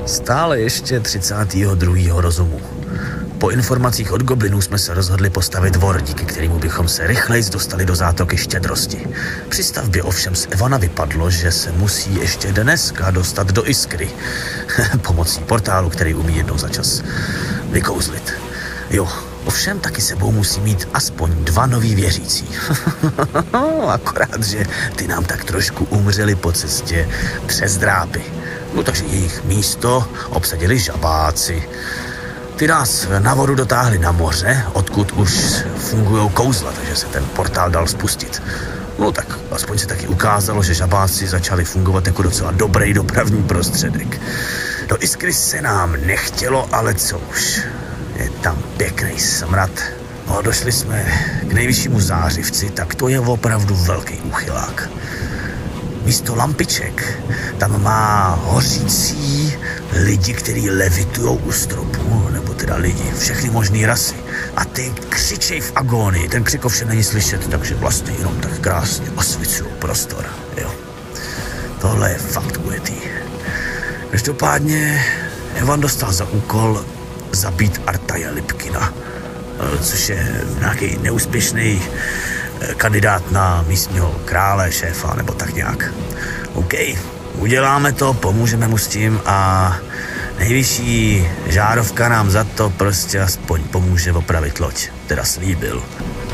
Stále ještě 32. rozumu. Po informacích od goblinů jsme se rozhodli postavit vor, díky kterému bychom se rychleji dostali do zátoky Štědrosti. Při stavbě ovšem z Evana vypadlo, že se musí ještě dneska dostat do Iskry. Pomocí portálu, který umí jednou za čas vykouzlit. Jo, ovšem taky sebou musí mít aspoň 2 noví věřící. Akorát, že ty nám tak trošku umřeli po cestě přes drápy. No takže jejich místo obsadili žabáci. Ty nás na vodu dotáhli na moře, odkud už fungujou kouzla, takže se ten portál dal spustit. No tak aspoň se taky ukázalo, že žabáci začali fungovat jako docela dobrý dopravní prostředek. Do Iskry se nám nechtělo, ale co už. Je tam pěkný smrad. No, došli jsme k nejvyššímu zářivci, tak to je opravdu velký úchylák. Místo lampiček tam má hořící lidi, kteří levitujou u stropu, nebo teda lidi, všechny možný rasy. A ty křičej v agónii, ten křik ovšem není slyšet, takže vlastně jenom tak krásně osvicují prostor, jo. Tohle je fakt ujetý. Každopádně Evan dostal za úkol zabít Artaje Lipkina, což je nějaký neúspěšný kandidát na místního krále, šéfa, nebo tak nějak. OK, uděláme to, pomůžeme mu s tím a nejvyšší žárovka nám za to prostě aspoň pomůže opravit loď. Teda slíbil.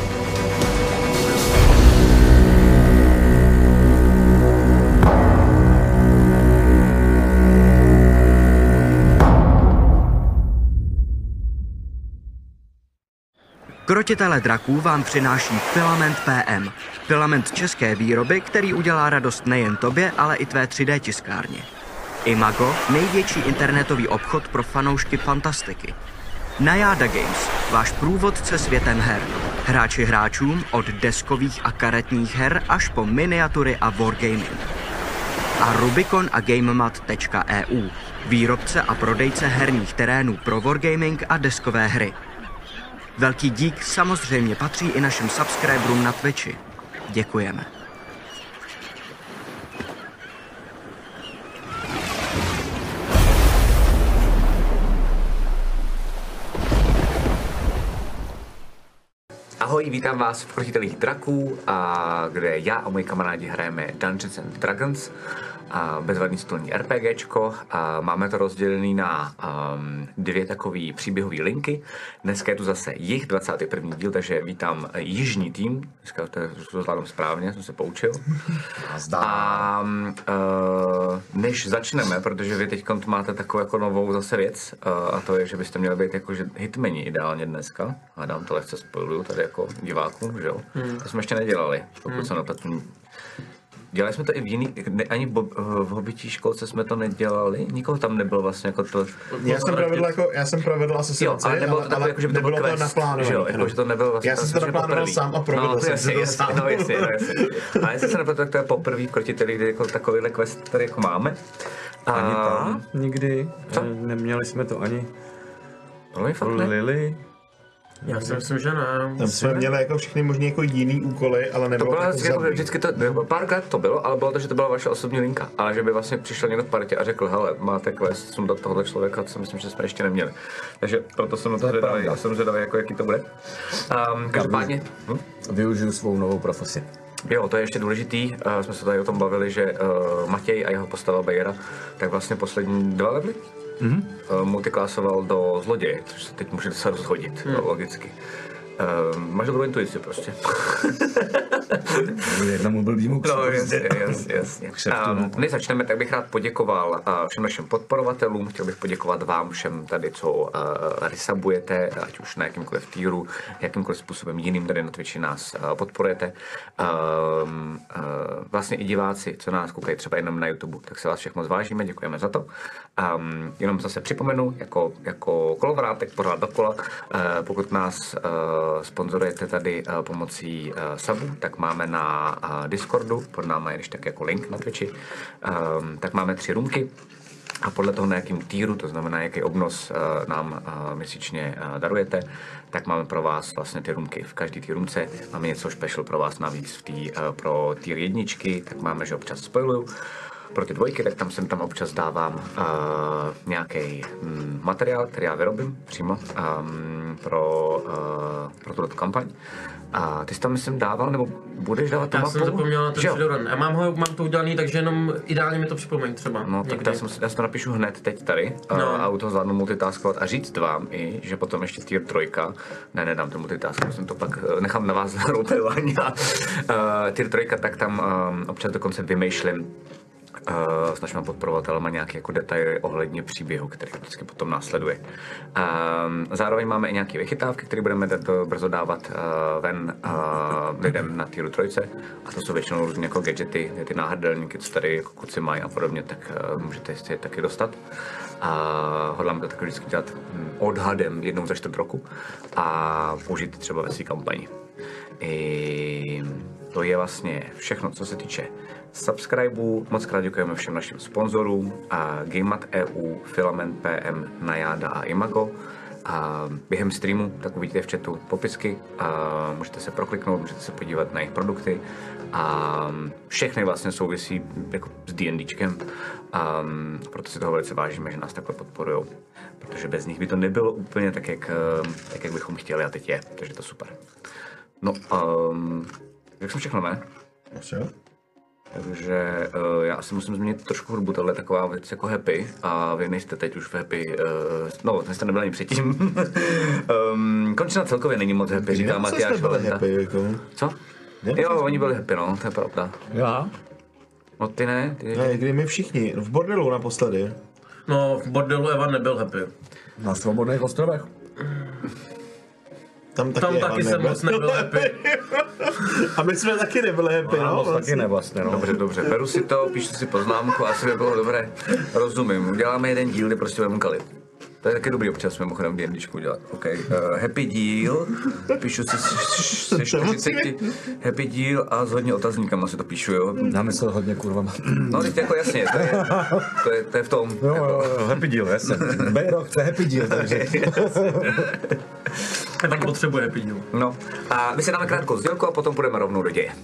Krotitele draků vám přináší Filament PM. Filament české výroby, který udělá radost nejen tobě, ale i tvé 3D tiskárně. Imago, největší internetový obchod pro fanoušky fantastiky. Najada Games, váš průvodce světem her. Hráči hráčům od deskových a karetních her až po miniatury a wargaming. A Rubicon a GameMat.eu, výrobce a prodejce herních terénů pro wargaming a deskové hry. Velký dík samozřejmě patří i našim subscriberům na Twitchi. Děkujeme. Ahoj, vítám vás v Krotitelích draků, kde já a moji kamarádi hrajeme Dungeons and Dragons, bezvadný stolní RPGčko. Máme to rozdělené na 2 takové příběhové linky. Dneska je tu zase jich 21. díl, takže vítám jižní tým. Dneska to zvládám správně, jsem se poučil. A než začneme, protože vy teď máte takovou jako novou zase věc, a to je, že byste měli být jako hitmeni ideálně dneska. A dám to lehce spoiluju tady jako divákům, že jo? To jsme ještě nedělali, pokud se nepletu. Dělali jsme to i v jiný, ani v Hobití školce jsme to nedělali, nikoho tam nebylo vlastně jako to... Já jsem provedl asociaci, jo, ale nebylo to takový, jako, že by to byl quest, naplánovaný. Jo, jako, že to nebylo vlastně... Já jsem to naplánoval sám a provedl jsem si to sám. No jasně. A jestli se nepletu, tak to je poprvý v Krotitelích, kdy jako takovýhle quest tady jako máme. Ani ta? Nikdy? Co? Neměli jsme to ani... Lily? Já si myslím, že ne. Tam jsme měli jako všechny možný jako jiný úkoly, ale nebylo to bylo vždycky to, párkrát to bylo, ale bylo to, že to byla vaše osobní linka. Ale že by vlastně přišel někdo v partě a řekl, hele, máte quest sundat tohoto člověka, co myslím, že jsme ještě neměli. Takže proto jsem na to zvědavý, já jsem zvědavý, jako jaký to bude. Každopádně. Využiju svou novou profesi. Jo, to je ještě důležitý, jsme se tady o tom bavili, že Matěj a jeho postava Bejra, tak vlastně poslední 2 levely multiklásoval do zloděje, což se teď můžete se rozhodit, logicky. Máš dobrou intuici prostě. Jednomu blbýmu No, jasně. Než začneme, tak bych rád poděkoval všem našim podporovatelům. Chtěl bych poděkovat vám všem tady, co resubujete, ať už na jakýmkoliv týru, jakýmkoliv způsobem jiným tady na Twitchi nás podporujete. Vlastně i diváci, co nás koukají třeba jenom na YouTube, tak se vás všech moc vážíme, děkujeme za to. Jenom zase připomenu, jako kolovrátek pořád dokola, pokud nás sponzorujete tady pomocí subu, tak máme na Discordu, pod náma je když tak jako link na Twitchi, tak máme 3 roomky a podle toho, na jakým týru, to znamená, jaký obnos nám měsíčně darujete, tak máme pro vás vlastně ty roomky. V každý té roomce máme něco special pro vás navíc pro tier 1, tak máme, že občas spoiluju. pro ty dvojky, tak tam občas dávám nějaký materiál, který já vyrobím přímo pro tuto kampaň. A ty jsi tam, myslím, dával, nebo budeš dávat tu mapu? Já jsem zapomněl na ten Shadowrun. Já mám to udělaný, takže jenom ideálně mi to připomeň třeba. No, tak já si to napíšu hned teď tady a u toho zvládnu multitaskovat a říct vám i, že potom ještě tier 3, nedám to multitaskovat, jsem to pak nechám na vás rotování a tier 3, tak tam občas dokonce vymýšlím s našimi podporovatelema nějaké jako detaily ohledně příběhu, který vždycky potom následuje. Zároveň máme i nějaké vychytávky, které budeme brzo dávat ven lidem na tier 3 a to jsou většinou různě jako gadgety, ty náhrdelníky, co tady jako kluci mají a podobně, tak můžete si je taky dostat. Hodláme to taky vždycky dělat odhadem jednou za 4 roku a použít třeba ve své kampani. To je vlastně všechno, co se týče subscribeů. Moc krát děkujeme všem našim sponzorům, Gamemat EU, Filament PM, Najada a Imago. Během streamu tak uvidíte v chatu popisky, můžete se prokliknout, můžete se podívat na jejich produkty a všechny vlastně souvisí jako s D&Dčkem. Proto si toho velice vážíme, že nás takhle podporujou, protože bez nich by to nebylo úplně tak, jak bychom chtěli a teď je, takže to super. No, jak jsem všechno, ne? Takže já asi musím změnit trošku hudbu, tohle je taková věc jako happy a vy nejste teď už v happy, no, jste nebyli ani předtím. Končina celkově není moc happy, říká Matyáš Valenta. Co? Jo, oni byli happy, no, to je pravda. Já? No ty ne? Ne, kdy my všichni, v bordelu naposledy. No, v bordelu Evan nebyl happy. Na Svobodných ostrovech. Tam taky jsem moc nebyl happy. A my jsme taky nebyli happy, no? Moc taky ne vlastně, no. Dobře, beru si to, píšu si poznámku, asi by bylo dobré. Rozumím, uděláme jeden díl, kdy prostě budeme kalit. To je taky dobrý občas mimochodem D&Dčku udělat. Okay. Happy díl, píšu si se 40, happy díl a s hodně otazníkama si to píšu, jo. Já myslel hodně kurvama. No teď jako jasně, to je v tom. Jo, happy díl, jasně. Bejro chce happy díl, takže. Tak potřebuje happy díl. No a my si dáme krátkou sdělku a potom půjdeme rovnou do děje.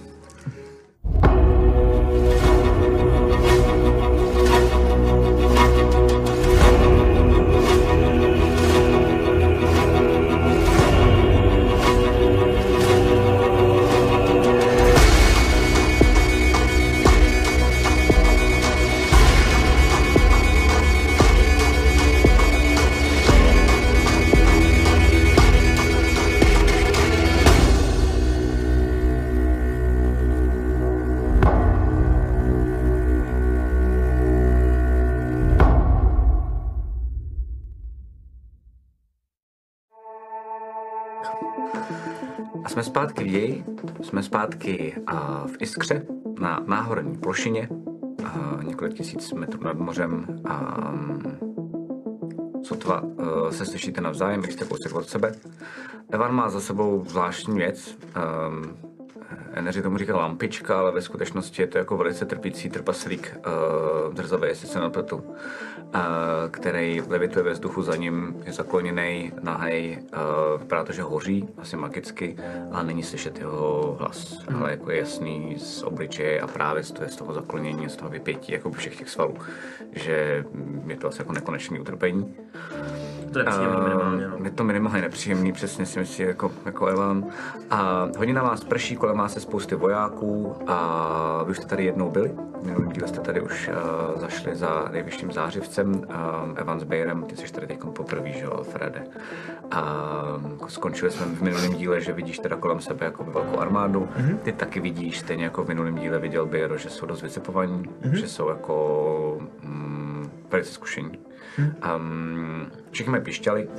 A jsme zpátky v ději, jsme zpátky v Iskře, na náhorní plošině, několik tisíc metrů nad mořem. Sotva se slyšíte navzájem, když jste kousek od sebe. Evan má za sebou zvláštní věc, Energy tomu říká lampička, ale ve skutečnosti je to jako velice trpící trpaslík drzavý, jestli se napletu, který levituje ve vzduchu, za ním je zakloněný, nahej, vypadá to, že hoří, asi magicky, ale není slyšet jeho hlas, ale jako je jasný z obličeje a právě z toho zaklonění, z toho vypětí, jako všech těch svalů, že je to asi jako nekonečné utrpení. To je příjemný minimálně, no. Je to minimálně nepříjemný, přesně si myslím, jako Evan. A hodně na vás prší, kolem vás je spousty vojáků a vy už jste tady jednou byli. V minulém díle jste tady už zašli za nejvyšším zářivcem, Evan s Bayerem, ty jsi tady teď poprvé, že jo, Frede. Skončili jsme v minulém díle, že vidíš teda kolem sebe jako velkou armádu. Ty taky vidíš, stejně jako v minulém díle viděl Bayer, že jsou dost vycepovaní, že jsou jako velice zkušení. Všichni mají pišťaly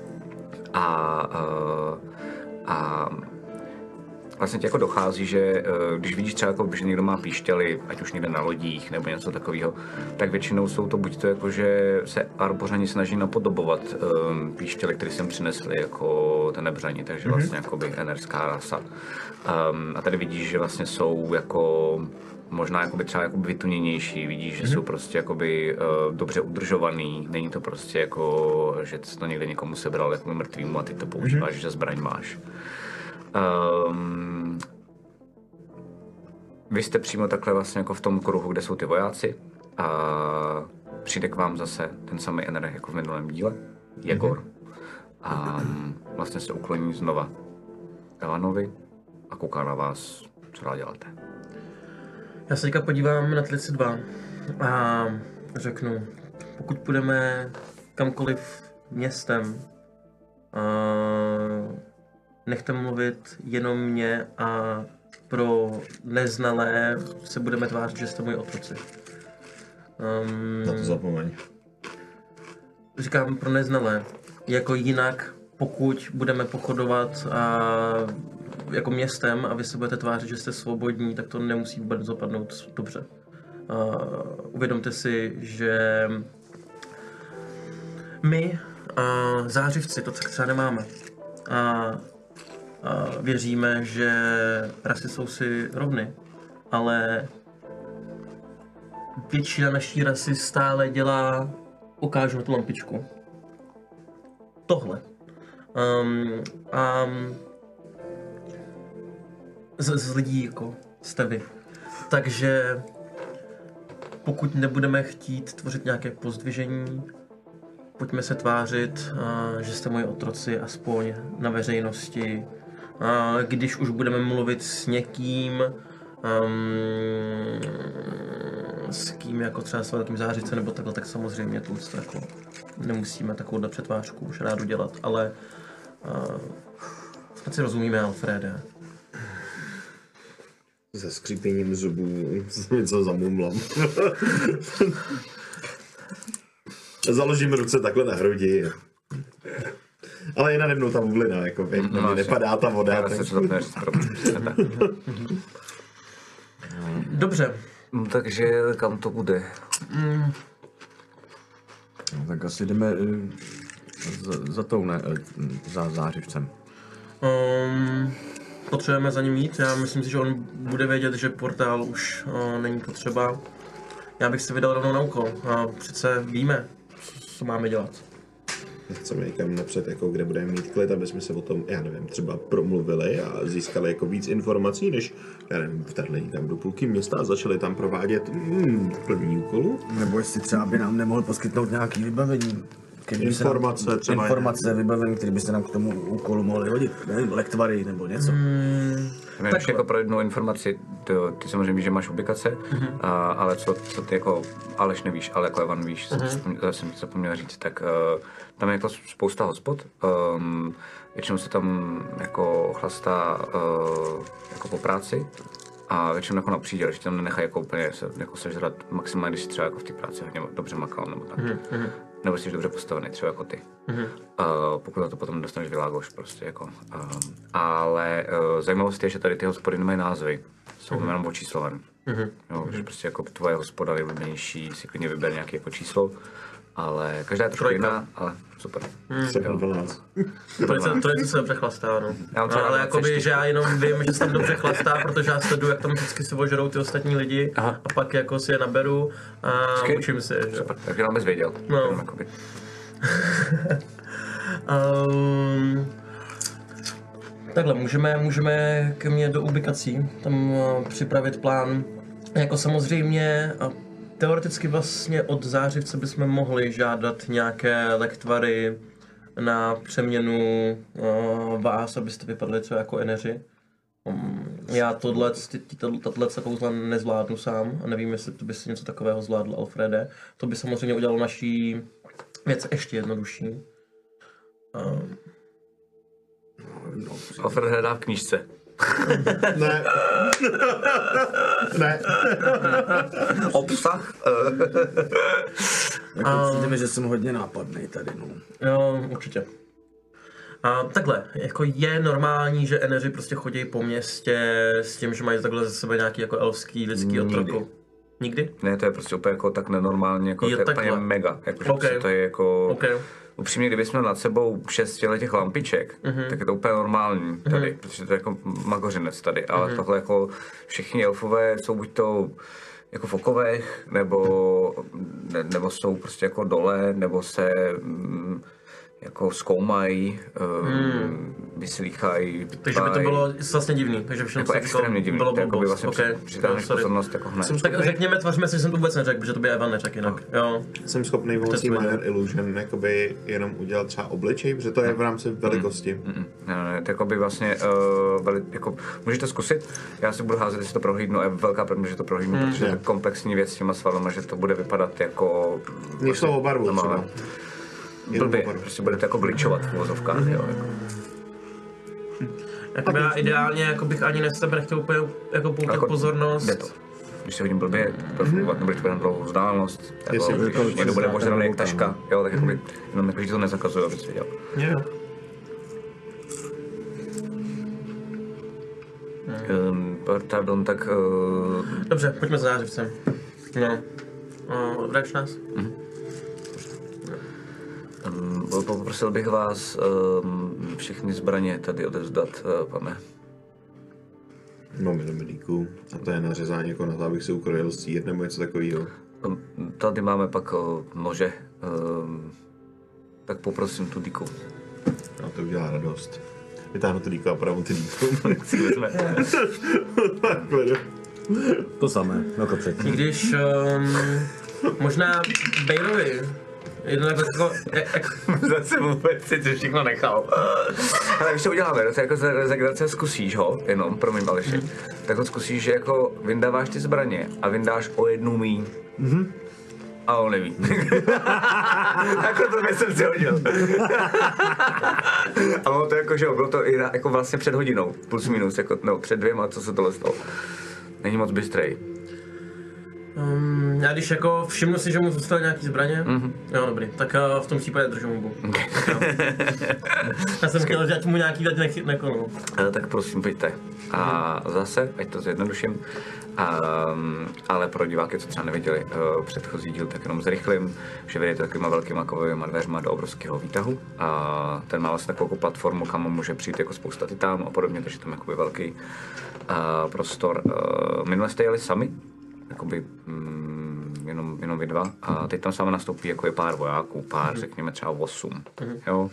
a vlastně ti jako dochází, že když vidíš třeba, jako, že někdo má píšťaly, ať už někde na lodích nebo něco takového, tak většinou jsou to buď to jako, že se Arbořani snaží napodobovat píšťaly, které sem přinesli jako ten nebřani, takže vlastně jakoby enerská rasa. A tady vidíš, že vlastně jsou jako možná jakoby třeba jakoby vytuněnější, vidíš, že jsou prostě jakoby dobře udržovaný, není to prostě jako, že jsi to někde někomu sebral jako mrtvýmu a ty to používáš, že zbraň máš. Vy jste přímo takhle vlastně jako v tom kruhu, kde jsou ty vojáci a přijde k vám zase ten samý Ener jako v minulém díle, Jegor. A vlastně se ukloní znova Evanovi a kouká na vás, co dál děláte. Já se teďka podívám na Tlici 2 a řeknu, pokud půjdeme kamkoliv městem, nechte mluvit jenom mě a pro neznalé se budeme tvářit, že jste moji otroci. Na to zapomeň. Říkám pro neznalé. Jako jinak, pokud budeme pochodovat jako městem a vy se budete tvářit, že jste svobodní, tak to nemusí vůbec dopadnout dobře. Uvědomte si, že my, zářivci, to třeba nemáme. A věříme, že rasy jsou si rovny, ale většina naší rasy stále dělá, ukážu na tu lampičku, tohle. Z lidí jako jste vy. Takže pokud nebudeme chtít tvořit nějaké pozdvižení, pojďme se tvářit, že jste moji otroci aspoň na veřejnosti. Když už budeme mluvit s někým, s kým jako třeba s velkým zářivcem nebo takhle, tak samozřejmě to jako nemusíme takovouhle přetvářku už rádu dělat, ale snad si rozumíme, Alfrede. Se skřípěním zubů něco zamumlám. Založím ruce takhle na hrudi. Ale je nade mnou ta bublina, jako na mě nepadá ta voda. Já se to říct, Dobře. Takže kam to bude? No, tak asi jdeme za tou, ne, za zářivcem. Potřebujeme za ním jít, já myslím si, že on bude vědět, že portál už není potřeba. Já bych se vydal rovnou na úkol, přece víme, co máme dělat. Chceme někam napřed, jako kde budeme mít klid, aby jsme se o tom, já nevím, třeba promluvili a získali jako víc informací, než, já nevím, vtadli tam do půlky města a začali tam provádět plnění úkolů. Nebo jestli třeba by nám nemohl poskytnout nějaký vybavení. Informace, vybavení, které byste nám k tomu úkolu mohli hodit, nevím, lektvary nebo něco. Tak jako pro jednu informaci, ty samozřejmě víš, že máš ubikace, ale co ty jako Aleš nevíš, ale jako Evan víš, jsem ti zapomněl říct, tak tam je jako spousta hospod, většinou se tam jako chlastá jako po práci a většinou jako na příděl, že tam nenechají jako úplně jako sežrat maximálně, když si třeba jako v té práci hodně dobře makal nebo tak. Nebo jsi dobře postavený, třeba jako ty. Pokud na to potom dostaneš vylágoš prostě jako. Ale zajímavost je, že tady ty hospody nemají názvy. Jsou jenom očíslované. Jo, že prostě jako tvoje hospoda nejvlivnější si klidně vyber nějaké jako číslo. Ale každá je trošku jiná, ale super. 7-12. To se dobře chlastá, no. Ale jakoby, že já jenom vím, že se tam dobře chlastá, protože já sleduju, jak tam vždycky si ožerou ty ostatní lidi. A pak jako si je naberu a učím se, že? Super, tak jenom bys věděl. No. Takhle, můžeme ke mně do ubikací, tam připravit plán. Jako samozřejmě, teoreticky vlastně od zářivce bychom mohli žádat nějaké lektvary na přeměnu vás, abyste vypadli třeba jako Eneři. Já tato kouzla nezvládnu sám a nevím, jestli to by si něco takového zvládl Alfrede. To by samozřejmě udělalo naší věc ještě jednodušší. Alfred hledá v knížce. Ne. Ne. Obsah? Přijde mi, že jsem hodně nápadnej tady, no. Jo, určitě. Takhle, jako je normální, že Eneři prostě chodí po městě s tím, že mají takhle ze sebe nějaký jako elfský, lidský otroku. Nikdy? Ne, to je prostě úplně jako tak nenormálně, jako je to je úplně mega. Jako, okay. To je jako... Okay. Upřímně, kdybychom nad sebou 6 těch lampiček, tak je to úplně normální tady, protože to je jako magořinec tady, ale tohle jako všichni elfové jsou buď to jako v okovech, nebo jsou prostě jako dole, nebo se jako zkoumají, vyslýchají. Takže by to bylo vlastně divný, takže všechno jako extrémně divný, bylo to jako by vlastně okay. přitáhneš pozornost jako hned. Tak řekněme, tvařme si, že jsem to vůbec neřekl, protože to by Evan neřekl jinak. Jo. Jsem schopný pomocí Minor Illusion jakoby jenom udělat třeba obličej, protože to je v rámci velikosti. Ne, to jako by vlastně, jako, můžeš to zkusit, já si budu házet, jestli to prohlídnu, je velká pravda, že to prohlídnu, protože je to komplexní věc s těma svalama, že to bude vypadat jako... Než to o barvu třeba. Blbě, prostě bude to jako glitchovat v uvozovkách, jo. Jako já ideálně jako bych ani na sebe nechtěl úplně jako poutat jako pozornost. Jde to. Když se hodím blbě, to fungovat, nebudeš na dlouhou vzdálenost, jako, když někdo bude ožraný jak taška, jo, tak jakoby, jenom jako, že to nezakazuje, abys viděl. Jo. Pardon, tak... Dobře, pojďme za zářivcem. No. Vrač nás? Poprosil bych vás všechny zbraně tady odevzdat, pane. Mám jenom medíku. A to je nařezání jako na to, abych si ukrojil sýr nebo něco takového. Tady máme pak nože. Tak poprosím tu díku. A to udělá radost. Vytáhnu tu díku a pravou tu díku. To samé, jako předtím. I když možná Bejrovi jedno jako... Zase vůbec si to všechno nechal. Ale víš, co uděláme, to jako za grace zkusíš ho, jenom, promiň Aleši, tak ho zkusíš, že jako vyndáváš ty zbraně a vyndáš o jednu míň. A on neví. Jako to jsem si hodil. A bylo to jako, že bylo to i jako vlastně před hodinou, plus minus, jako no, před 2, co se tohle stalo. Není moc bystrej. Já když jako všimnu si, že mu zůstaly nějaký zbraně, jo dobrý, tak v tom případě držu hubu. Já jsem chtěl dát mu nějaký dať nekonu. Tak prosím, pojďte. A zase, ať to zjednoduším, ale pro diváky, co třeba neviděli předchozí díl, tak jenom zrychlím, že vyjdete takovýma velkýma kovovýma dveřma do obrovského výtahu. A ten má vlastně takovou platformu, kam může přijít jako spousta titánů a podobně, takže tam je jakoby velký prostor. Minule jste jeli sami, jakoby jenom vy dva, a teď tam sami nastoupí jako je pár vojáků, řekněme třeba 8, jo.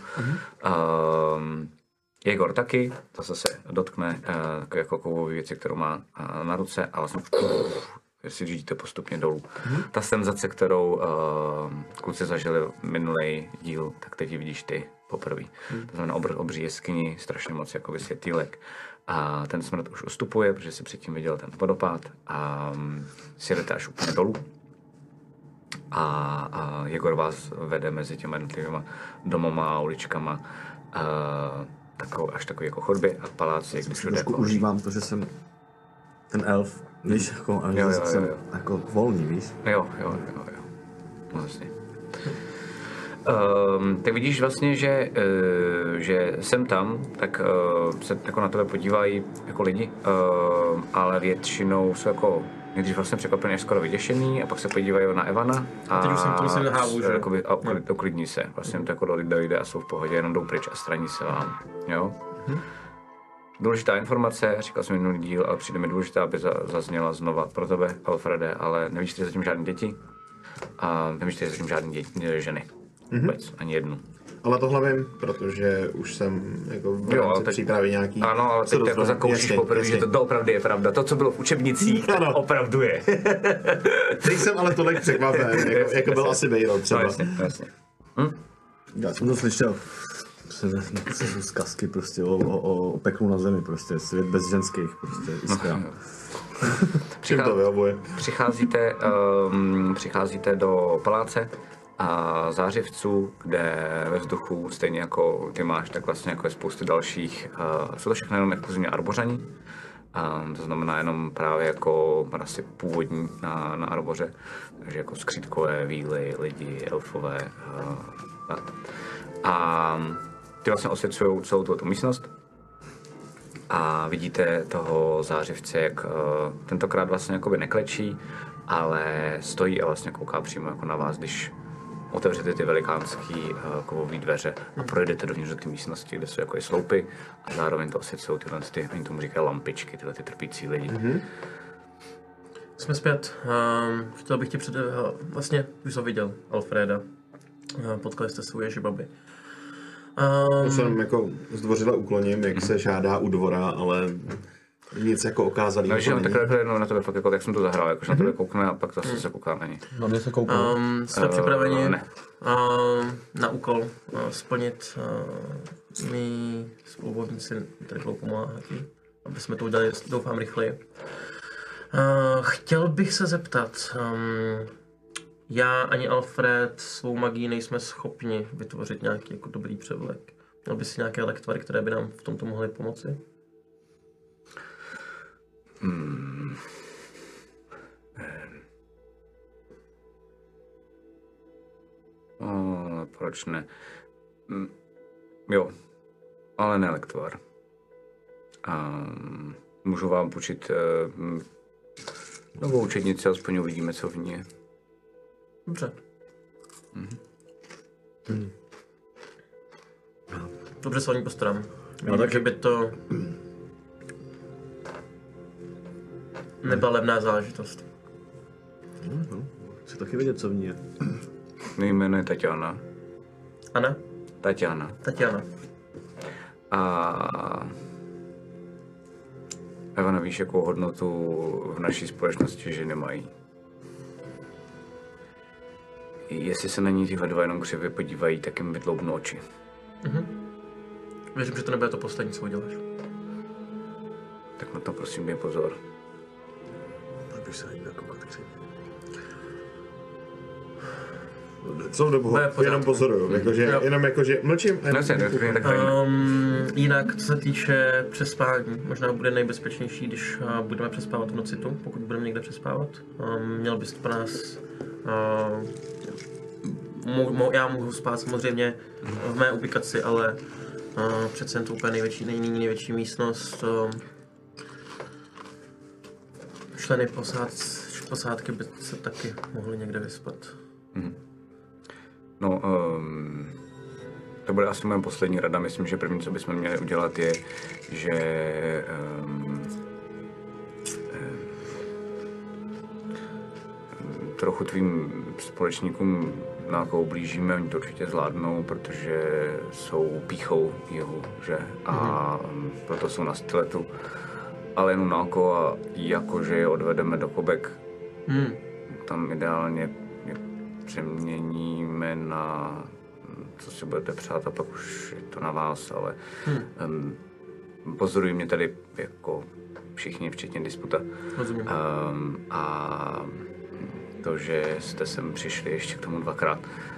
Jegor taky, to se dotkne jako kovové věci, kterou má na ruce a vlastně si řídíte postupně dolů. Ta senzace, kterou kluci zažili minulý díl, tak teď ji vidíš ty poprvé. To znamená obří jeskyni, strašně moc jako světýlek. A ten smrt už ustupuje, protože si předtím viděl ten vodopád a sjedete až úplně dolů. A Jegor vás vede mezi těma jednotlivýma domama a uličkama. Až takový jako chodby a paláci, když všude trošku užívám to, že jsem ten elf, víš, jako, že jsem jako volný, víš? Jo. Vlastně. Tak vidíš vlastně, že jsem tam, tak se jako na tebe podívají jako lidi, ale většinou jsou jako nejdřív vlastně překvapený až skoro vyděšený a pak se podívají na Evana a teď už jsem to myslím hávu, že? Uklidní se, vlastně to jako dojde a jsou v pohodě, jenom jdou pryč a straní se vám, jo? Důležitá informace, říkal jsem minulý díl, ale přijde mi důležité, aby zazněla znova pro tebe, Alfrede, ale nevíš ty zatím žádné děti a nevíš ty zatím žádné ženy, vůbec, ani jednu. Ale tohle vím, protože už jsem jako v rámci přípravy nějaký... Ano, ale teď jako zakoušíš poprvé, že to opravdu je pravda. To, co bylo v učebnicích, opravdu je. Teď jsem ale tolik překvapen, jako byl asi Bejro třeba. No, jasně. Já jsem to slyšel. Zkazky prostě o peklu na zemi, prostě svět bez ženských, prostě iskra. Přicházíte do paláce a zářivců, kde ve vzduchu, stejně jako ty máš, tak vlastně jako je spousty dalších, jsou to všechno jenom exkluzivně arbořani, to znamená jenom právě jako rasy původní na arboře, takže jako skřítkové, víly, lidi, elfové, tak. A ty vlastně osvětlují celou tu místnost a vidíte toho zářivce, jak tentokrát vlastně jakoby neklečí, ale stojí a vlastně kouká přímo jako na vás, když otevřete ty velikánský kovové dveře a projdete dovnitř do té místnosti, kde jsou jako sloupy a zároveň to osvětlují ty, oni tomu říkají lampičky, tyhle ty trpící lidi. Jsme zpět. Chtěl bych tě vlastně už to viděl, Alfreda. Potkali jste se u Ježibaby. To se nám jako zdvořile ukloním, jak se žádá u dvora, ale nic jako okázalý. No, že takhle jednou na tebe fakt jako, jak jsem to zahrál, jakože na tebe koukne a pak zase se kouká na ní. Na mě se koukal. Jsme připraveni ne. na úkol splnit mý spoluvodníci, který budou pomáhat, aby jsme to udělali, doufám, rychleji. Chtěl bych se zeptat, já ani Alfred svou magií nejsme schopni vytvořit nějaký jako dobrý převlek. Měl by si nějaké lektvary, které by nám v tomto mohly pomoci? Proč ne? Jo, ale ne lektvar. Můžu vám půjčit novou učednici, aspoň uvidíme, co v ní je. Dobře. Dobře se o ní postarám. No, Takže by to nebyla levná záležitost. Chci taky vědět, co v ní je. Mé jméno je Tatiana. Ana? Tatiana. Tatiana. A Evana, víš, jakou hodnotu v naší společnosti ženy mají? Jestli se na ní tyhle dva jenom křivě podívají, tak jim vytloubnu oči. Věřím, že to nebude to poslední, co uděláš. Tak na to prosím dej pozor. Proč bych se na ní nakoukat, tak si... Co dobu, jenom pozoruju, jenom jakože mlčím. Jinak, co se týče přespání, možná bude nejbezpečnější, když budeme přespávat v nocitu, pokud budeme někde přespávat. Měl bys pro nás... já mohu spát samozřejmě v mé ubikaci, ale přece jen to úplně není největší místnost. Členy posádky by se taky mohli někde vyspat. No, to bude asi moje poslední rada. Myslím, že první, co bychom měli udělat, je, že trochu tvým společníkům nějakou ublížíme, oni to určitě zvládnou, protože jsou pýchou jihu, že? A proto jsou na styletu. Ale jenom na oko a jakože je odvedeme do Kobek, tam ideálně přeměníme na co si budete přát a pak už je to na vás, ale pozorují mě tady jako všichni, včetně Disputa. A to, že jste sem přišli ještě k tomu dvakrát,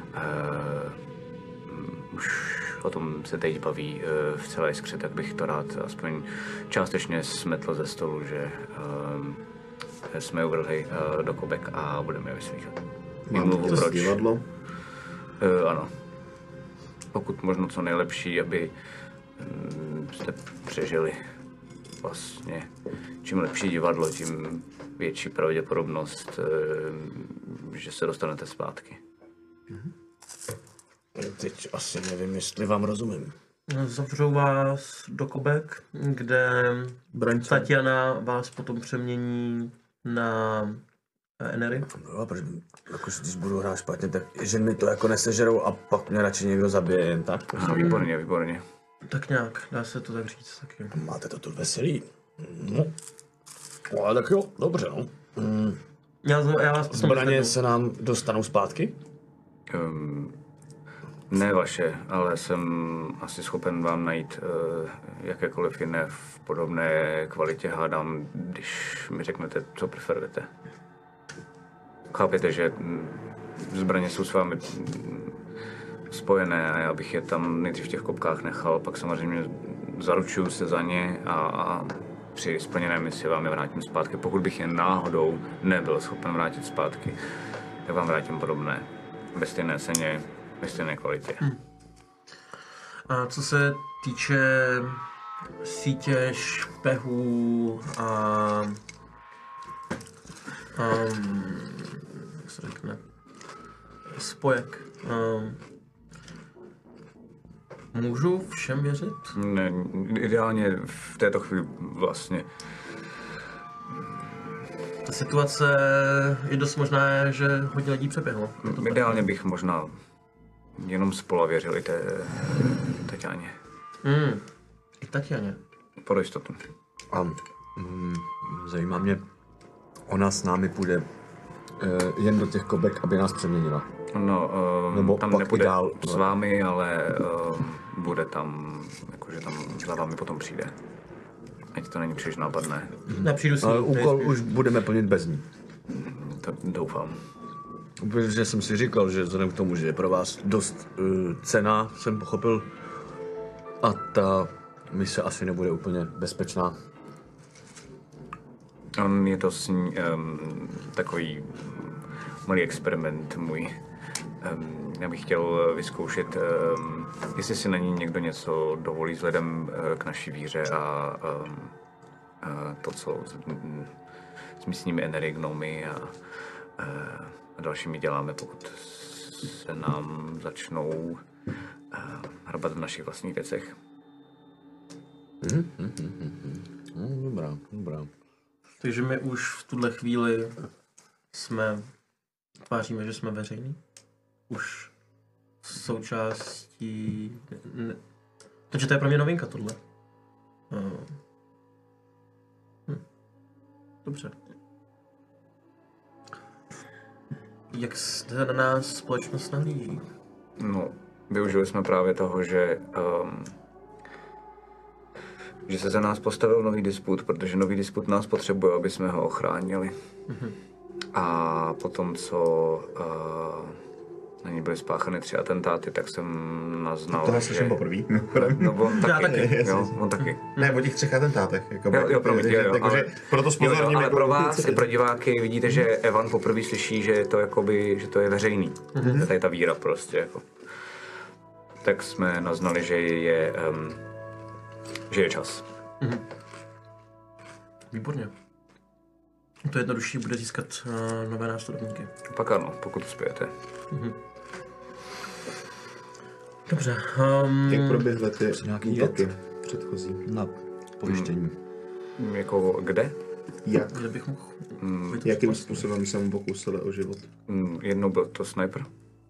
už o tom se teď baví v celé Jiskře, tak bych to rád aspoň částečně smetl ze stolu, že jsme uvrhli do Kobek a budeme je vyslýchat. Mám to divadlo? Ano. Pokud možno co nejlepší, aby jste přežili. Vlastně čím lepší divadlo, tím větší pravděpodobnost, že se dostanete zpátky. Teď asi nevím, jestli vám rozumím. Zavřou vás do Kobek, kde Tatiana vás potom přemění na Enery. No, protože jako, když budu hrát špatně, tak že mi to jako nesežerou a pak mě radši někdo zabije jen tak. Výborně, výborně. Tak nějak, dá se to tak říct taky. Máte to tu veselý. No. Ale tak jo, dobře no. Já vás Zbraně se nám dostanou zpátky? Ne vaše, ale jsem asi schopen vám najít jakékoliv jiné v podobné kvalitě, hádám, když mi řeknete, co preferujete. Chápete, že zbraně jsou s vámi spojené a já bych je tam nejdřív v těch kopkách nechal, pak samozřejmě zaručuju se za ně a při splněné misi vám je vrátím zpátky. Pokud bych je náhodou nebyl schopen vrátit zpátky, tak vám vrátím podobné, ve stejné ceně, ve stejné kvalitě. A co se týče sítě špehů a jak se řekne, spojek, můžu všem věřit? Ne, ideálně v této chvíli vlastně. Ta situace je dost možná, že hodně lidí přeběhlo. Ideálně bych možná jenom spola věřil i té Tatianě. I Tatianě. Pro jistotu. A zajímá mě, ona s námi půjde jen do těch kobek, aby nás přeměnila. No, Nebo tam pak nepůjde i dál. s vámi, ale bude tam, jakože tam za vámi potom přijde. Ať to není příliš nápadné. Nepřijdu s ní. Ale úkol už budeme plnit bez ní. To doufám. Protože jsem si říkal, že vzhledem k tomu, že je pro vás dost cena, jsem pochopil, a ta mise asi nebude úplně bezpečná. On je to takový malý experiment můj. Já bych chtěl vyzkoušet, jestli si na ní někdo něco dovolí vzhledem k naší víře a to, co s místními energnomy a dalšími děláme, pokud se nám začnou hrabat v našich vlastních věcech. Dobrá. Takže my už v tuhle chvíli tváříme, že jsme veřejní. Už součástí... Takže to je pro mě novinka tohle. Dobře. Jak se na nás společnost nahlíží? No, využili jsme právě toho, že se za nás postavil nový disput, protože nový disput nás potřebuje, aby jsme ho ochránili. A potom, co na ní byly spáchány 3 atentáty, tak jsem naznal, Tohle slyším poprvé. No, on taky. taky. Jo, on taky. Ne, o těch 3 atentátech. Jako Jo, promiň, takže proto spozorním. ale pro vás i pro diváky vidíte, že Evan poprvé slyší, že je to jakoby, že to je veřejný. To je ta víra prostě. Jako. Tak jsme naznali, že je čas. Výborně. To jednodušší bude získat nové následovníky. Pak ano, pokud uspějete. Dobře. Jak proběhly ty nějaký útoky předchozí? Na pojištění. Jako kde? Jak? Že bych mohl... Jakým způsobem se mu pokusili o život? Jednou byl to sniper.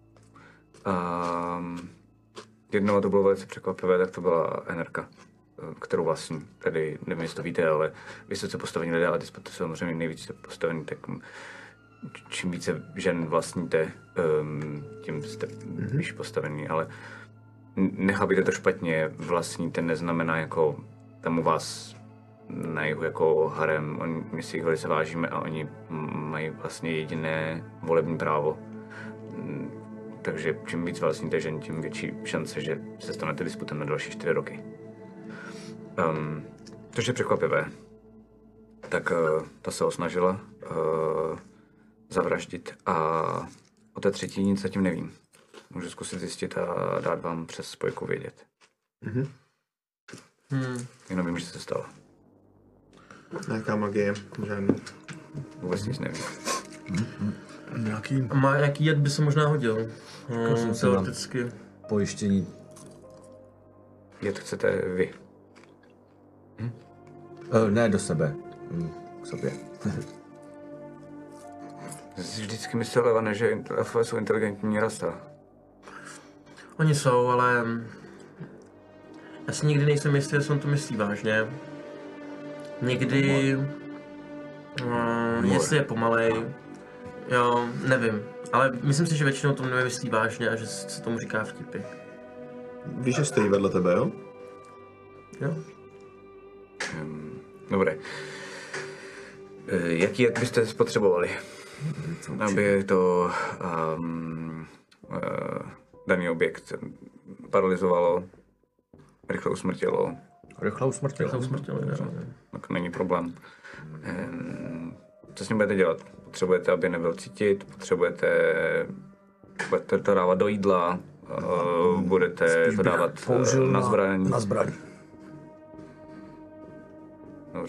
Jednou to bylo velice překvapivé, tak to byla Enerka, kterou vlastní. Tady nevím, jestli to víte, ale vysoce postavení lidé, ale ty samozřejmě nejvíce postavení, tak čím více žen vlastníte, tím jste výš postavení, ale nechápejte to špatně, vlastníte neznamená jako tam u vás na jihu jako harem, my si jich velice vážíme a oni mají vlastně jediné volební právo. Takže čím víc vlastníte žen, tím větší šance, že se stanete disputem na další 4 roky. Což je překvapivé. Tak ta se osnažila zavraždit a o té třetí nic zatím nevím. Můžu zkusit zjistit a dát vám přes spojku vědět. Jenom vím, že se stalo. Nějaká magie? Žádný. Vůbec nic nevím. Nějaký Má nějaký jed by se možná hodil. Teoreticky. pojištění. Jed chcete vy. Ne do sebe. K sobě. Jsi vždycky myslel, Evane, že elfové jsou inteligentní rasa. Oni jsou, ale... Já si nikdy nejsem jistý, jestli on to myslí vážně. Někdy... jestli je pomalej. Jo, nevím. Ale myslím si, že většinou to nemyslí vážně a že se tomu říká vtipy. Víš, že stojí vedle tebe, jo? Jo? Dobré. Jaký jed byste spotřebovali? Aby to daný objekt paralyzovalo, rychle usmrtilo. Rychle usmrtilo. Tak není problém. Co s ním budete dělat? Potřebujete, aby nebyl cítit, budete to dávat do jídla, budete to dávat na zbraň. Na zbraň. Dobře.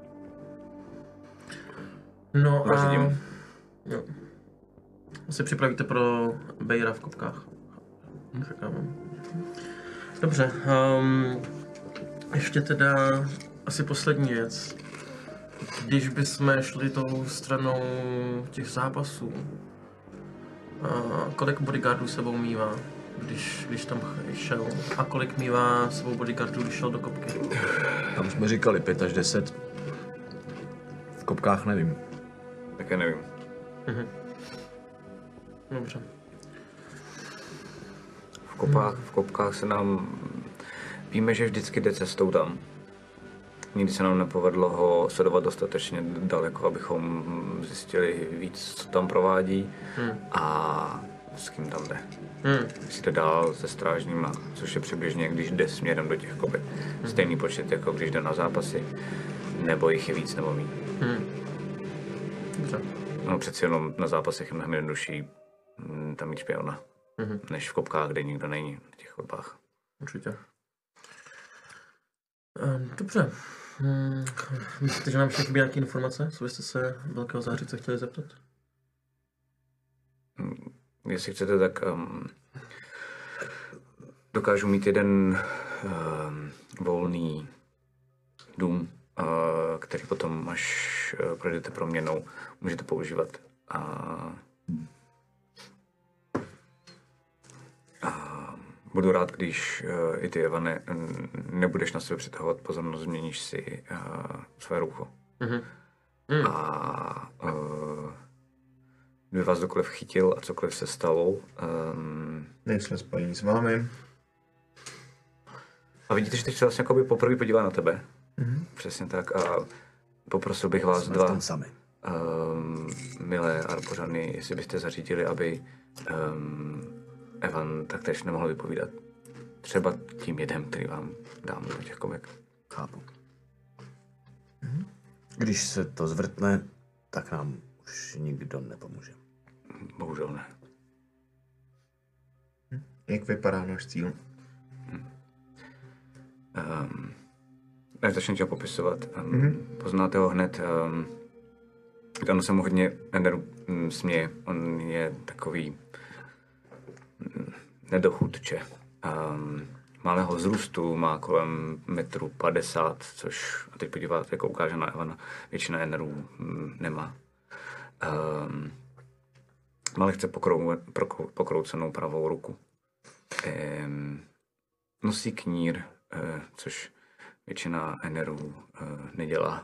No a... Rozhodím. Jo. Se připravíte pro Bejra v kopkách. Čekám. Dobře. Ještě teda asi poslední věc. Když bychom šli tou stranou těch zápasů, kolik bodyguardů sebou mívá když tam šel. A kolik mívá svou bodyguardů, když šel do kopky? Tam jsme říkali 5 až 10. V kopkách nevím. Také nevím. Dobře. V kopkách se nám... Víme, že vždycky jde cestou tam. Nikdy se nám nepovedlo ho sledovat dostatečně daleko, abychom zjistili víc, co tam provádí a s kým tam jde. Jestli jde dál se strážníma, což je přibližně, když jde směrem do těch kopek. Stejný počet, jako když jde na zápasy, nebo jich je víc nebo méně. Dobře. No přeci jenom na zápasech je mnohem jednodušší tam mít špiona, než v kopkách, kde nikdo není, v těch chodbách. Určitě. Dobře. Myslíte, že nám ještě chybí nějaké informace? Co byste se Velkého zářice chtěli zeptat? Jestli chcete, tak dokážu mít jeden volný dům, který potom, až projdete proměnou, můžete používat. Budu rád, když i ty, Evane, nebudeš na sebe přitahovat pozornost, změníš si své roucho. A kdyby vás kdokoliv chytil a cokoliv se stalo... Nejsme spojení s vámi. A vidíte, že teď se vlastně jako poprvé podívá na tebe. Přesně tak. A poprosil bych vás Jsme dva, sami. milé Arbořany, jestli byste zařídili, aby Evan taktéž nemohl vypovídat. Třeba tím jedem, který vám dám do těch kovek. Chápu. Když se to zvrtne, tak nám už nikdo nepomůže. Bohužel ne. Jak vypadá náš cíl? Než začnu tě popisovat, poznáte ho hned. Tam se mu hodně Enderu směje. On je takový nedochudče. Malého vzrůstu, má kolem 1,50 m, což, a teď podíváte, jako ukáže na Evana, většina Enderů nemá. Má lehce pokroucenou pravou ruku. Nosí knír, což většina Enderů nedělá.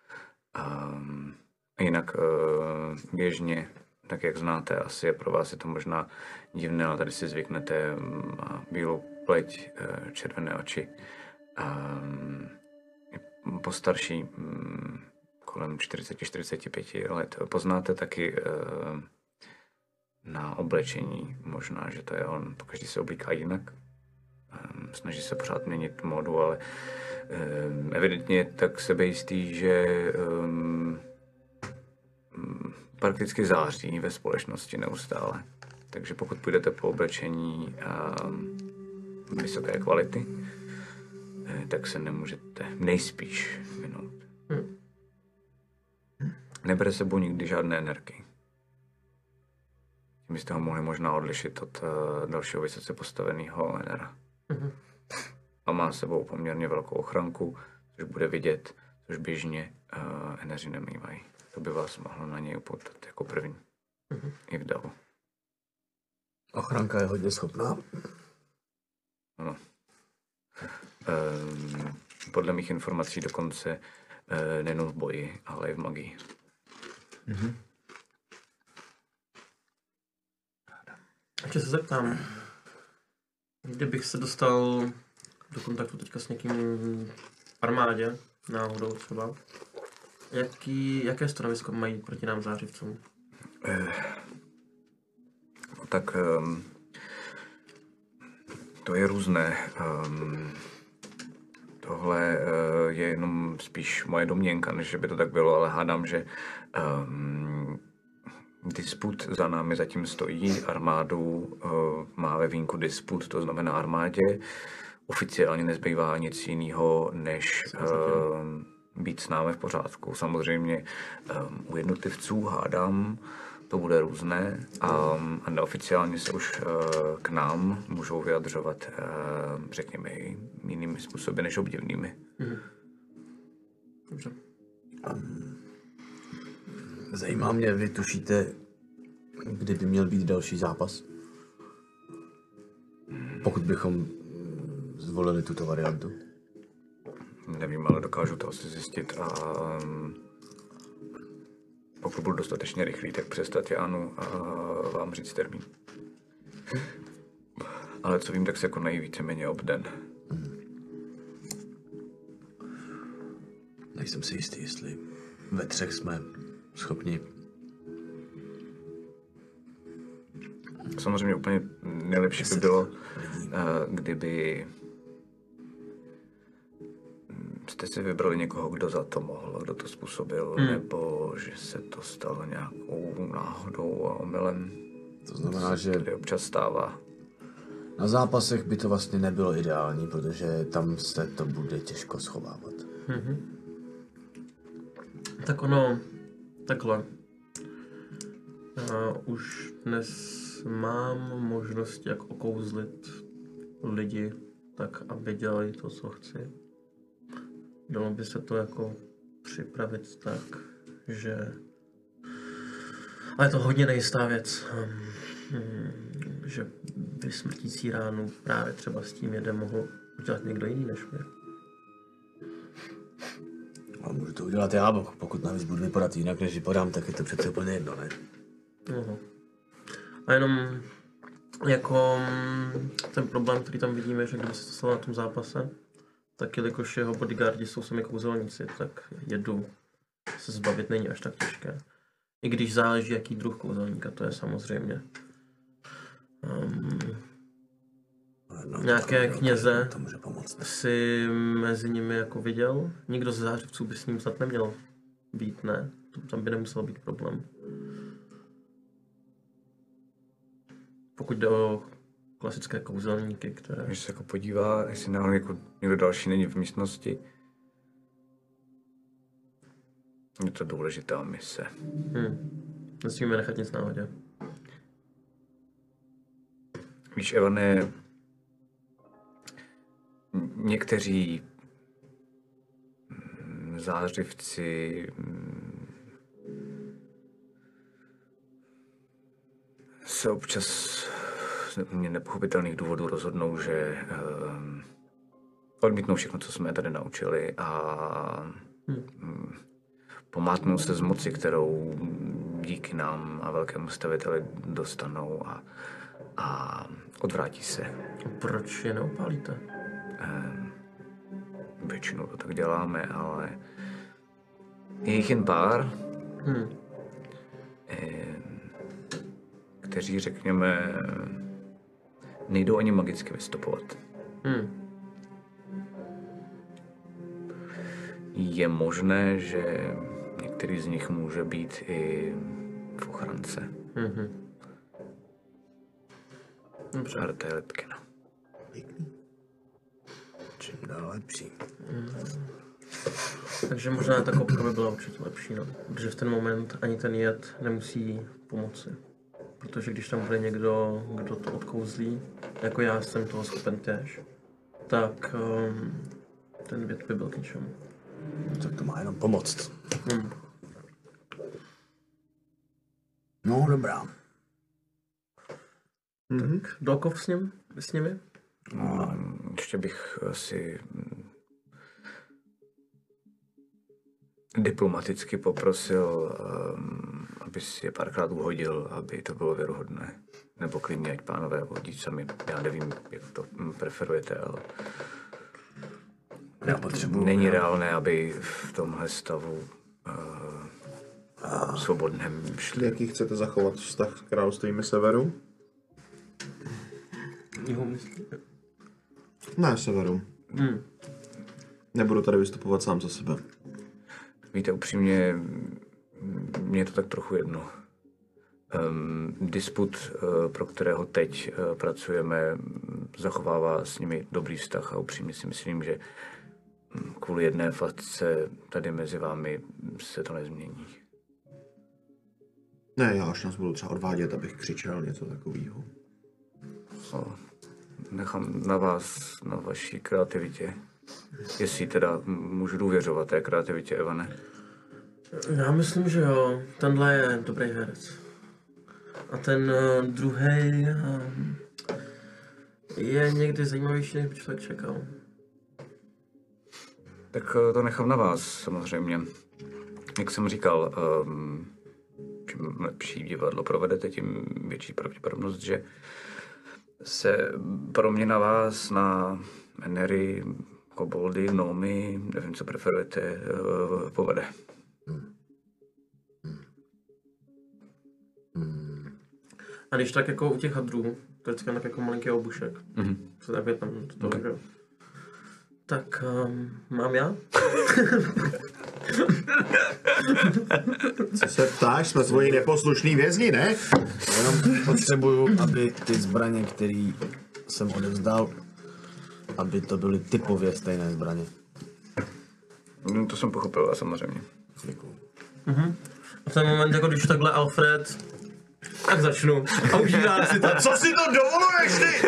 Jinak běžně, tak jak znáte, asi je pro vás je to možná divné, ale tady si zvyknete, má bílou pleť, červené oči. Postarší, kolem 40-45 let. Poznáte taky na oblečení, možná, že to je on, pokaždý se oblíká jinak. Snaží se pořád měnit módu, ale evidentně je tak sebejistý, že prakticky září ve společnosti neustále. Takže pokud půjdete po oblečení vysoké kvality, tak se nemůžete nejspíš vinout. Nebere sebou nikdy žádné energii. Tím byste ho mohli možná odlišit od dalšího vysoce postaveného Enera. A má sebou poměrně velkou ochranku, což bude vidět, což běžně Eneři nemývají. To by vás mohlo na něj upoutat jako první. I v davu. Ochranka je hodně schopná. Ano. Podle mých informací dokonce nejenom v boji, ale i v magii. Ještě se zeptám, kdybych se dostal do kontaktu teďka s někým v armádě, náhodou třeba, jaké stanovisko mají proti nám zářivcům? Tak to je různé. Tohle je jenom spíš moje domněnka, než že by to tak bylo, ale hádám, že disput za námi zatím stojí, armádu má ve vínku disput, to znamená armádě. Oficiálně nezbývá nic jiného, než být s námi v pořádku. Samozřejmě u jednotlivců hádám, to bude různé a neoficiálně se už k nám můžou vyjadřovat, řekněme, jinými způsoby než obdivnými. Dobře. Zajímá mě, vy tušíte, kdy by měl být další zápas? pokud bychom zvolili tuto variantu. Nevím, ale dokážu to asi zjistit a pokud budu dostatečně rychlý, tak přes Tatianu vám říct termín. Ale co vím, tak se konají víceméně obden. Nejsem si jistý, jestli ve 3 jsme schopni. Samozřejmě úplně nejlepší by bylo, kdyby jste si vybrali někoho, kdo za to mohl, kdo to způsobil, nebo že se to stalo nějakou náhodou a omylem. To znamená, že Tady občas stává. na zápasech by to vlastně nebylo ideální, protože tam se to bude těžko schovávat. Tak ono, takhle. Já už dnes mám možnost, jak okouzlit lidi, tak aby dělali to, co chci. Dalo by se to jako připravit tak, že... Ale je to hodně nejistá věc, že by smrtící ránu právě třeba s tím jedem mohl udělat někdo jiný než mě. Ale můžu to udělat já, pokud navíc budu vypadat jinak, než vypadám, tak je to přece úplně jedno, ne? Uhum. A jenom jako ten problém, který tam vidíme, že kdyby se to stalo na tom zápase, tak jelikož jeho bodyguardi jsou sami kouzelníci, tak jedu se zbavit není až tak těžké. I když záleží, jaký druh kouzelníka, to je samozřejmě. Nějaké kněze to může pomoct. si mezi nimi jako viděl. Nikdo ze zářivců by s ním snad neměl být, ne? Tam by nemusel být problém. Pokud jde o klasické kouzelníky, které... Když se jako podívá, jestli náhodou jako někdo další není v místnosti. Je to důležitá mise. Nesmíme nechat nic náhodě. Víš, Evane, někteří zářivci se občas z nepochopitelných důvodů rozhodnou, že odmítnou všechno, co jsme tady naučili a pomátnou se z moci, kterou díky nám a velkému staviteli dostanou a odvrátí se. Proč je neopálíte? Většinou to tak děláme, ale je jich jen pár, kteří, řekněme, nejdou ani magicky vystupovat. Je možné, že některý z nich může být i v ochrance. Dobře. Arté Lipkina. Čím dál lepší. Takže možná ta kopka by byla určitě lepší, no. Protože v ten moment ani ten jed nemusí pomoci. Protože když tam bude někdo, kdo to odkouzlí, jako já jsem toho schopen též, tak ten jed by byl k ničemu. Tak to má jenom pomoct. No, dobrá. Tak dokov s nimi? Ještě bych asi diplomaticky poprosil, aby si je párkrát uhodil, aby to bylo věrohodné. Nebo klidně, ať pánové uhodí sami. Já nevím, jak to preferujete, ale Já potřebuji. není reálné, aby v tomhle stavu svobodném šli. Jaký chcete zachovat vztah s královstvími severu? Jihu myslíte? Ne, severu. Nebudu tady vystupovat sám za sebe. Víte, upřímně, mě je to tak trochu jedno. Disput, pro kterého teď pracujeme, zachovává s nimi dobrý vztah a upřímně si myslím, že kvůli jedné fatce tady mezi vámi se to nezmění. Ne, já až nás budu třeba odvádět, abych křičel něco takového. No, nechám na vás, na vaší kreativitě. Jestli teda můžu důvěřovat té kreativitě, Evane. Já myslím, že jo. Tenhle je dobrý herec. A ten druhý je někdy zajímavější, než by člověk čekal. Tak to nechám na vás, samozřejmě. Jak jsem říkal, čím lepší divadlo provedete, tím větší pravděpodobnost, že se proměna vás na Enery, koboldy, gnomy, nevím, co preferujete, povede. A když tak jako u těch hadrů, to je tak jako malinký obušek. Co tak je tam to okay. Tak mám já? Co se ptáš? Jsme svoji neposlušný vězni, ne? Jenom potřebuju, aby ty zbraně, které jsem odevzdal, aby to byly typově stejné zbraně. No, to jsem pochopil, samozřejmě. Děkuju. A v ten moment, jako když takhle Alfred, tak začnu. A užívám si to. Co si to dovoluješ ty?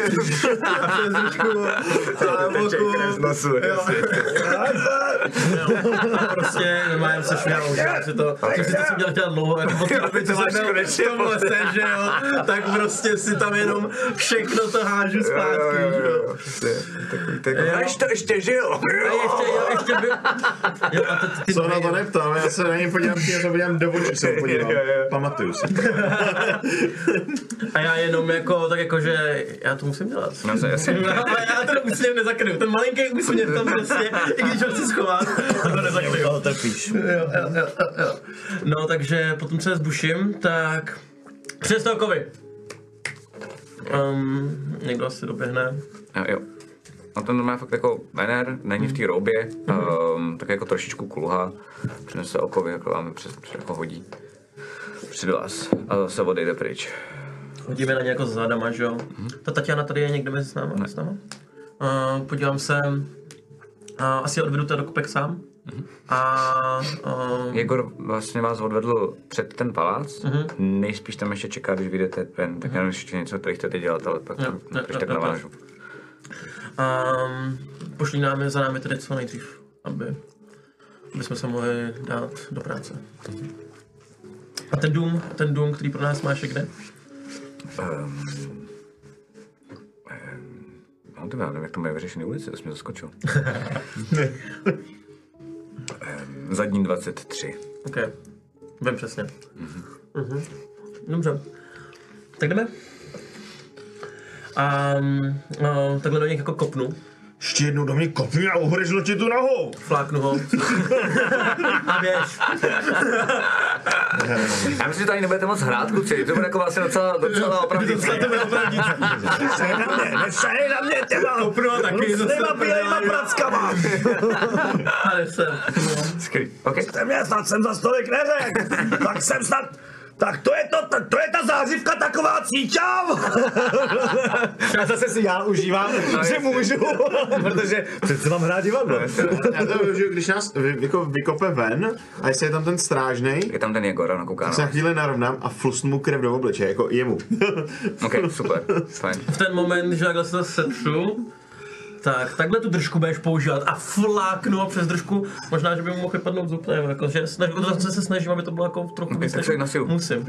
A prostě normálně se šměl, užívám si to. Jsem si to jsem dělat dlouho, jako po té době, co jsem byl v tom lese, že jo, tak prostě si tam jenom všechno to hážu zpátky, že jo. Hraješ to ještě, že jo? A ještě by... Co na to neptám, já se na něj podívám do očí, se podívám. Pamatuju si. A já jenom jako, tak jako, že já to musím dělat. No to jasně. Ale já ten úsměv nezakryju, ten malinký úsměv tam prostě, i když ho chci schovat, to nezakryju. To trpíš. Jo. No, takže potom co je zbuším, tak přestávkovi. Někdo asi doběhne. Jo. No ten má fakt jako Ener, není v té roubě, tak jako trošičku kulha, přinese okovy, jako vám jako hodí před vás a zase odejde pryč. Hodíme na ně jako za zádama, že jo? Ta Tatiana tady je někde mezi náma? Podívám se, asi odvedu ten dokupek sám. Jegor vlastně vás odvedl před ten palác, nejspíš tam ještě čeká, když vyjdete ven, tak jenom ještě něco, co chcete dělat, ale pak když tak navážu. Pošlí za námi tedy co nejdřív, aby jsme se mohli dát do práce. A ten dům, který pro nás máš, je kde? No to já nevím, jak to mají vyřešený ulici, to jsi mě zaskočil. Zadní 23. OK, vím přesně. Dobře, tak jdeme. Takhle do nich jako kopnu. Ještě jednou do mě kopni a uhryzl ti tu nohu. Fláknu ho. A běž. Já myslím, že tady nebudete moc hrát, kluci, to bude jako vlastně docela opravdu. Nešarej na mě, těma! Kopnu a taky. S těma bílejma prackama! Ale jsem. Skvělý, OK. Jste mě snad jsem za stolik neřekl! Tak jsem snad... Tak to je ta zářivka taková cíťav! A zase si já užívám, že můžu, protože přece mám hrát divadlo. Já to využiju, když nás jako vykope ven a jestli je tam ten strážnej, je tam ten Jegor, nakouká. se na chvíli narovnám a flusnu mu krev do obličeje, jako jemu. OK, super, fajn. V ten moment, že takhle se to setřu, tak takhle tu držku budeš používat a fláknu a přes držku, možná, že by mu mohl vypadnout zub, nevím, jakože se snažím, aby to bylo jako trochu víc, než musím.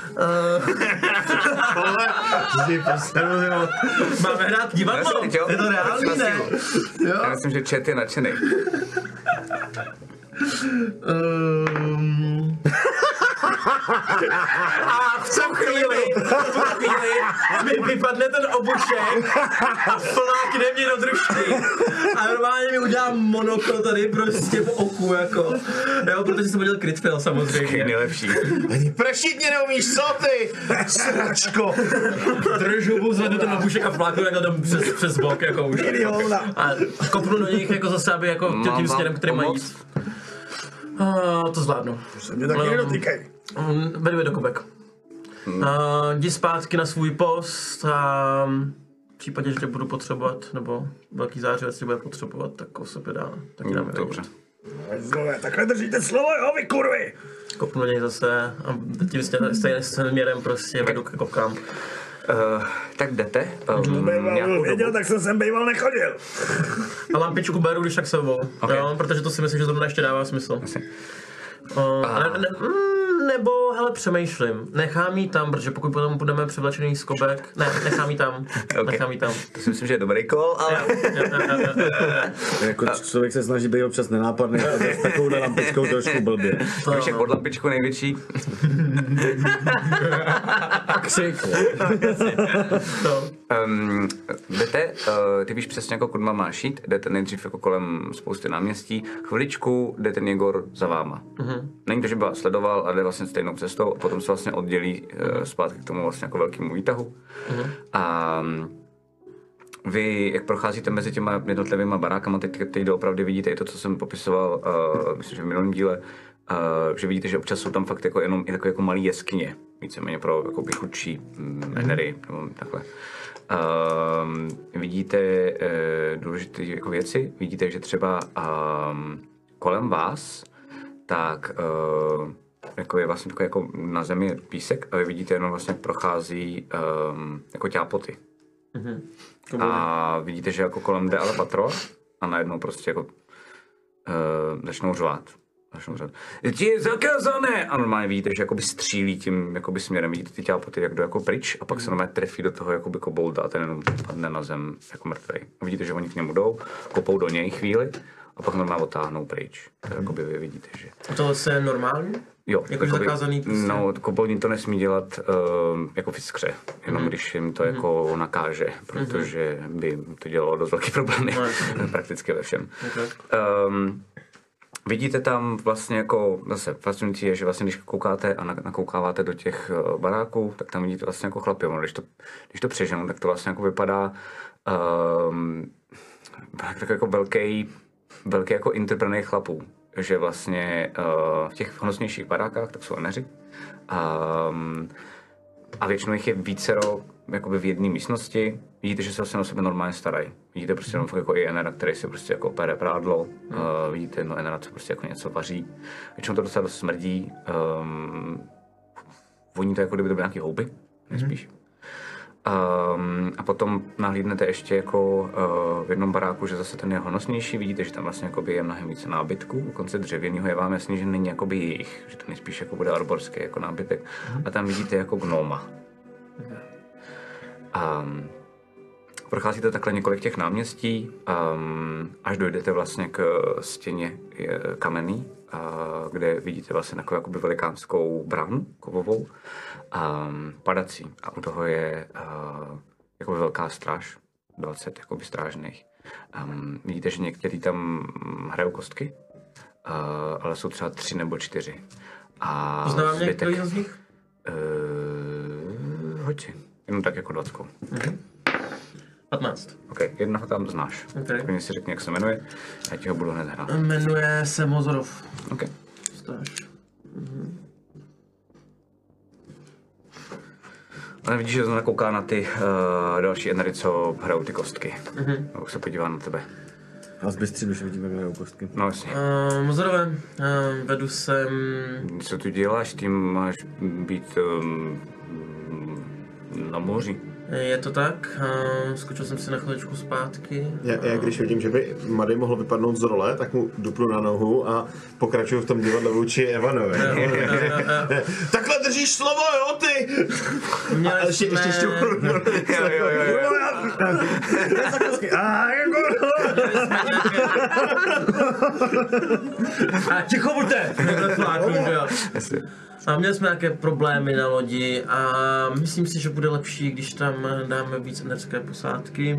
Máme hrát divadlo, je to reálný, ne? Já myslím, že chat je nadšený. A v tu chvíli mi vypadne ten obušek a flákne mě do držky. A normálně mi udělám monokl tady prostě v oku, jako. Jo, protože jsem udělal crit fail samozřejmě. Nejlepší. Ani pršit mě neumíš, co ty? Sračko. Držu mu, zvednu ten obušek a fláknu jako tam přes bok, jako už. A kopnu do nich jako zase, aby jako tím směrem, který mají jít. To zvládnu. Se mě taky nedotýkej. Vedeme do kubek. Jdi zpátky na svůj post a v případě, že tě budu potřebovat, nebo velký zářivec tě bude potřebovat, tak o sobě dá. Taky dáme dobře. Takhle držíte slovo, jo, vy kurvy! Kopnu něj zase a tím stejným směrem prostě vedu ke kopkám. Tak jdete? Věděl, tak jsem sem bejval nechodil. A lampičku beru, když tak sebou, okay. Jo, protože to si myslím, že zrovna ještě dává smysl. Nebo hele, přemýšlím. Nechám jí tam, protože pokud potom budeme převlečený z kobek, ne, nechám jí tam. Okay. Nechám jí tam. To si myslím, že je dobrý kol, ale... Jako člověk se snaží být občas nenápadný a s takovouhle lampičkou trošku blbě. Víš, jak pod lampičkou největší? Křik. Jdete, ty víš přesně jako kudma máš jít, jdete nejdřív jako kolem spousty náměstí, chviličku jde ten Jegor za váma. Není to, že by vás sledoval, ale jde vlastně stejnou cestou a potom se vlastně oddělí zpátky k tomu vlastně jako velkému výtahu. A vy, jak procházíte mezi těma jednotlivými barákama, teď doopravdy vidíte i to, co jsem popisoval, myslím, že v minulém díle, že vidíte, že občas jsou tam fakt jako jenom i takové jako malé jeskyně, víceméně pro jako chudší enery, nebo takhle. Vidíte důležité jako věci, vidíte, že třeba kolem vás, tak jako je vlastně jako na zemi písek a vy vidíte jenom vlastně prochází jako ťápoty. A vidíte, že jako kolem jde ale patrol a najednou prostě jako začnou řvát. Ti je zakázané! A normálně vidíte, že jakoby střílí tím jakoby směrem, vidíte ty ťápoty, jak jdou jako pryč a pak se normálně trefí do toho jakoby kobolda a ten jenom padne na zem jako mrtvej. A vidíte, že oni k němu jdou, kopou do něj chvíli a pak normálně otáhnou pryč. To jakoby vy vidíte, že... A to je normální? Jo, jakože zakázaný prostě? No, koboldi to nesmí dělat jako v jiskře, jenom když jim to jako nakáže, protože by to dělalo dost velký problémy, prakticky ve všem. Okay. Vidíte tam vlastně jako, zase fascinující je, že vlastně když koukáte a nakoukáváte do těch baráků, tak tam vidíte vlastně jako chlapy, no, když to přeženu, tak to vlastně jako vypadá tak jako velký jako interprenej chlapů, že vlastně v těch honosnějších barákách tak jsou eneři a většinou jich je vícero jakoby v jedné místnosti. Vidíte, že se vlastně o sebe normálně starají. Vidíte prostě jenom jako i enera, který si prostě jako pere prádlo. Vidíte jedno enera, co prostě jako něco vaří. Většinou to docela dost smrdí. Voní to jako kdyby to byly nějaký houby, nejspíš. A potom nahlídnete ještě jako v jednom baráku, že zase ten je honosnější. Vidíte, že tam vlastně je mnohem více nábytku, dokonce dřevěnýho. Je vám jasný, že není jakoby jejich, že to nejspíš jako bude arborský jako nábytek. A tam vidíte jako gnoma. Procházíte takhle několik těch náměstí, až dojdete vlastně k stěně kamenný, kde vidíte vlastně takovou jakoby velikánskou bránu kovovou, padací. A u toho je jakoby velká stráž, 20 jakoby strážných. Vidíte, že někteří tam hrajou kostky, ale jsou třeba 3 nebo 4. A poznávám některý z nich? Hoď si. Jenom tak jako 20. 15. OK, jednoho tam znáš. Okay. Tak mi si řekni, jak se jmenuje, já ti ho budu hned hrát. Jmenuje se Mozorov. OK. Stáž. Ale vidíš, že to nakouká na ty další enery, co hrajou ty kostky. A už se podívá na tebe. A z Bystřinu už vidíme, jak hrajou kostky. No jasně. Mozorové, vedu sem... Co tu děláš? Ty máš být na moři. Je to tak, skočil jsem si na chviličku zpátky. Já když vidím, že by Mady mohl vypadnout z role, tak mu dupnu na nohu a pokračuju v tom divadle vůči Evanovi. Takhle držíš slovo, jo ty! Ještě Ticho buďte! A měli jsme nějaké problémy na lodi a myslím si, že bude lepší, když tam dáme víc enerské posádky.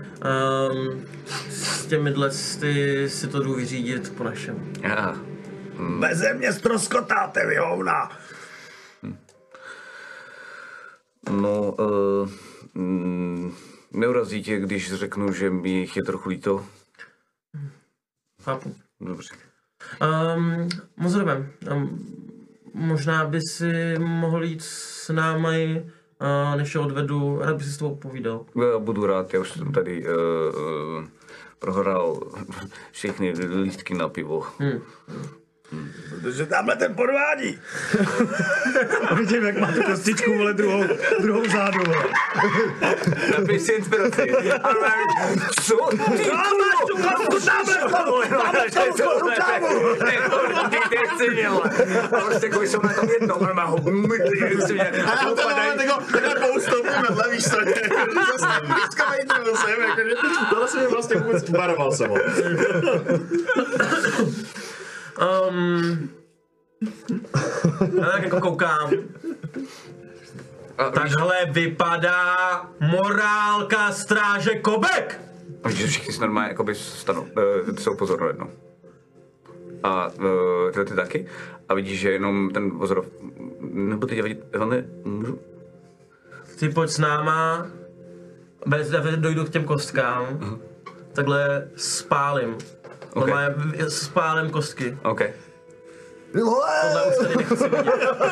S těmihle si to jdu vyřídit po našem. Beze mě ztroskotáte, vy hovna! No, neurazí tě, když řeknu, že mi jich je trochu líto? Chápu. Dobře. Mozorové, možná by si mohl jít s námi, než je odvedu, rád by si s tebou povídal. Já budu rád, já už jsem tady prohrál všechny lístky na pivo. Protože tamhle ten podvádí. Vidím, jak má tu kostičku, vole, druhou zádu, vole. Napiš si inspiraci. Co? Ty máš tu kostku tamhle, ty chci měl. A prostě jako jsou na tom jednou, ale má ho mydlí, když se mě takhle poustovku na víš co, zase blízka vejdu jsem, jakože tohle se mě vlastně vůbec ubaroval jsem ho. Já tak jako koukám. Takhle vypadá morálka stráže Kobek! A vidíš, že všichni se normálně jakoby stanou, jsou pozorno jednou. A tyhle ty taky. A vidíš, že jenom ten Ozorov, nebo teď vidět, Evane, můžu? Ty pojď s náma, dojdu k těm kostkám, takhle spálím. Okay. Spálím kostky. OK. Tohle už tady nechci vidět.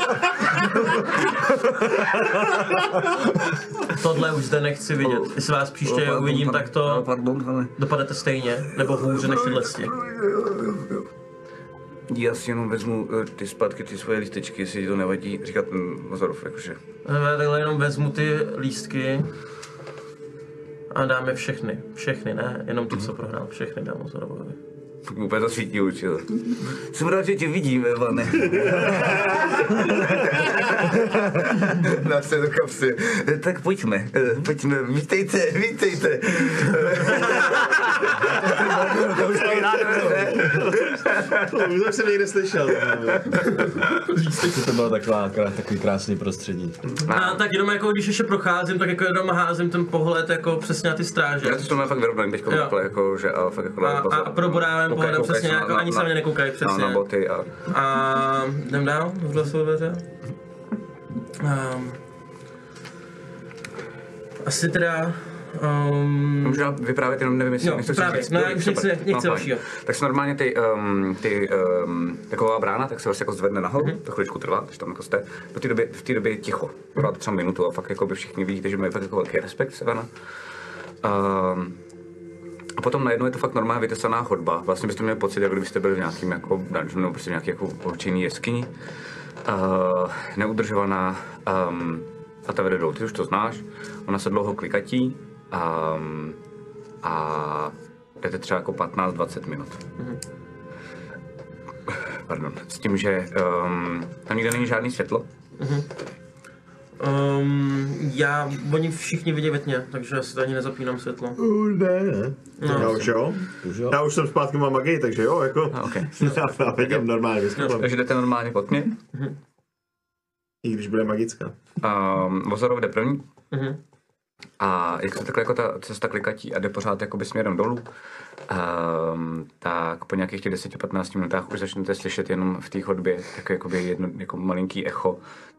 Tohle už zde nechci vidět. Jestli vás příště uvidím, tak to dopadete stejně, nebo hůře než tyhle. Já si jenom vezmu ty zpátky, ty svoje lístečky, jestli ti to nevadí, říká ten Ozorov, jakože. Já takhle jenom vezmu ty lístky a dáme všechny. Všechny, ne? Jenom ty, co prohrál. Všechny dám Ozorovovi. Úplně to svítí určitě. Jsem rád, že tě vidím, Evane. Dám se do kapsy. Tak pojďme, vítejte. To už jsem někde slyšel. To bylo takový krásný prostředí. A tak jenom jako když ještě procházím, tak jako jenom házím ten pohled jako přesně na ty stráže. Já to mám fakt vyrovnaný teďko takhle, jako, že a fakt jako a probodávám pohledem přesně jako ani se mě nekoukají přesně. Na boty a jdem dál, zavřel jsou dveře. Asi teda... Můžu vyprávět, jenom nevím, jestli nechci právě, říct. No, já už nechci dalšího. Tak se normálně taková brána, tak se vlastně jako zvedne nahoru, to chviličku trvá, když tam jako jste. V té době je ticho, trvá to třeba minutu a fakt jako by všichni vidíte, že mají fakt jako velký respekt Sevana. A potom najednou je to fakt normálně vytesaná chodba. Vlastně byste měli pocit, jako kdybyste byli v nějakým jako dungeonu nebo prostě v nějaký jako obyčejný jeskyni. Neudržovaná a ta vede dolů. Ty už to znáš, ona se dlouho klikatí a jdete třeba jako 15-20 minut. Pardon, s tím, že tam nikde není žádný světlo. Oni všichni vidí ve tmě, takže já si ani nezapínám světlo. Ne. No. Já už jo. Já už jsem zpátky mám magii, takže jo, jako. Okay. Já vidím normálně vysvětlím. Takže jdete normálně pod mě. I když bude magická. Ozorov jde první. A jak se takhle jako ta cesta klikatí a jde pořád jakoby směrem dolů, tak po nějakých těch 10-15 minutách už začnete slyšet jenom v té chodbě jakoby jedno jako malinký echo.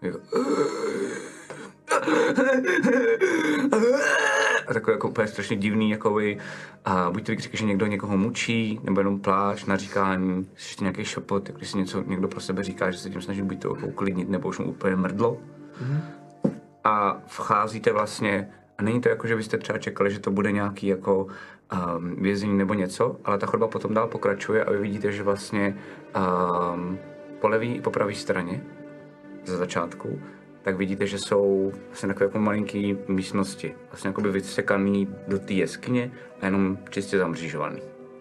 A takový jako úplně strašně divný, jakoby, a buď to vykřiky, že někdo někoho mučí, nebo jenom pláč, naříkání, ještě nějaký šepot, když si něco někdo pro sebe říká, že se tím snaží buď to uklidnit, nebo už mu úplně mrdlo. A vcházíte vlastně, a není to jako, že byste třeba čekali, že to bude nějaký jako vězení nebo něco, ale ta chodba potom dál pokračuje a vy vidíte, že vlastně po levý i po pravý straně ze začátku, tak vidíte, že jsou vlastně takové jako malinký místnosti, vlastně jakoby vysekaný do té jeskyně a jenom čistě zamřížovaný.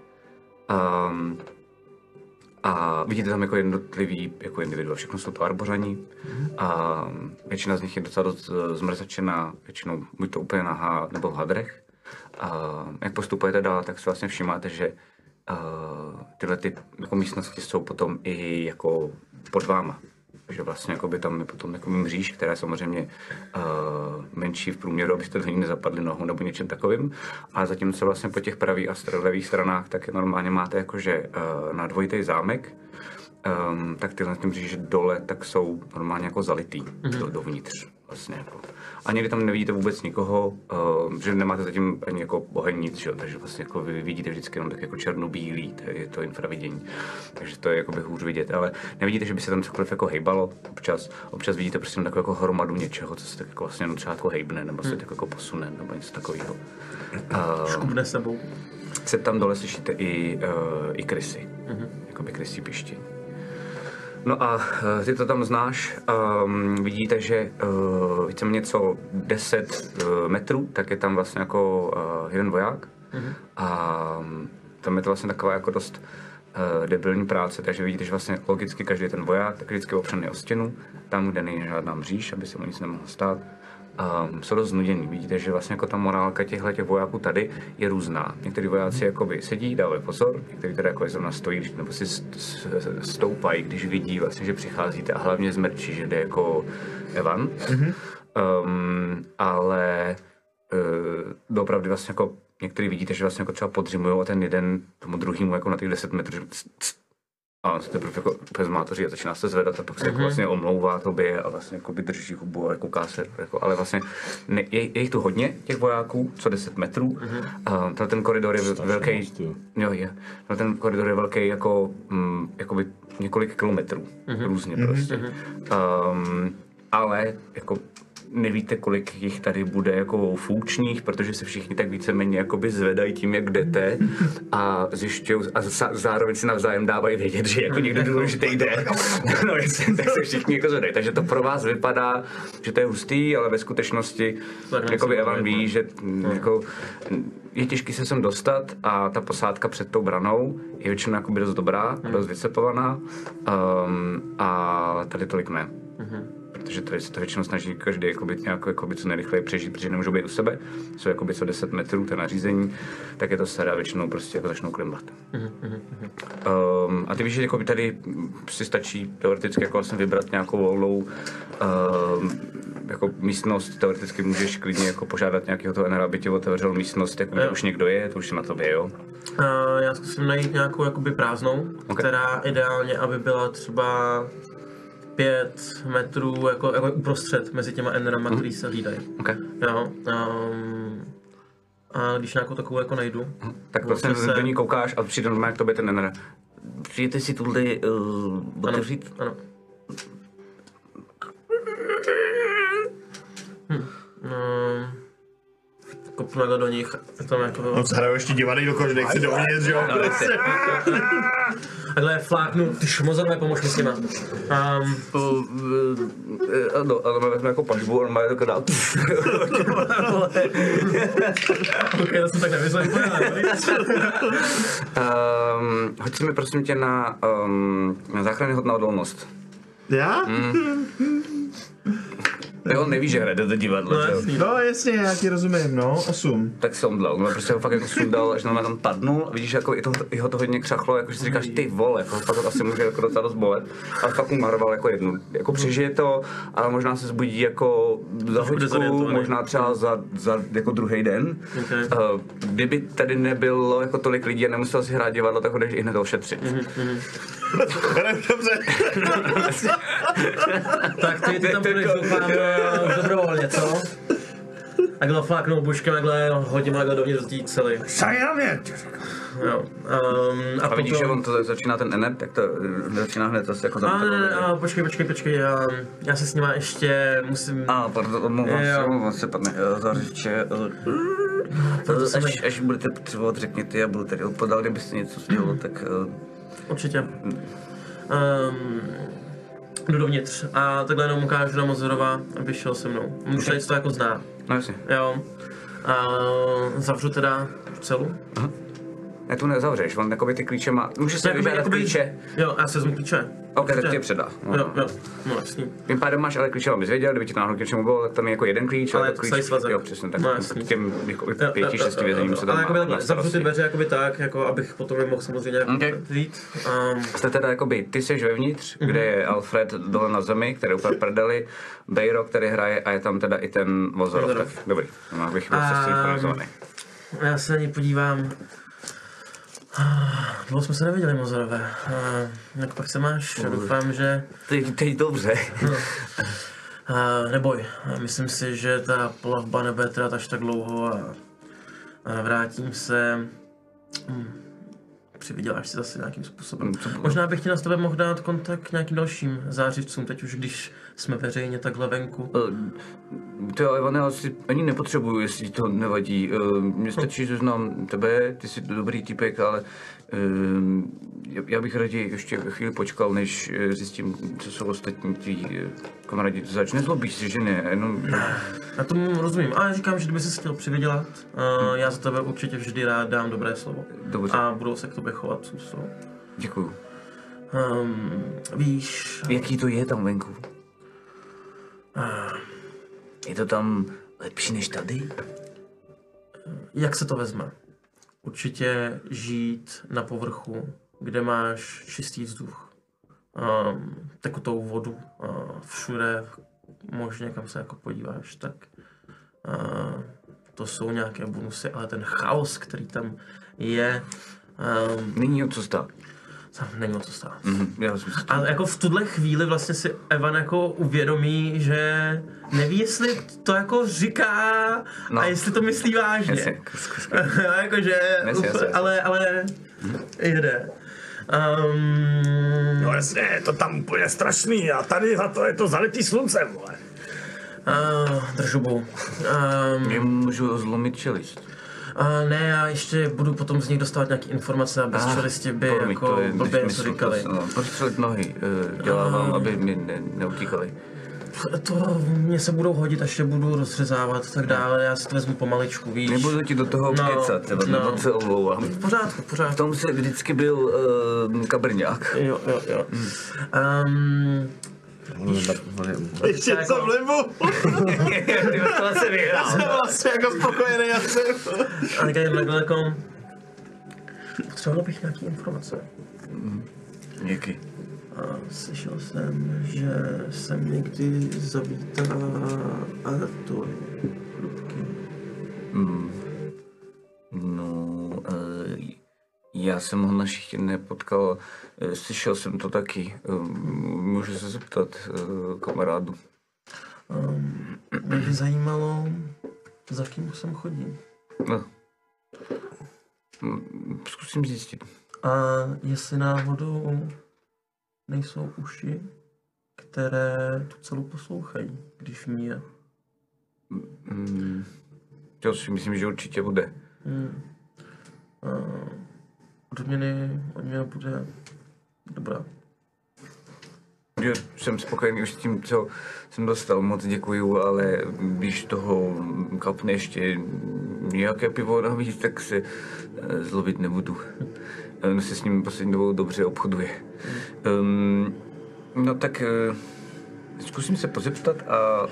A vidíte tam jako jednotlivý, jako individua, všechno jsou to arbořani a většina z nich je docela dost zmrzačená, většinou buď to úplně nahá nebo v hadrech. A jak postupujete dál, tak si vlastně všimáte, že tyhle ty jako místnosti jsou potom i jako pod váma. Takže vlastně by tam je potom jako mříž, která je samozřejmě menší v průměru, abyste do ní nezapadli nohou nebo něčem takovým. Ale zatímco vlastně po těch pravých a levých stranách tak normálně máte jakože na dvojitý zámek, tak tyhle mříže dole tak jsou normálně jako zalitý dovnitř. Vlastně jako. A někdy tam nevidíte vůbec nikoho, že nemáte zatím ani jako oheň nic, že? Takže vlastně jako vy vidíte vždycky jenom tak jako černobílý, je to infravidění, takže to je jakoby hůř vidět, ale nevidíte, že by se tam cokoliv jako hejbalo občas vidíte prostě takovou jako hromadu něčeho, co se tak jako vlastně třeba jako hejbne, nebo se tak jako posune, nebo něco takového. Škubne sebou. Se tam dole slyšíte i krysy, jakoby krysí pišti. No a ty to tam znáš, vidíte, že víceméně co 10 metrů, tak je tam vlastně jako jeden voják. A tam je to vlastně taková jako dost debilní práce, takže vidíte, že vlastně logicky každý ten voják tak vždycky opřený o stěnu, tam, kde není žádná mříž, aby se mu nic nemohlo stát. Jsou dost znuděný. Vidíte, že vlastně jako ta morálka těch vojáků tady je různá. Někteří vojáci jakoby sedí, dávají pozor, někteří tady jako zrovna stojí, nebo si stoupají, když vidí vlastně, že přicházíte a hlavně zmrčí, že jde jako Evan. Ale doopravdy vlastně jako někteří vidíte, že vlastně jako třeba podřimujou a ten jeden tomu druhému jako na těch 10 metrů, a on se teprve jako úplně zmátoří a začíná se zvedat a pak se jako vlastně omlouvá tobě a vlastně jako drží hubu a kouká se, jako, ale vlastně je jich tu hodně, těch vojáků, co 10 metrů. Ten koridor je velký, ten koridor je velký jako jakoby několik kilometrů, různě prostě. Ale jako nevíte, kolik jich tady bude jako funkčních, protože se všichni tak víceméně jakoby zvedají tím, jak jdete a zjišťují a zároveň si navzájem dávají vědět, že jako někdo důležitý jde. No, tak se všichni jako zvedají. Takže to pro vás vypadá, že to je hustý, ale ve skutečnosti jakoby Evan ví, že jako je těžký se sem dostat a ta posádka před tou branou je většinou jakoby dost dobrá, dost vycepovaná a tady tolik ne. Protože tady se to většinou snaží každý nějak co nejrychleji přežít, protože nemůžou být u sebe. Jsou jakoby co 10 metrů, to nařízení, tak je to staré a většinou prostě jako začnou klimbat. A ty víš, že jako tady si stačí teoreticky jako vlastně vybrat nějakou volnou jako místnost, teoreticky můžeš klidně jako požádat nějakého toho NR, aby ti otevřel místnost, jako už někdo je, to už je na tobě, jo? Já zkusím najít nějakou jakoby prázdnou, která ideálně, aby byla třeba 5 metrů jako uprostřed mezi těma enerama, který se hlídají. Okay. Jo, a když nějakou takovou jako najdu. Tak prostě do ní koukáš a přijde normálně k tobě ten ener. Přijďte si tuhle otevřít? Ano. Kopnu takhle do nich, tam jako... On se hrajou ještě divaný do kože, nechci dovnitř, jo? Takhle fláknu, ty šmozové, pomož mi s těma. Ano, ale máme vezme jako pažbu, on má je to dál. Ok, to jsem tak nemyslel, hoď si mi prosím tě na záchranný hod na odolnost. Já? On neví, že hraje do divadla, No jasně, já ti rozumím, no, 8. Tak se omdlel, on prostě ho fakt jako sundal, až na tam padnul a vidíš, jako jeho to hodně křachlo, jako že si říkáš, ty vole, jako fakt to asi může jako docela dost bolet, ale fakt mu maroval jako jednu, jako přežije to, ale možná se zbudí jako za hoďku, možná třeba za jako druhý den. Okay. Kdyby tady nebylo jako tolik lidí a nemusel si hrát divadlo, tak ho jdeš i hned ošetřit. Dobře. Tak ty tam budeš doufám dobrovolně, co? Takhle fláknou buškem, takhle hodím takhle dovnitř do té cely. Sajavě! Jo. A vidíš, že on to začíná ten ener, tak to začíná hned zase jako tam. Počkej, já se s nima ještě musím... Pardon, omlouvám se, pane Zařiče. Až budete potřebovat, řekněte, já budu tady opodal, kdybyste něco sdělal, tak... Určitě. Jdu dovnitř a takhle jenom ukážu na Mozorova, aby šel se mnou. Už tady to jako zná. No jasně. Jo. Zavřu teda celu. Aha. Ne, tu nezavřeš, on jakoby ty klíče má, můžeš si vybírat klíče. Jo, já si vezmu klíče. Ok, tak ti je předá. Jo, no jasný. Tím pádem máš ale klíče, abys věděl, kdyby ti to náhodou k něčemu bylo, tak tam je jako jeden klíč, ale klíč, svazek. Jo, přesně, tak no, k těm 5-6 vězením se tam ale jakoby zavřu ty dveře jakoby tak, jako abych potom je mohl samozřejmě vzít. Jste teda jakoby, ty jsi vevnitř, kde je Alfred dole na zemi, který úplně prdeli, Bejro, který hraje a je tam teda i ten Mozorov, tak dobrý, bych byl se synchronizovaný. Já se na ní podívám. Dlouho jsme se neviděli, Mozorové. Jak pak se máš? Doufám, že... Teď dobře. Neboj, myslím si, že ta plavba nebude trvat až tak dlouho a vrátím se... Přivyděláš si zase nějakým způsobem. Možná bych ti na tebe mohl dát kontakt k nějakým dalším zářivcům, teď už když jsme veřejně takhle venku. To Ivane, já si ani nepotřebuju, jestli to nevadí. Mně stačí, že znám tebe, ty jsi dobrý typek, ale Já bych raději ještě chvíli počkal, než zjistím, co jsou ostatní tí kamarádi. Začne zlobíš si, že ne? Jenom... Já tomu rozumím, ale říkám, že kdyby jsi chtěl přivydělat, já za tebe určitě vždy rád dám dobré slovo. Dobře. A budou se k tobě chovat s úctou. Děkuju. Víš... Jaký to je tam venku? Je to tam lepší než tady? Jak se to vezme? Určitě žít na povrchu, kde máš čistý vzduch, tekutou vodu, všude možně kam se jako podíváš, tak to jsou nějaké bonusy, ale ten chaos, který tam je... Není o co stát. Není o co stát. A jako v tuhle chvíli vlastně si Evan jako uvědomí, že neví, jestli to jako říká a jestli to myslí vážně. Jakože, ale jede. No jasně, je to tam úplně strašný a tady za to je to zalitý sluncem, vole. Drž hubu. Můžu zlomit čelist. Ne, já ještě budu potom z nich dostávat nějaké informace, aby čelisti by jako blbě něco říkali. Prostřelit nohy, dělá vám, aby mi neutíkali. To mě se budou hodit, až je budu rozřezávat tak dále, já si to vezmu pomaličku, víš. Nebudu ti do toho kecat, nebo se omlouvám. V pořádku. V tom se vždycky byl kabrňák. Jo. Ještě jako... jsem libu. To se vyhrál. Jsem vlastně jako spokojený asi. A takhle jako... Potřeboval bych nějaký informace. Díky. A slyšel jsem, že jsem někdy zavítá Artur Hrubky. No, já jsem ho našich nepotkal, slyšel jsem to taky. Můžu se zeptat kamarádu. Mě by zajímalo, za kým jsem chodí. No. Zkusím zjistit. A jestli náhodou nejsou uši, které tu celou poslouchají, když mě je. To si myslím, že určitě bude. Odměna bude dobrá. Já jsem spokojený už s tím, co jsem dostal, moc děkuju, ale když toho kapne ještě nějaké pivo navíc, tak se zlobit nebudu. On se s ním poslední dobou dobře obchoduje. No tak zkusím se pozeptat a...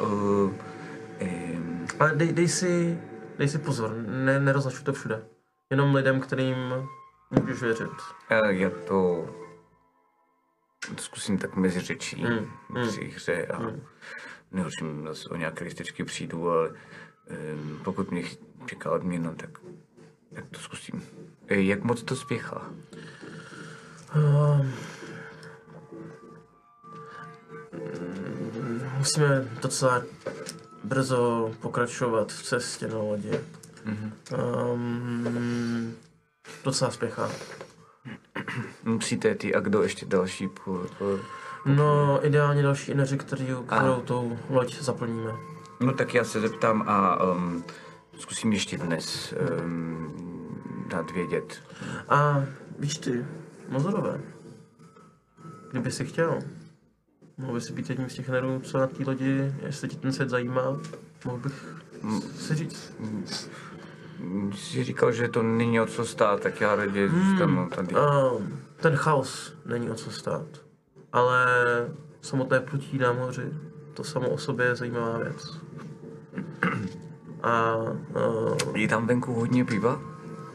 Ale dej si pozor, nerozlačuj to všude. Jenom lidem, kterým můžeš věřit. Já to zkusím tak mezi řečí při hře a nehořím zase o nějaké listečky přijdu, ale pokud mě čeká odměna, tak to zkusím. Jak moc to spěchá? Musíme docela brzo pokračovat v cestě na lodě. Docela spěchá. Musíte ty a kdo ještě další No, ideálně další ineři, kterou tou loď zaplníme. No tak já se zeptám a zkusím ještě dnes dát vědět. A víš ty, Mozorové, kdyby si chtěl, mohl by si být jedním z těch nerů, co na té lodi, jestli ti ten svět zajímá, mohl bych si říct. Jsi říkal, že to není o co stát, tak já raději zůstanu tady. Ten chaos není o co stát, ale samotné plutí na moři, to samo o sobě je zajímavá věc. Je tam venku hodně piva?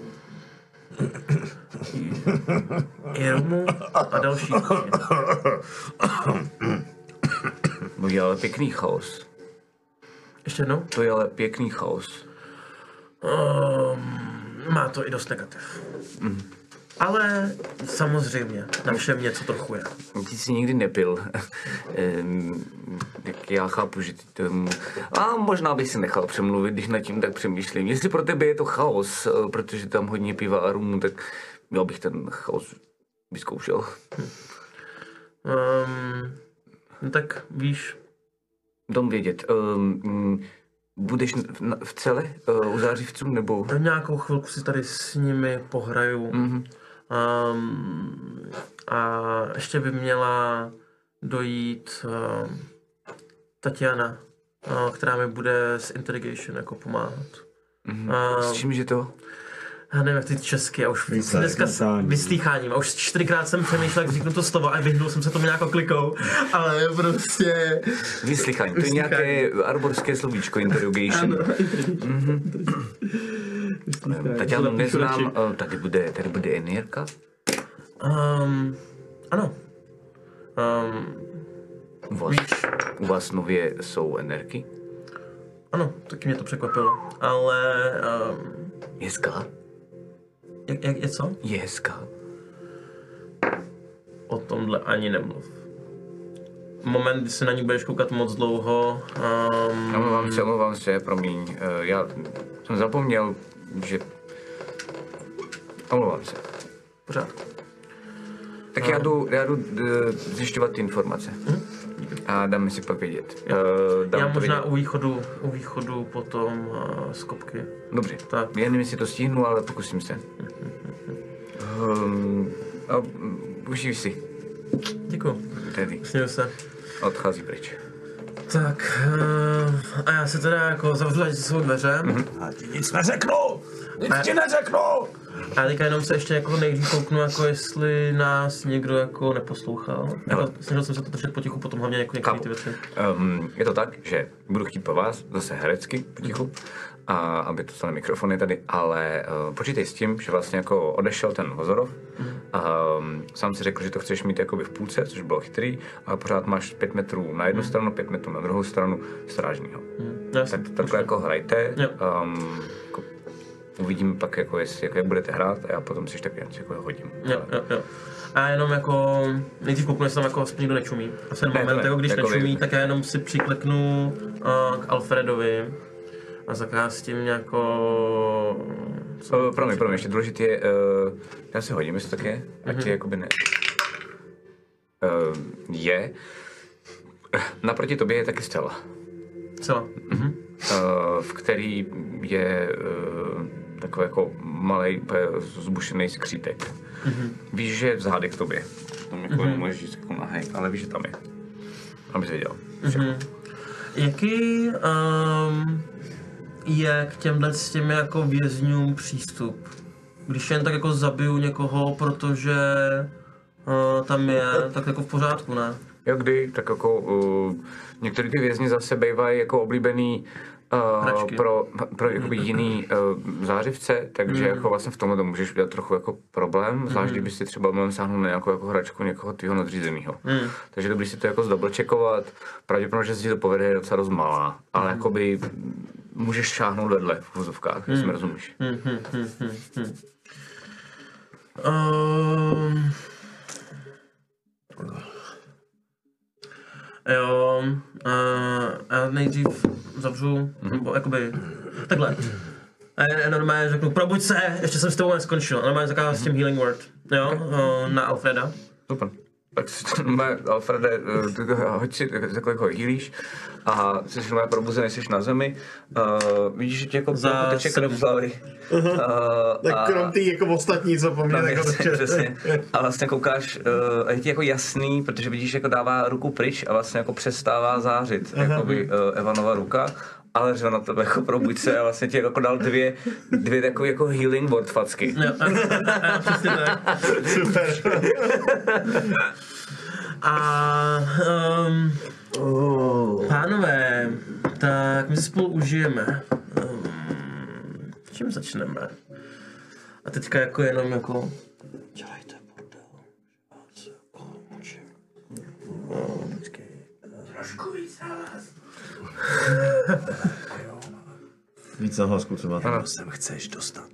I rumu a další. No je ale pěkný chaos. Ještě jednou? To je ale pěkný chaos. Má to i dost negativ. Ale samozřejmě, na všem něco trochu je. Ty jsi nikdy nepil. Tak já chápu, že ty tomu... A možná bych si nechal přemluvit, když nad tím tak přemýšlím. Jestli pro tebe je to chaos, protože tam hodně piva a rumu, tak já bych ten chaos vyzkoušel. No tak víš... Dom vědět. Budeš v cele u zářivců, nebo? Nějakou chvilku si tady s nimi pohraju. A ještě by měla dojít Tatiana, která mi bude s interrogation jako pomáhat. S čím je to? Já nevím, jak ty česky, já už dneska vyslýcháním, a už 4krát jsem přemýšlel, jak řeknu to slovo a vyhnul jsem se tomu nějakou klikou, ale prostě... Vyslýchání, to je nějaké arborské slovíčko, interrogation. Tak já neznám, tady bude Enierka? Ano. U vás nově jsou Enerky? Ano, taky mě to překvapilo, ale... Je hezká? Jak je co? Je hezká. O tomhle ani nemluv. Moment, kdy se na ní budeš koukat moc dlouho... Omlouvám se, promiň. Já jsem zapomněl, že... Omlouvám se. Pořádku. Tak já jdu zjišťovat ty informace. A dáme si pak vědět. Já možná u východu potom z kopky. Dobře, tak. Já nevím, jestli to stihnu, ale pokusím se. Užij si. Děkuju. Tedy. Sněju se. Odchází pryč. Tak, a já se teda jako zavřu svou dveře. A ti nic neřeknu! Nic ti neřeknu! A já teďka jenom se ještě jako nejdřív kouknu, jako jestli nás někdo jako neposlouchal. Jako, snažil jsem se to držet potichu, potom hlavně jako některé ty věci. Je to tak, že budu chtít po vás zase herecky potichu, a aby to staly mikrofony tady, ale počítej s tím, že vlastně jako odešel ten Hozorov. Sám si řekl, že to chceš mít jakoby v půlce, což bylo chytrý, ale pořád máš 5 metrů na jednu stranu, 5 metrů na druhou stranu strážního. Tak takhle jako hrajte. Jako uvidíme pak, jako jak budete hrát a já potom si tak něco jako hodím. Jo. A jenom jako, nejdřív kouknu, jestli tam jako aspoň nikdo nečumí. A v ten moment, jako když nečumí, tak já jenom si přikleknu k Alfredovi a zakástím nějako... Promiň, ještě důležitý je, já si hodím, jestli tak je, ať je jakoby ne... Naproti tobě je taky Stella. Stella. V který je takový jako malej, zbušený skřítek. Víš, že je vzhádek k tobě. Tam jako nemůžeš říct jako nahej, ale víš, že tam je. Abys věděl. Jaký je k těmhle s těmi jako vězňům přístup? Když jen tak jako zabiju někoho, protože tam je, tak jako v pořádku, ne? Jak kdy, tak jako některé ty vězni zase bývají jako oblíbený pro jakoby jiný zářivce, takže jako vlastně v tomhle to můžeš udělat trochu jako problém, zvlášť kdyby si třeba měl sáhnout na nějakou jako hračku někoho tvýho nadřízeného. Takže dobrý si to jako zdoublecheckovat, pravděpodobně, že si to povede, je docela dost malá, ale jakoby můžeš šáhnout vedle v vozovkách, jestli mi rozumíš. Jo, já nejdřív zavřu, nebo jakoby, takhle. A normálně řeknu, probuď se, ještě jsem s tebou neskončil. A normálně zakázal s tím healing word, jo, na Alfreda. Super. Tak si Alfrede, hoď si takhle jako healíš a jsi normálně probuzený, jsi na zemi. Vidíš, že ti jako teče krev z hlavy. Tak krom ty jako ostatní, co po mně jako přesně. A vlastně koukáš, a je ti jako jasný, protože vidíš, jako dává ruku pryč a vlastně jako přestává zářit, jakoby Evanova ruka. Ale že na tebe jako probuď se a vlastně ti jako dal dvě takové jako healing word facky. Jo, přesně tak. super. A pánové, tak my si spolu užijeme. Čím začneme? A teďka jako jenom jako... Dělejte bordel, že vás jako můžem. Počkej. Trošku víc na vás. Víc na hlasku třeba. Koho sem chceš dostat?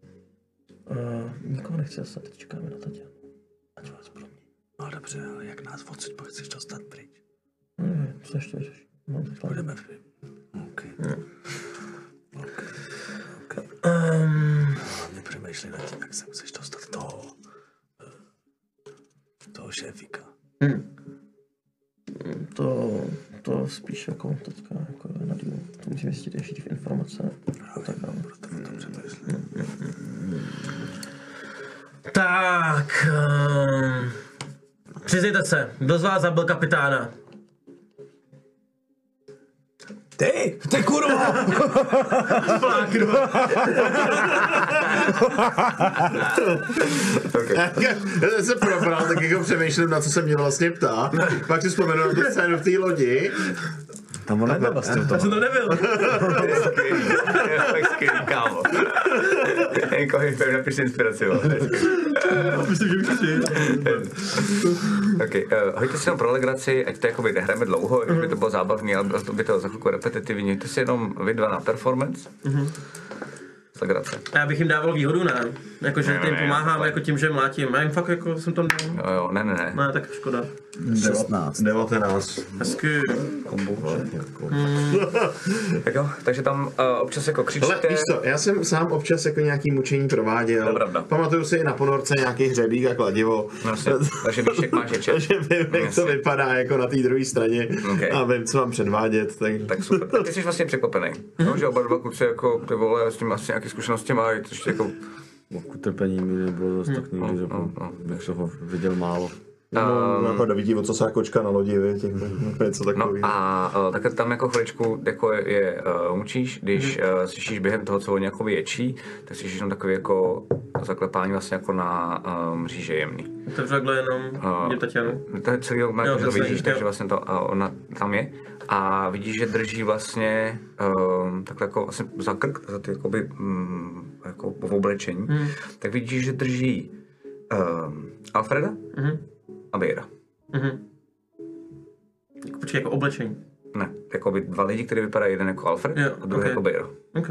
Nikoho nechci dostat, teď čekáme na Tatianu. Ať vás pro mě. No dobře, ale jak nás odsud chceš dostat pryč? Co ještě řeš? Budeme pryč. Okay. Nepřemýšlej nad tím, jak se chceš dostat toho šéfíka. To spíš jako teďka jako na dílu. To musíme zjistit ještě v informace. Tak, přiznejte se, kdo z vás zabil kapitána? Ty kurva! Já jsem se probral, tak jako přemýšlím, na co se mě vlastně ptá. Pak si vzpomenu na tu scénu v té lodi. Tam on nebyl vlastně Já jsem to nebyl. Tak skvělý, kámo. Jako napiš inspiraci, Myslím, že už si. Hoďte si jenom pro legraci, ať to jakoby nehráme dlouho, když by to bylo zábavný, ale by to za chvilku repetitivní. Hoďte si jenom vy dva na performance. Legrace. Já bych jim dával výhodu, ne? Jakože tím pomáhám jako tím, že mlátím. Já jim fakt jako jsem tam dal. Jo, ne. Ne, tak škoda. 19. Hezky. Tak jo, takže tam občas jako Ale křičíte. víš co, já jsem sám občas jako nějaký mučení prováděl. To je pravda. Pamatuju si i na ponorce nějaký hřebík a kladivo. Vlastně, takže víš, jak máš ječet. Takže vím, jak to vypadá jako na té druhé straně Okay. a vím, co mám předvádět. Tak super. Tak ty jsi vlastně překvapený. No, že oba dva kluci jako ty vole s tím asi nějaké zkušenosti mají, což jako... Utrpení mi nebylo zase tak nikdy, bych toho viděl málo. No, jako dovidí, o co se kočka na lodi, víš, něco No takového. a tak tam jako chviličku jako je mučíš, když slyšíš během toho, co oni jako ječí, tak slyšíš jenom takový jako zaklepání vlastně jako na mříže jemný. To je takhle jenom mě Tatianu. To je celý rok, že to vidíš, takže jo. vlastně to ona tam je. A vidíš, že drží vlastně takhle jako vlastně za krk, za ty jakoby, jako v oblečení, tak vidíš, že drží Alfreda a Bejra. Počkej, jako oblečení. Ne, jakoby dva lidi, kteří vypadají, jeden jako Alfred Jo, a druhý okay. jako Bejra. OK.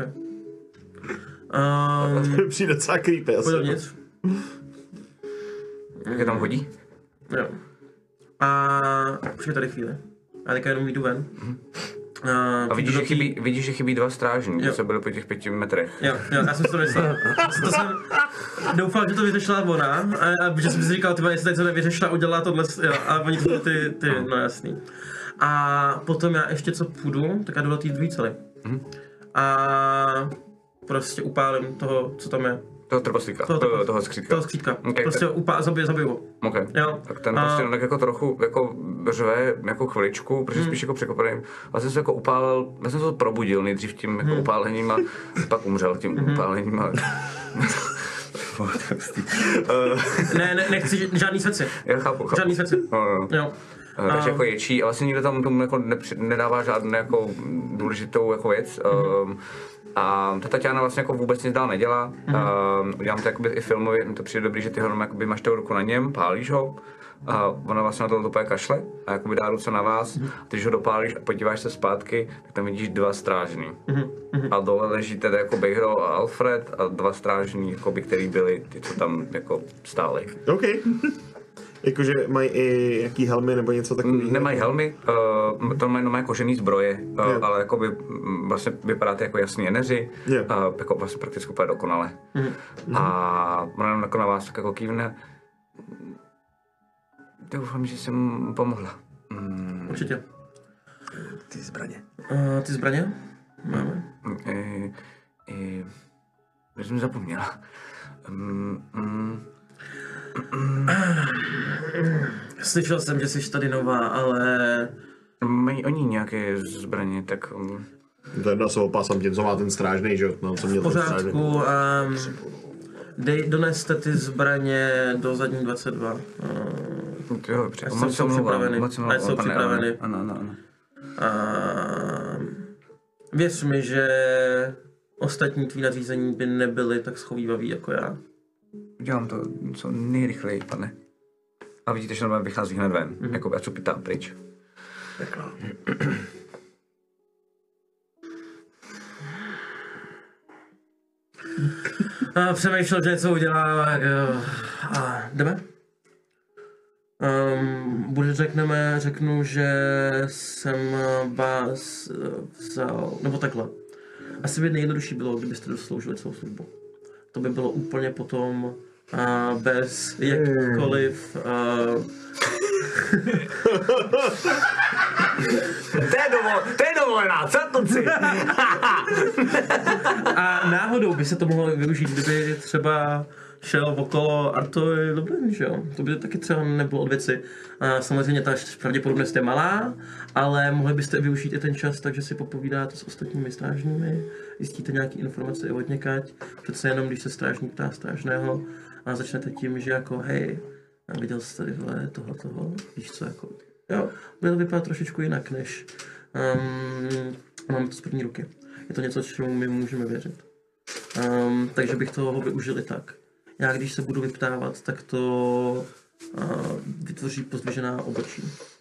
Přijde docela creepy asi. Pojď dovnitř. Jak je tam hodí? Jo. A počkej tady chvíli. Já teďka jenom jdu ven. A vidíš, že chybí dva strážní, co byli po těch 5 metrech. Jo, já jsem si to myslel. To jsem doufal, že to vyřešila ona, a že jsem si říkal, tyba, jestli tady co nevyřešila, udělala tohle, jo, a oni to ty, no jasný. A potom já ještě co půjdu, tak já jdu do té druhé cely. A prostě upálím toho, co tam je. Toho trpaslíka, toho skřítka. Toho skřítka, Okay, prostě zabiju ho. Okay. Jo. Tak ten prostě tak jako trochu jako řve jako chviličku, protože spíš jako překvapený. Vlastně jsem jako upálil, vlastně jsem to probudil nejdřív tím jako upálením a pak umřel tím upálením. A... Ne, nechci žádný svěci. Já chápu. Žádný svěci. No. Jo. Takže jako ječí a vlastně nikdo tam tomu jako nedává žádnou jako důležitou jako věc. A ta Tatiana vlastně jako vůbec nic dál nedělá. Udělám to jakoby i filmově, mi to přijde dobrý, že ty ho jakoby máš tou ruku na něm, pálíš ho. A ona vlastně na to úplně kašle a jakoby dá ruce na vás. A když ho dopálíš a podíváš se zpátky, tak tam vidíš dva strážný. A dole leží teda jako Bejro a Alfred a dva strážní, jakoby, který byli ty, co tam jako stáli. OK. Jakože mají i jaký helmy nebo něco takového? Nemají helmy, to mají jako kožený zbroje, ale jakoby vlastně vypadáte jako jasný jeneři, jako vlastně prakticky úplně dokonale. A ona jako na vás tak jako kývne. Doufám, že jsem pomohla. Určitě. Ty zbraně. Ty zbraně? Máme. Já jsem zapomněla. Slyšel jsem, že jsi tady nová, ale... Mají oni nějaké zbraně, tak... To jedno se opásám tím, co má ten strážnej, že? No, co měl v pořádku, doneste ty zbraně do zadní 22. Jo, ať jsou připraveny. Ať jsou připraveny. Ano. Věř mi, že ostatní tví nadřízení by nebyly tak schovývaví jako já. Dělám to co nejrychleji, pane. A vidíte, že normálně vychází hned ven, jako já co pýtám pryč. Přemýšlel, že něco udělá, a jdeme? Řeknu, že jsem vás vzal, nebo takhle. Asi by nejjednodušší bylo, kdybyste dosloužili celou službu. To by bylo úplně potom bez jakýchkoliv To je dovolená, co kluci? A náhodou by se to mohlo využít, kdyby třeba šel okolo Artoy Lublin, že jo? To by taky třeba nebylo od věci. A samozřejmě ta pravděpodobnost je malá, ale mohli byste využít i ten čas, takže si popovídáte s ostatními strážními, zjistíte nějaké informace od někať. Přece jenom, když se strážník ptá strážného a začnete tím, že jako hej, viděl jsi tady toho, víš co, jako, jo, bude to vypadat trošičku jinak, než máme to z první ruky. Je to něco, čemu my můžeme věřit. Takže bych toho využil i tak. Já když se budu vyptávat, tak to vytvoří pozdvižená obočí.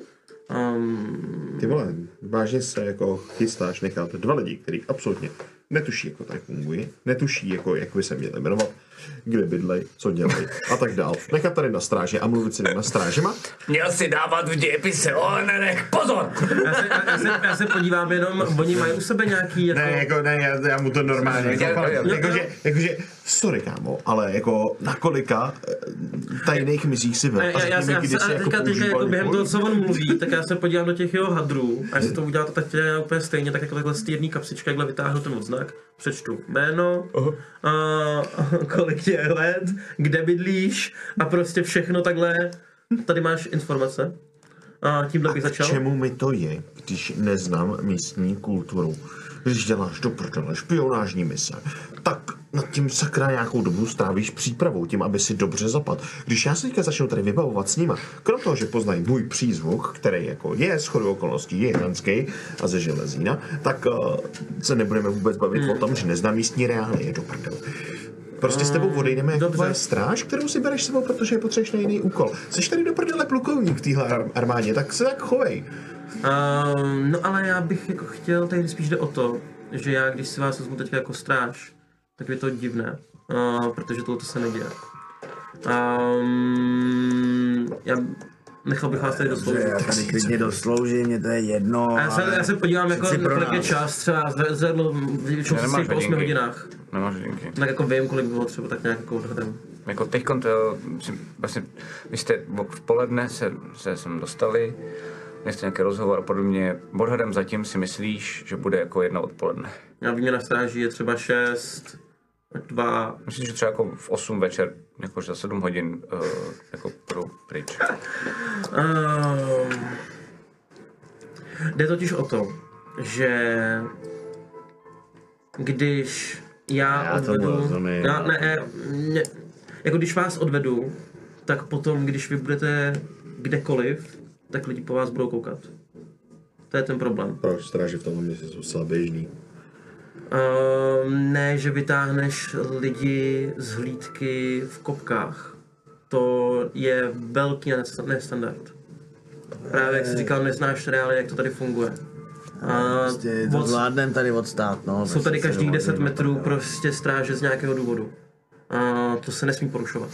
Ty vole, vážně se jako chystáš nechat 2 lidi, kteří absolutně netuší, jako tady fungují, netuší, jako, jak by se měli jmenovat, kde bydlej, co dělají a tak dál. Nechat tady na stráži a mluvit si na strážema. Měl si dávat v dějepise, ale nenech, pozor! Já se podívám jenom, oni mají u sebe nějaký jako... Ne, já mu to normálně jakože, sorry kámo, ale jako na kolika tajných misích si byl a řekni mi, kdy si jako používal jako během toho, co on mluví, tak já se podívám do těch jeho hadrů a jestli to udělá to tak úplně stejně, tak jako takhle z té jedné kapsičky, jakhle vytáhnu ten odznak, přečtu jméno, kolik je let, kde bydlíš a prostě všechno takhle, tady máš informace. A tímhle bych začal. K čemu mi to je, když neznám místní kulturu? Když děláš do prdele špionážní mise, tak nad tím sakra nějakou dobu strávíš přípravou, tím, aby si dobře zapadl. Když já se teďka začnu tady vybavovat s nima, krom toho, že poznají můj přízvuk, který jako je shodou okolností, je janský a ze železína, tak se nebudeme vůbec bavit o tom, že neznám místní reálie, do prdele. Prostě s tebou odejdeme jako tvoje stráž, kterou si bereš sebou, protože je potřebuješ na jiný úkol. Jsi tady do prdele plukovník v téhle armádě, tak se tak chovej. No ale já bych jako chtěl, tady spíš jde o to, že já když si vás vezmu teďka jako stráž, tak je to divné, protože tohle se neděje. Já nechal bych vás tady dosloužit. Já tady klidně dosloužím, mě to je jedno. Já se podívám jako kolik je čas, třeba většinou se po 8 hodinách. Nemáš hodinky. Tak jako vím, kolik bylo třeba tak nějak jako odhadem. Jako teďkon to, vlastně, vy jste v poledne se sem dostali, jste nějaký rozhovor a podobně. Odhadem zatím si myslíš, že bude jako 1 odpoledne. A výměna stráží je třeba 6, 2. Myslím, že třeba jako v 8 večer, jako za 7 hodin, jako pryč. Jde totiž o to, že když já odvedu... Jako když vás odvedu, tak potom, když vy budete kdekoliv, tak lidi po vás budou koukat. To je ten problém. Proč stráži v tomhle městě jsou zcela běžný? Ne, že vytáhneš lidi z hlídky v kopkách. To je velký nestandard. Právě jak jsi říkal, neznáš reály, jak to tady funguje. Prostě to zvládnem tady odstát, no. Jsou tady každých 10 metrů prostě stráže z nějakého důvodu. To se nesmí porušovat.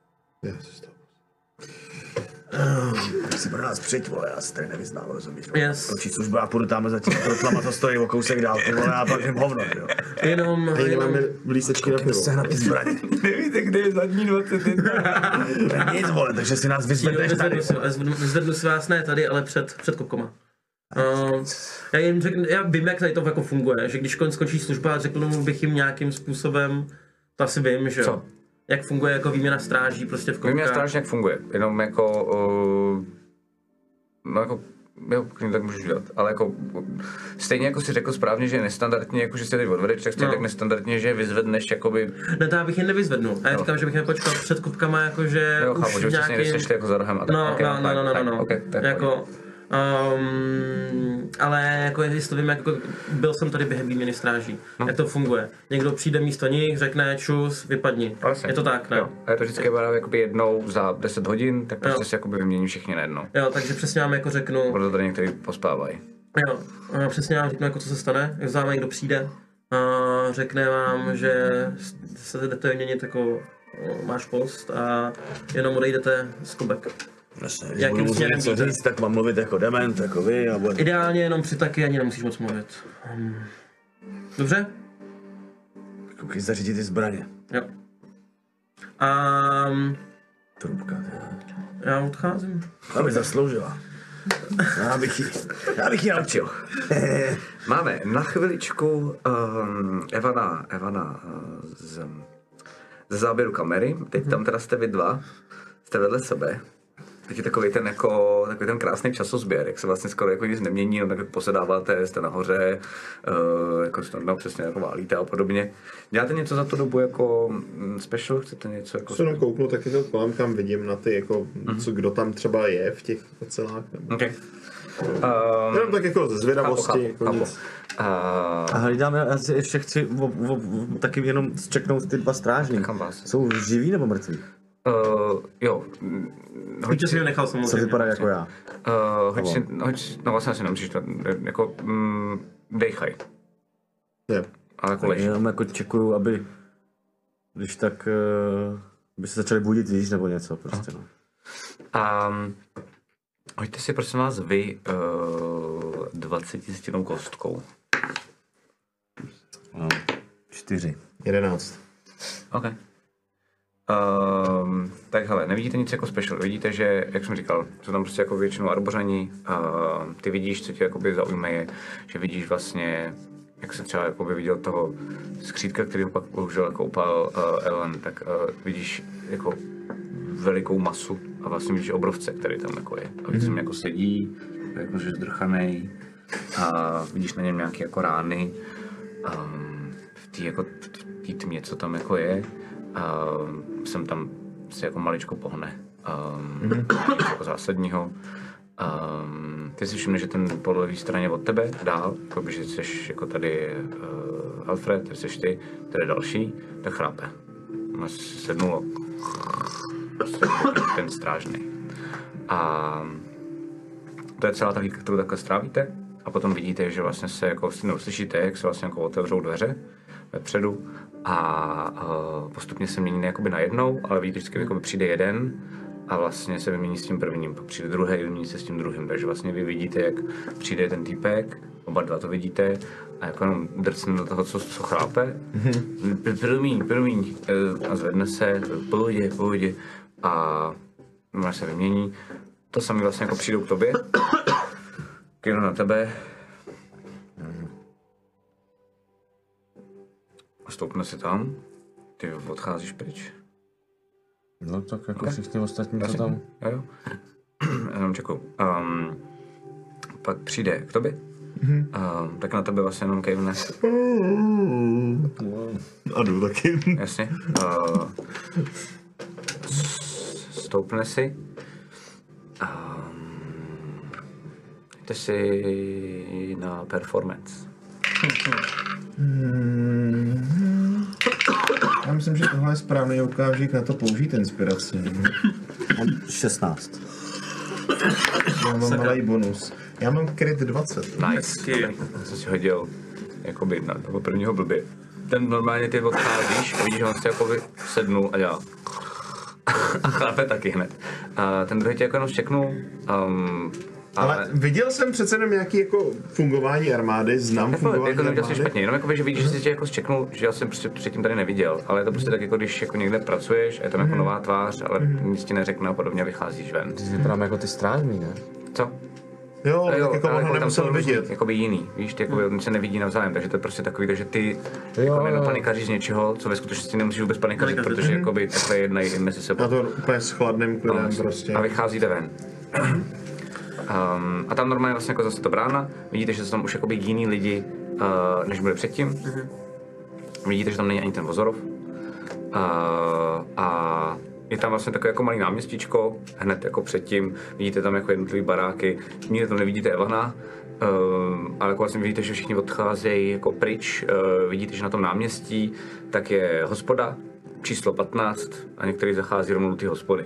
Tak si pro nás přijď, vole, já se tady nevyznám, rozumíš? Yes. Končí služba a půjdu tamhle za tím trotlama, to stojí o kousek dál, to vole, a pak jim hovno, jo. Jenom... Máme lístečky na pivo. Sehnat ty zbraně. Nevíte, kde je zadní 21. Nic, vole, takže si nás vyzvedneš tady. Vyzvednu si vás ne tady, ale před kopkama. Já vím, jak tady to jako funguje, že když skončí služba, řekl bych jim nějakým způsobem, to asi vím, že jo. Jak funguje jako výměna stráží prostě v kopkách. Výměna stráží jak funguje, jenom jako, no jako, jo, tak můžeš dělat, ale jako, stejně jako si řekl správně, že je nestandardně, jako že jsi tady odvedeš, tak stejně tak nestandardně, že vyzvedneš jakoby... Ne, to já bych je nevyzvednul, a já říkám, že bych je počkal před kopkama, jakože jo, chápu, že nějaký... Přesně jako za rohem a tak. No. Okay, jako... ale jako jestli vím, jako byl jsem tady během výměny stráží, jak to funguje. Někdo přijde místo nich, řekne čus, vypadni. Vlastně. Je to tak, ne? Jo. A je to vždycky jakoby jednou za 10 hodin, tak prostě si jakoby vymění všichni najednou. Jo, takže přesně vám jako řeknu... Proto tady někteří pospávají. Jo, přesně vám řeknu, jako co se stane, jak známe, kdo přijde. Řekne vám, že se jdete vyměnit jako máš post a jenom odejdete z kobek. Jasně, když budu muset něco říct, tak mám mluvit jako dement, jako vy a bude... Ideálně jenom při taky ani nemusíš moc mluvit. Dobře? Koukej zařídit ty zbraně. Jo. Trubka, já odcházím. Aby zasloužila. Já bych ji naučil. Máme na chviličku Evana ze záběru kamery. Teď tam teda jste vy dva, jste vedle sebe. Teď je takový ten krásný časozběr, jak se vlastně skoro jako nic nemění, no tak jak posedáváte, jste nahoře, jako no, přesně jako válíte a podobně. Děláte něco za tu dobu jako special? Chcete něco jako... Se jenom kouknu tak jako kolem, kam vidím na ty jako, co, kdo tam třeba je v těch celách. Okay. Jenom tak jako ze zvědavosti. A hlídáme, já si ještě chci taky jenom zčeknout ty dva strážníky. Jsou živí nebo mrtví? Jo. Hoď si ho nechal samozřejmě. Co vypadá jako já? No vlastně asi nemusíš to, jako dejchaj. Je. Ale jako leží. Jenom jako čekuju, aby, když tak, by se začali budit víš, nebo něco prostě, no. Hoďte si prosím vás vy 20 kostkou. No, 4. 11. OK. Tak hele, nevidíte nic jako special, vidíte, že, jak jsem říkal, jsou tam prostě jako většinou arbořaní, ty vidíš, co tě jakoby zaujme je, že vidíš vlastně, jak se třeba jakoby viděl toho skřítka, který ho pak bohužel jako upal Elan, tak vidíš jako velikou masu a vlastně vidíš obrovce, který tam jako je. A vidíš, jako sedí, jakože zdrchanej a vidíš na něm nějaké jako rány, v té jako tmě, co tam jako je. Jsem tam se jako maličko pohne. Jako zásadního. Ty si všimne, že ten po levé straně od tebe dál, jako že jsi jako tady Alfred, tady jsi ty, tady další, tak chrápe. Máš sednulo. Ten strážný. A to je celá ta chvíľka, kterou takhle strávíte. A potom vidíte, že vlastně se jako slyšíte, jak se vlastně jako otevřou dveře vepředu a postupně se mění jakoby na jednou, ale vidíte, že vždycky přijde jeden a vlastně se vymění s tím prvním, pak přijde druhý, vymění se s tím druhým, takže vlastně vy vidíte, jak přijde ten týpek, oba dva to vidíte a jako jenom drcne do toho, co chrápe. Promiň, a zvedne se, pohodě a se vymění. To samé vlastně jako přijdou k tobě, kývnu na tebe. A stoupne si tam, ty odcházíš pryč. No tak jako všichni ostatní, co tam... Jo. Jenom čekuju. Pak přijde k tobě, tak na tebe vlastně jenom kejvne. A jdu taky. Jasně. Stoupne si. Jde si na performance. Já myslím, že tohle je správný okamžik na to použít inspiraci. Mám 16. Já mám malý bonus. Já mám kryt 20. Nice. Co jsi hodil jakoby na toho prvního blbě. Ten normálně ty odcházíš a vidíš, že on se jakoby sednul a dělal. A chrápe taky hned. Ten druhý tě jako jenom štěknul. Ale viděl jsem přece jenom nějaký jako fungování armády, znám fungování jako armády. Špatně, jenom jako, že vidíš, že jsi tě jako zčeknul, že já jsem prostě předtím tady neviděl, ale je to prostě tak jako když jako někde pracuješ, je tam jako nová tvář, ale nic ti neřekne a podobně vycházíš ven. Ty vypadáme jako ty strážní, ne? Co? Jo, tak jako on ho nemusel vidět. Jakoby jiný, víš, ty jakoby on se nevidí navzájem, takže to je prostě takový, že ty jako panikaříš z něčeho, co ve skutečnosti nemusíš vůbec panikařit, protože jakoby takhle jednají mezi sebou. A to úplně s chladným klidem prostě. A vycházíte ven. A tam normálně vlastně jako zase to brána, vidíte, že jsou tam už jakoby jiní lidi, než byli předtím. Vidíte, že tam není ani ten Vozorov. A je tam vlastně takové jako malý náměstíčko, hned jako předtím, vidíte tam jako jednotlivý baráky, nikde tam nevidíte Evana, ale jako vlastně vidíte, že všichni odcházejí jako pryč, vidíte, že na tom náměstí tak je hospoda, číslo 15 a některý zachází rovnou do té hospody.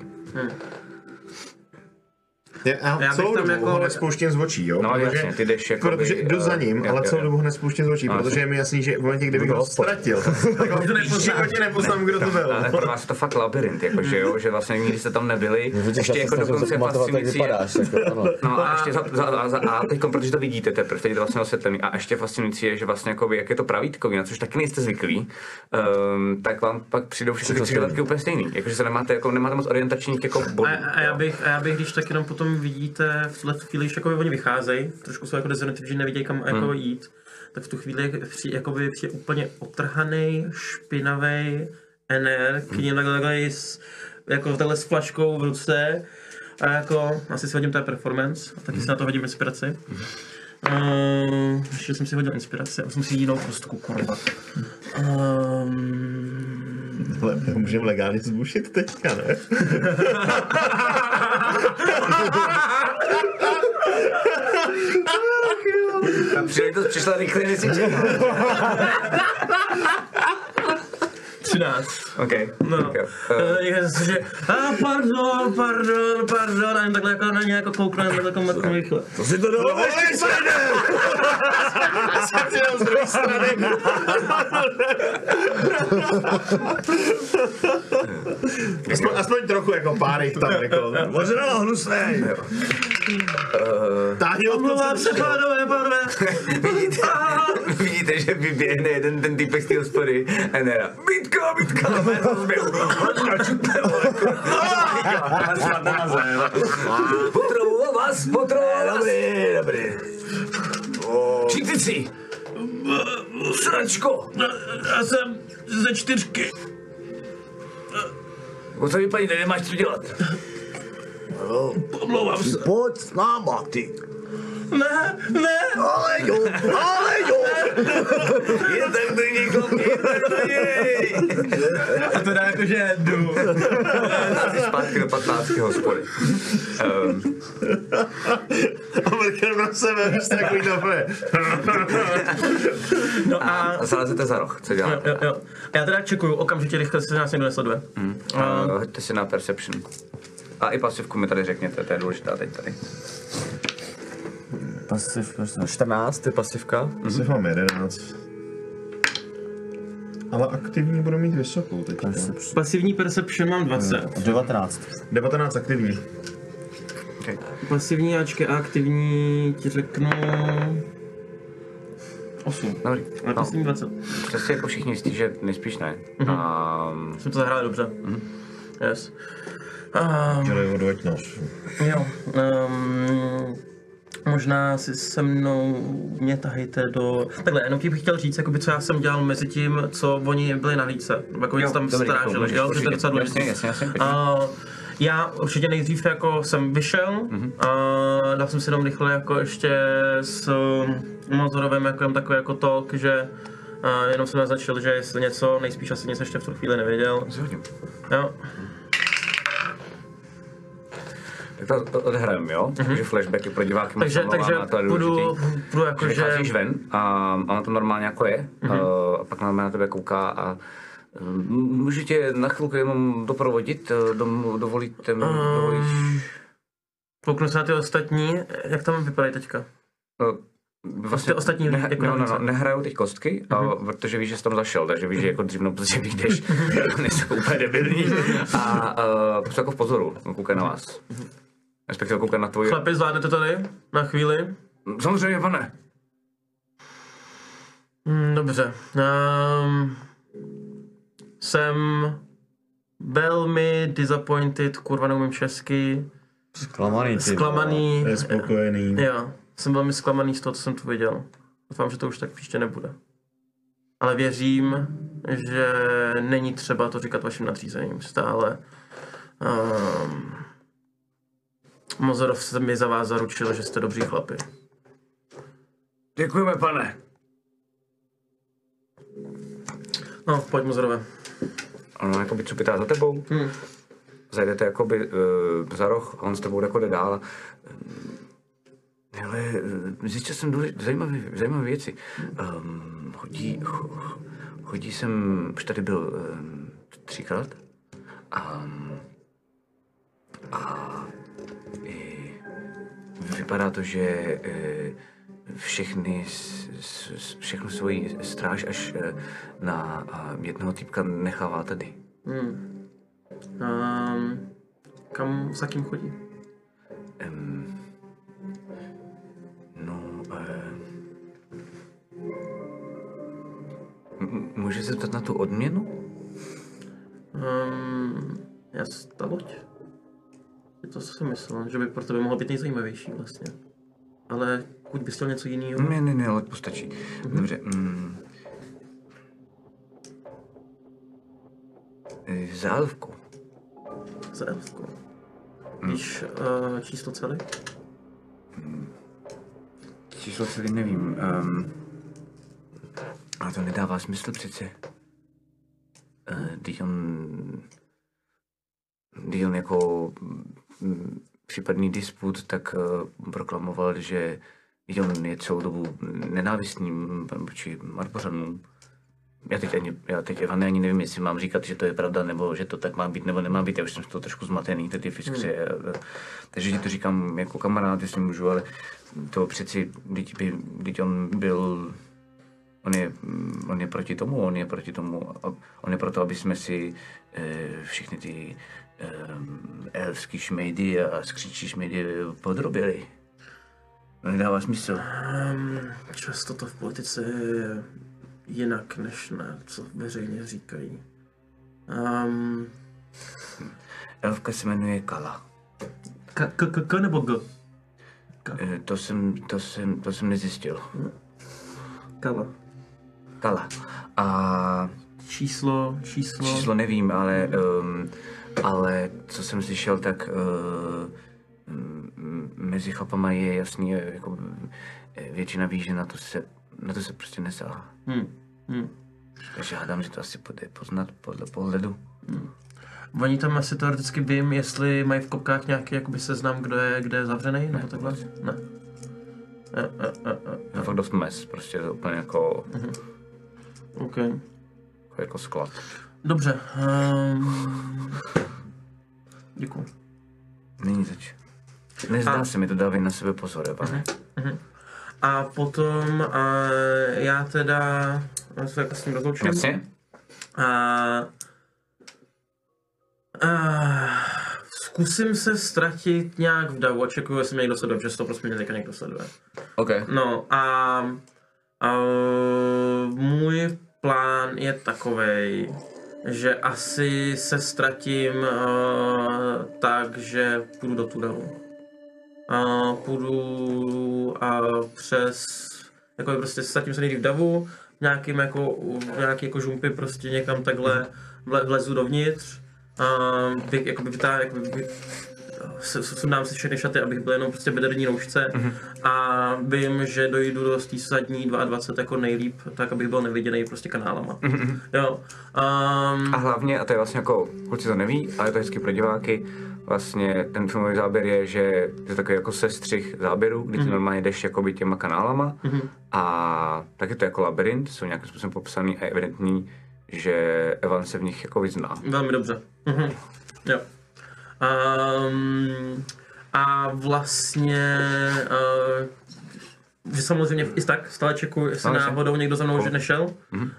Já celou dobu jako ho nespouštím z očí, jo? No jasně, ty jdeš jako... Protože jdu za ním, ale celou dobu ho nespouštím z očí, protože je mi jasný, že v momentě, kdybych ho ztratil, tak ho v životě nepoznám, kdo to byl. Ale pro vás je to fakt labirint, jakože jo, že vlastně nikdy jste tam nebyli, ještě jako dokonce fascinující. No a ještě a teďkom, protože to vidíte teprve, teď je to vlastně osvětlený, a ještě fascinující je, že vlastně jako jak je to pravítkový, na což taky nejste zvyklí, tak vám pak přijdou všechny ty křižovatky úplně stejný, jakože se nemáte moc orientačních jako bodů. A já bych když tak jenom potom vidíte v tuhle chvíli, když jako oni vycházejí, trošku jsou jako dezorientovaní, že nevidějí kam jako jít, tak v tu chvíli přijde úplně otrhaný, špinavý NR, k ním takhle jako takhle s flaškou v ruce a jako asi si hodím té performance a taky si na to hodím inspiraci. Ještě jsem si hodil inspiraci, a jsem si jinou kostku, kurva. Ale můžeme legálně zbušit teďka, ne? Příležitost přišla rychle, než si čekal. 13. OK. No. Že, pardon, a jen takhle jako na ně jako kouknu, jen takhle jako rychle. To si to dovolíš, Svene! Jsem přijel z druhé strany. Aspoň trochu jako pár jich tam jako. Možná hnusnej. Táhni Omlouvám se, pánové. Vidíte, že vyběhne jeden ten týpek z té hospody a Nera. Mítka, a mě to zbyl. A čupe, vole. Potreboval vás. Dobrý. Čítici. Sračko. Já jsem ze 4. O co vypadí, nemáš co dělat. Omlouvám se. Pojď s náma, ty. Ne. Ale jo. Je tak do někoho, A teda jakože jdu. Zpátky do 15. hospody. A mrkem na sebe, víš, takový dobré. No A zalezete za roh, co děláte? Jo. A já teda čekuju, okamžitě rychle se nás někdo nesleduje. Hoďte si na Perception. A i pasivku mi tady řekněte, to je důležitá teď tady. Pasivka, 14 je pasivka. Asi mám 11. Ale aktivní budu mít vysokou teď. Pasivní Perception mám 20. 19. 19 aktivní. Okay. Pasivní Ačky a aktivní ti řeknu 8. Dobrý. Ale pasivní 20. Jste si jako všichni jistí, že nejspíš ne. Jsem to zahrál dobře. Yes. Čili odveď nos. Jo. Možná si se mnou mě tahejte do... Takhle, jenom bych chtěl říct, jakoby, co já jsem dělal mezi tím, co oni byli na hlídce. Jako víc tam strážili, jo? Protože to je docela důležité. Jasně. Já určitě nejdřív jako jsem vyšel a dal jsem si jenom rychle jako ještě s Mozorovem jako jen takový jako talk, že jenom jsem naznačil, že jestli něco, nejspíš asi nic ještě v tu chvíli nevěděl. Jo. Tak to odhrajeme, jo? Takže flashbacky pro diváky moc Takže omlouvám, to je důležitý. půjdu jako, že... Vycházíš ven a ona to normálně jako je, a pak na tebe kouká a můžu tě na chvilku jenom doprovodit, dovolíš? Kouknu se na ty ostatní, jak tam vypadají teďka? Vlastně ostatní jako nehrajou teď kostky, protože víš, že jsi tam zašel, takže víš, že jako dřív protože vyjdeš, nejsou úplně debilní a prostě jako v pozoru, koukají na vás. Respektive koukají na tvoji... Chlapi, zvládnete tady? Na chvíli? Samozřejmě, pane. Dobře. Jsem velmi disappointed, kurva neumím česky. Zklamaný. Nespokojený. Jo, jsem velmi zklamaný z toho, co jsem tu viděl. Doufám, že to už tak příště nebude. Ale věřím, že není třeba to říkat vašim nadřízeným stále. Mozorov se mi za vás zaručil, že jste dobří chlapi. Děkujeme, pane. No, pojď Mozorové. Ono jakoby cupitá za tebou. Zajdete jakoby za roh a on s tebou jako jde dál. Hele, zjistil jsem zajímavé věci. Chodí jsem, už tady byl 3krát. A vypadá to, že všechnu svoji stráž až na jednoho týpka nechává tady. Kam za kým chodí? Může se zeptat na tu odměnu? Já ta loď. To jsem myslel, že by pro tebe mohlo být nejzajímavější vlastně. Ale pokud bys chtěl něco jiného... Ne, ale postačí. Dobře. Za elfku. Za elfku. Víš číslo celý? Číslo celý nevím. Ale to nedává smysl přece. Když on jako případný disput, tak proklamoval, že on je celou dobu nenávistným vůči Marpořanům. Já teď ani nevím, jestli mám říkat, že to je pravda, nebo že to tak má být, nebo nemá být. Já už jsem z toho trošku zmatený, ty fiskře. Takže ti to říkám jako kamarád, jestli můžu, ale to přeci, když on byl... On je proti tomu, on je proto, aby jsme si všechny ty elfský šmejdy a skříčí šmejdy podrobili. To nedává smysl. Často to v politice je jinak, než na co veřejně říkají. Elfka se jmenuje Kala. K nebo G? To jsem nezjistil. Kala. A číslo nevím, ale co jsem slyšel, tak mezi chlapama je jasný, jako většina ví, že na to se prostě nesáhá. Takže hádám, že to asi bude poznat podle pohledu. Oni tam asi teoreticky vím, jestli mají v kopkách nějaký jakoby seznam, kde je zavřený, nebo takhle? Ne. Je fakt dost mes, prostě to úplně jako... OK. Jako sklad. Dobře. Děkuju. Není zač. Nezdá se mi to, dávej na sebe pozor, pane. A potom já teda se jako s tím rozloučím. Jasně. Zkusím se ztratit nějak v davu, očekuju, jestli mě někdo sleduje, že to prostě mě teďka někdo sleduje. OK. No a můj plán je takovej, že asi se ztratím tak, že půjdu do tunelu. Půjdu přes, jako prostě ztratím se nejdřív v davu, nějaký jako žumpy prostě někam takhle vlezu dovnitř. Sundám si všechny šaty, abych byl jenom prostě bederní roušce a vím, že dojdu do té zadní 22 jako nejlíp, tak abych byl neviděný prostě kanálama. Jo. A hlavně, a to je vlastně jako, kluci to neví, ale je to hezky pro diváky, vlastně ten filmový záběr je, že je takový jako sestřih záběru, kdy ty normálně jdeš jakoby těma kanálama a taky to jako labirint, jsou nějakým způsobem popsaný a evidentní, že Evan se v nich jako vyzná. Velmi dobře. Jo. A vlastně, že samozřejmě i tak stále čekuju, jestli náhodou někdo za mnou že nešel.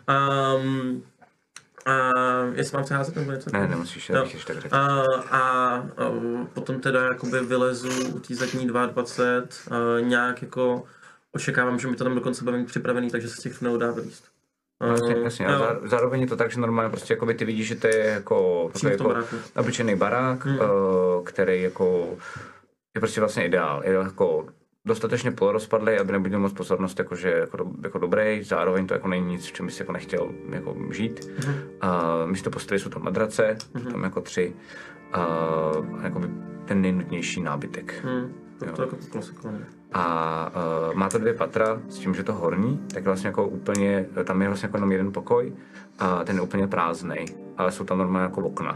Jestli mám přeházet nebo něco? Ne, nemusíš, já bych ještě tak řekl. Potom teda jakoby vylezu u té zadní 22, nějak jako očekávám, že mi to tam dokonce bude mít připravený, takže se z těch tunelů dá vylíst. Jasně, a zároveň je to tak, že normálně prostě jakoby ty vidíš, že to je jako obyčejný barák, který jako je prostě vlastně ideál. Je jako dostatečně polorozpadlý, aby nebudil moc pozornost, jakože jako dobrý, zároveň to jako není nic, v čem bys jako nechtěl jako žít. Místo postele jsou tam madrace, jsou tam jako 3 jakoby ten nejnutnější nábytek. To jako klasika. A má to 2 patra, s tím, že to horní, tak vlastně jako úplně, tam je vlastně jako jenom jeden pokoj a ten je úplně prázdnej, ale jsou tam normálně jako okna.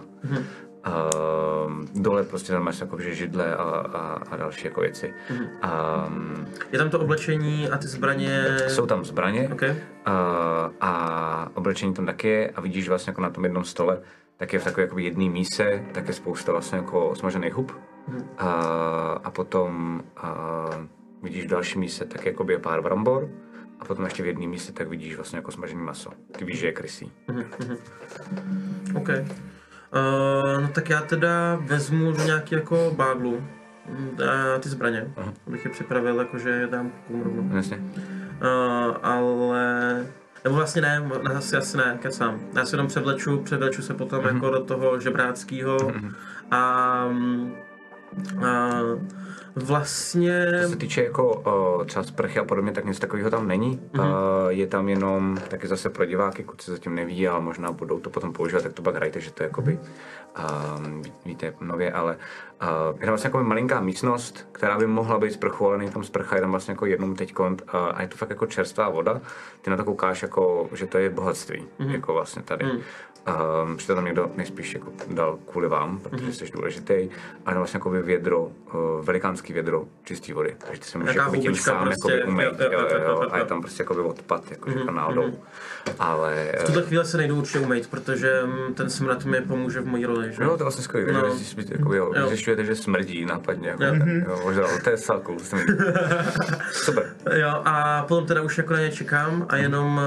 Dole prostě tam máš jako židle a další jako věci. Je tam to oblečení a ty zbraně? Jsou tam zbraně okay. A oblečení tam taky je a vidíš vlastně jako na tom jednom stole, tak je v takové jako jedné míse, tak je spousta vlastně jako smažených hub. A potom vidíš v další míse tak jakoby je pár brambor a potom ještě v jedné míse tak vidíš vlastně jako smažený maso. Ty víš, že je krysí. OK. No tak já teda vezmu nějaký jako báglu ty zbraně, abych je připravil, jakože je dám rovnou. Jasně. Ale... Nebo vlastně ne, asi ne, kecám. Já se jenom převleču se potom jako do toho žebráckého a Vlastně... Co se týče jako třeba sprchy a podobně, tak něco takového tam není. Je tam jenom taky zase pro diváky, kluci zatím neví, ale možná budou to potom používat, tak to pak hrajte, že to je jakoby víte nově, ale je tam vlastně jako malinká místnost, která by mohla být sprchou, ale není tam sprcha, je tam vlastně jako jednou teďkon a je to fakt jako čerstvá voda. Ty na to koukáš jako, že to je bohatství, jako vlastně tady. Že to tam někdo nejspíš jako dal kvůli vám, protože jsi důležitý, a tam vlastně jako vědro, velikánský vědro čistý vody, takže ty se můžeš jako tím sám prostě, umýt, a je tam prostě jako odpad, jakože náhodou. Ale... V tuto chvíli se nejdu určitě umýt, protože ten smrad mi pomůže v mojí roli, že? Jo, to vlastně skvělé, že zjišťujete, že smrdí nápadně, jako možná, to je celkou, super. Jo, a potom teda už jako na ně čekám a jenom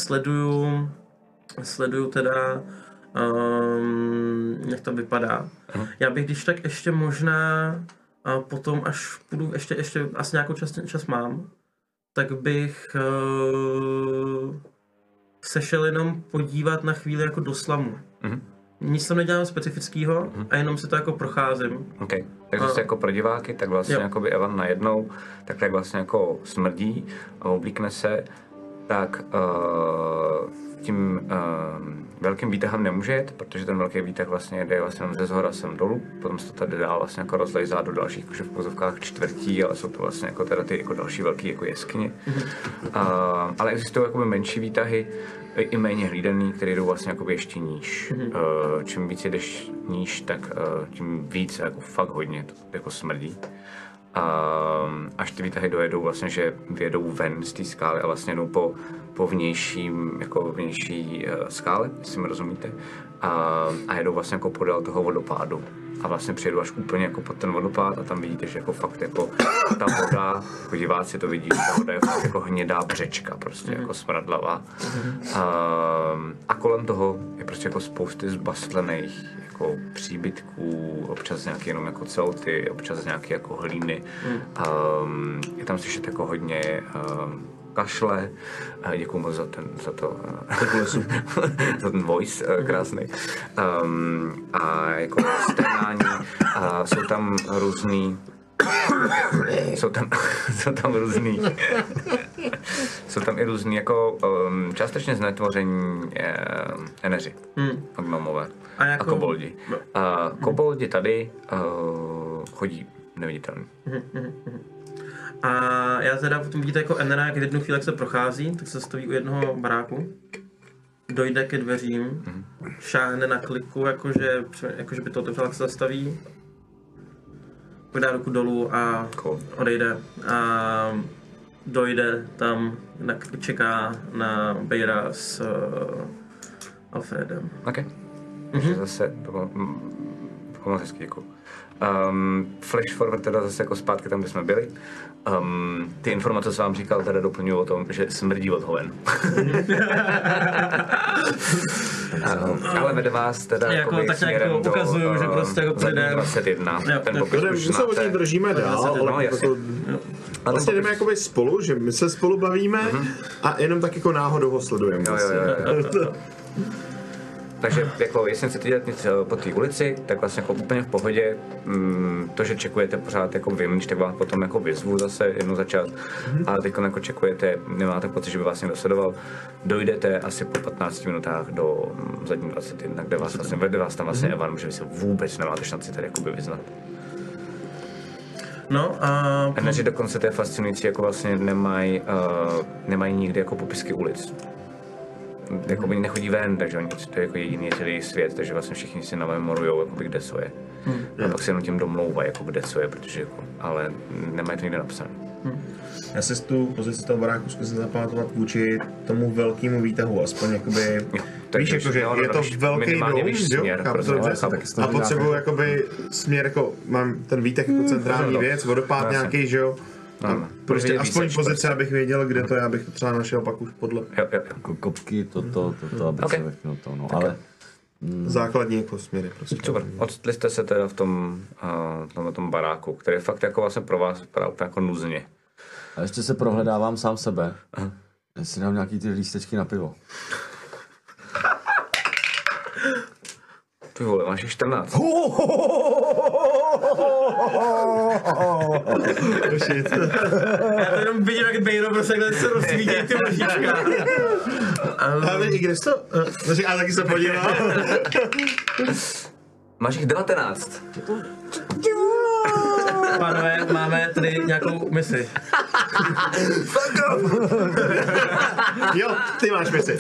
sleduju teda, jak to vypadá. Já bych když tak ještě možná, potom až půjdu, ještě asi nějakou čas mám, tak bych se šel jenom podívat na chvíli jako do slamu. Nic tam nedělám specifického a jenom si to jako procházím. OK, takže jste jako pro diváky, tak vlastně jakoby Evan najednou, tak vlastně jako smrdí a oblíkne se, tak tím velkým výtahem nemůže jet, protože ten velký výtah vlastně jde vlastně ze zhora sem dolů, potom se to tady dál vlastně jako rozlejzá do dalších v pozovkách čtvrtí, ale jsou to vlastně jako teda ty jako další velký jako jeskyně. Ale existují jakoby menší výtahy, i méně hlídaný, které jdou vlastně jako ještě níž. Čím víc jdeš níž, tak tím víc jako fakt hodně to jako smrdí. Až ty výtahy dojedou vlastně, že vyjedou ven z té skály a vlastně jdou po vnější skále, jestli mi rozumíte, a jedou vlastně jako podél toho vodopádu. A vlastně přijedu až úplně jako pod ten vodopád a tam vidíte, že jako fakt jako ta voda, jako diváci to vidí, ta voda je fakt jako hnědá břečka, prostě jako smradlavá. A kolem toho je prostě jako spousty zbastlených jako příbytků, občas nějaký jenom jako celty, občas nějaký jako hlíny. Je tam slyšet jako hodně kašle. Děkuju moc za ten voice krásný. A jako strnání. Jsou tam různý jsou tam i různý jako částečně znetvoření eneři, gnomové a koboldi. Koboldi tady chodí neviditelný. A já teda potom vidíte jako Enera, jak jednu chvíli jak se prochází, tak se stojí u jednoho baráku, dojde ke dveřím, šáhne na kliku, jakože by to otevřel, jak se zastaví, podá ruku dolů a odejde. A dojde tam, čeká na Bejra s Alfredem. OK. Takže zase, to bylo moc hezký, děkuju. Flash forward teda zase jako zpátky tam, kde jsme byli. Ty informace, co vám říkal, teda doplňuji o tom, že smrdí od hoven. Ale vede vás teda jako tak směrem do ukazuju, že prostě jako přejdeme 21. Ten popis už my se od něj držíme dál, ale vlastně jdeme jakoby spolu, že my se spolu bavíme a jenom tak jako náhodou ho sledujeme. Takže jako, jestli chcete dělat něco po té ulici, tak vlastně jako úplně v pohodě. To, že čekujete pořád jako vymíč, tak vás potom jako vyzvu zase jednou za čas. Ale teď jako čekujete, nemáte pocit, že by vás někdo sledoval. Dojdete asi po 15 minutách do zadní 21, kde vás vlastně vede vás tam vlastně Evan, že vy se vůbec nemáte šanci tady jakoby vyznat. No a... Eneři dokonce to je fascinující, jako vlastně nemají nikdy jako popisky ulic. Jakoby nechodí ven, takže oni to je jako jediný celý svět, takže vlastně všichni si namemorujou, jakoby kde co je. A pak se jenom tím domlouvají, jako kde co je, protože jako, ale nemají to nikde napsané. Já si tu pozici toho baráku zkusím zapamatovat vůči tomu velkému výtahu, aspoň jakoby, víš, jakože je to velký dům, jo, a potřebuju jakoby směr, jako mám ten výtah jako centrální věc, vodopád nějaký, že jo. Prostě aspoň pozice, abych věděl, kde to je, abych to třeba našel pak už podle. Kopky, toto, aby se vypnul to, no, ale... Základní jako směry prostě. Super, odstli jste se teda v tom baráku, který je fakt jako vlastně pro vás vypadá úplně jako nuzně. A ještě se prohledávám sám sebe, jestli dám nějaký ty lístečky na pivo. Ty vole, máš 14. Já to jenom vidím, jak Bejro prostě takhle se rozsvítějí ty ložička. Ale i kde jsi to? A taky se podíval. Máš jich 19. Pánové, máme tady nějakou misi. Jo, ty máš misi.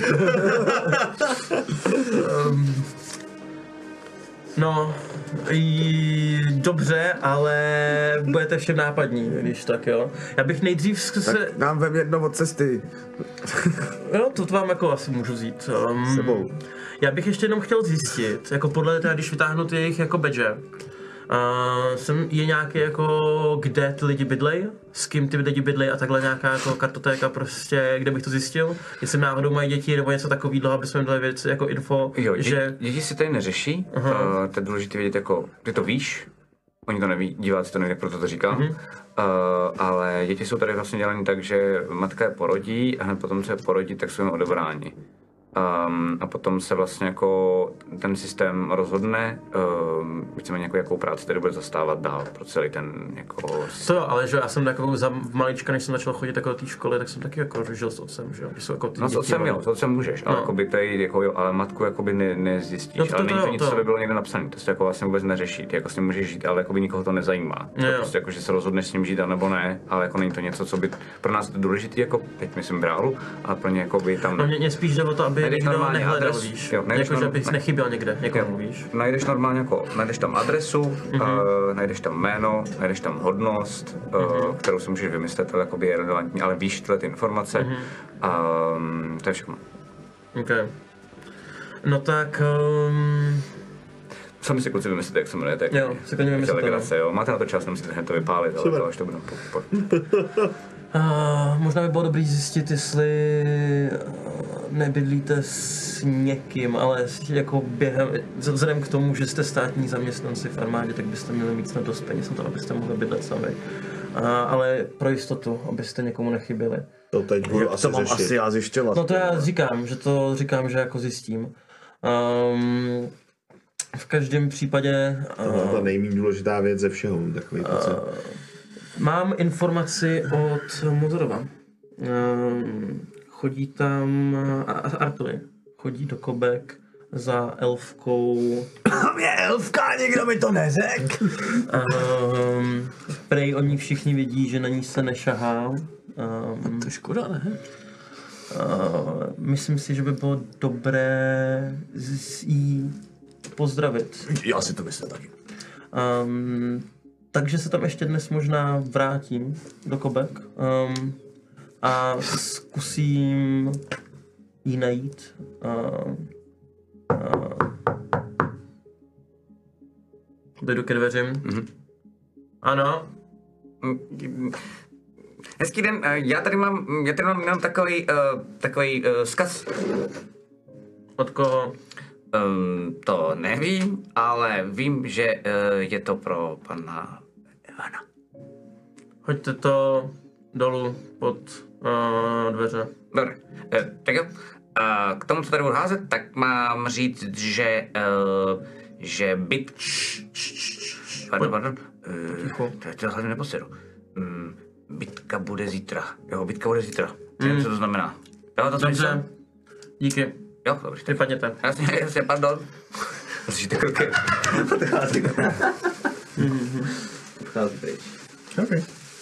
No, dobře, ale budete všem nápadní, když tak jo. Já bych nejdřív se... Tak nám vem jedno od cesty. Jo, to vám jako asi můžu vzít. Sebou. Já bych ještě jenom chtěl zjistit, jako podle teda, když vytáhnu ty jejich jako badge, je nějaký jako, kde ty lidi bydlej, s kým ty lidi bydlej a takhle nějaká jako kartotéka prostě, kde bych to zjistil, jestli náhodou mají děti nebo něco takového, aby jsme dali věci jako info, jo, že... Děti si tady neřeší, to je důležité vědět jako, ty to víš, oni to neví, diváci to neví, proto to říkám, ale děti jsou tady vlastně dělané tak, že matka je porodí a hned potom, co je porodí, tak jsou jen odebráni. A potom se vlastně jako ten systém rozhodne, víceméně jako jakou práci tady bude zastávat dál pro celý ten jako... To jo, ale že já jsem takovou v malička, než jsem začal chodit jako do té školy, tak jsem taky jako žil s otcem, že jo, jsou jako ty no s otcem jo, s otcem můžeš, ale jakoby tady jako jo, ale matku jakoby nezjistíš, no, ale není to nic, co by bylo někde napsané, to se jako vlastně vůbec neřeší, ty jako s ním můžeš žít, ale jakoby nikoho to nezajímá, to prostě jako, že se rozhodneš s ním žít a nebo ne, ale jako není to něco, co by pro nás to důležité, jako teď myslím v reálu, ale pro ně jako by tam... No mě spíš jde o to, aby nikdo nehledal, víš, jako že bys nechyběl někde, někomu, víš. Najdeš normálně jako, najdeš tam adresu, najdeš tam jméno, najdeš tam hodnost, kterou si můžeš vymyslet, ale jakoby je relevantní, ale víš tyhle ty informace a to je všechno. Okay. No tak... Sami si kluci vymyslete, jak se jmenujete. Jo, si klidně vymyslete. Jo. Máte na to čas, nemusíte hned to vypálit, ale to až to bude možná by bylo dobrý zjistit, jestli nebydlíte s někým, ale jako během, vzhledem k tomu, že jste státní zaměstnanci v armádě, tak byste měli mít snad dost peněz na to, abyste mohli bydlet sami. Ale pro jistotu, abyste někomu nechyběli. To teď budu asi mám řešit. asi já zjišťovat. No to já říkám, že jako zjistím. V každém případě... To je ta nejméně důležitá věc ze všeho, takový pocit. Mám informaci od Mozorova. Chodí tam Artuli. Chodí do Kobek za elfkou. Tam je elfka, nikdo mi to neřekl. Prej oni všichni vidí, že na ní se nešahá. To je škoda, ne? Myslím si, že by bylo dobré jí pozdravit. Já si to myslím taky. Takže se tam ještě dnes možná vrátím do Kobek a zkusím jí najít. Dojdu ke dveřím. Ano? Hezký den, já tady mám jenom takový vzkaz. Od koho? To nevím, ale vím, že je to pro pana Evana. Hoďte to dolů pod dveře. Dobře, tak jo. K tomu, co tady budu házet, tak mám říct, že Pardon. To hlavně neposedu. Bitka bude zítra. Jo, bitka bude zítra. Nevím, co to znamená. Jo, to dobře. Díky. Jo, dobře. Vypadněte. Jasně, pardon. Musíte kroky. Odchází. Odchází pryč. Okay.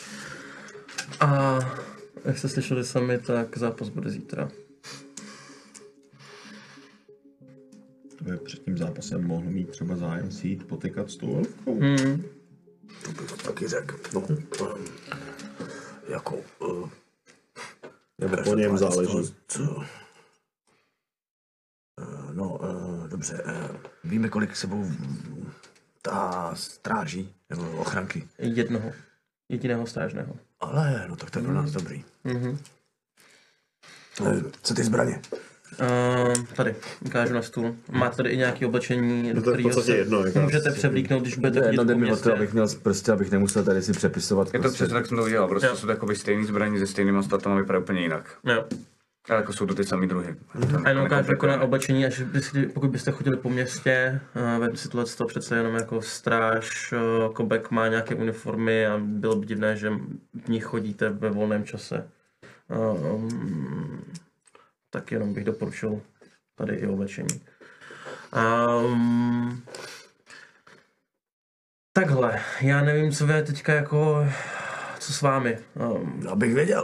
A jak jste slyšeli sami, tak zápas bude zítra. To by před tím zápasem mohl mít třeba zájem si jít potykat s tou elfkou. To bych taky řekl. No, jako... Nebo po něm záleží. Dobře. Víme, kolik sebou ta stráží, nebo ochranky? Jediného strážného. Ale, no tak to je pro nás dobrý. Co ty zbraně? Tady, ukážu na stůl. Máte tady i nějaké oblečení, do kterého se můžete převlíknout, když budete chodit po městě. Abych nemusel tady si přepisovat. Je to přesně tak jsem to udělal, prostě jsou takové stejné zbraně se stejnýma statama, vypadá úplně jinak. Jo. Ale jako jsou to ty samý druhy. A jenom ukážu jako na oblečení, až pokud byste chodili po městě, vedu si tohle přece jenom jako stráž, Kobek má nějaké uniformy a bylo by divné, že v nich chodíte ve volném čase. Tak jenom bych doporučil tady i oblečení. Takhle, já nevím, co vy teďka jako, co s vámi. Abych věděl.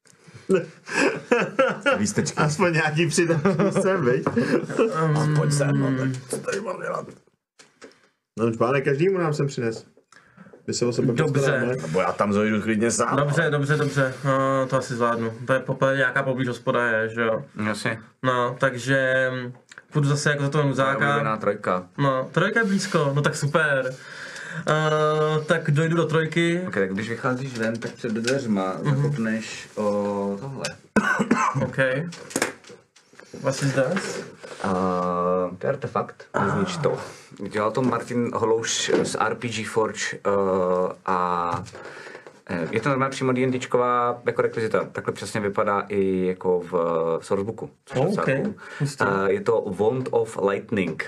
Lístečky. Aspoň nějaký přidáš sem, viď? Pojď sem, no, tak co tady mám dělat? No, páne, každému nám sem přines. My se o sebe Dobře. Nebo já tam zajdu klidně sám. Dobře. No, to asi zvládnu. To je poprvé nějaká poblíž hospoda je, že jo? Jasně. No, takže půjdu zase jako za toho nuzáka. Trojka. No, trojka je blízko, no tak super. Tak dojdu do trojky. Ok, tak když vycházíš ven, tak před dveřma zakopneš o tohle. Ok. What is that? To je artefakt, znič to. Dělal to Martin Holouš z RPG Forge a je to normálně přímo D&Dčková jako rekvizita. Takhle přesně vypadá i jako v sourcebooku. Okay. Je to Wand of Lightning.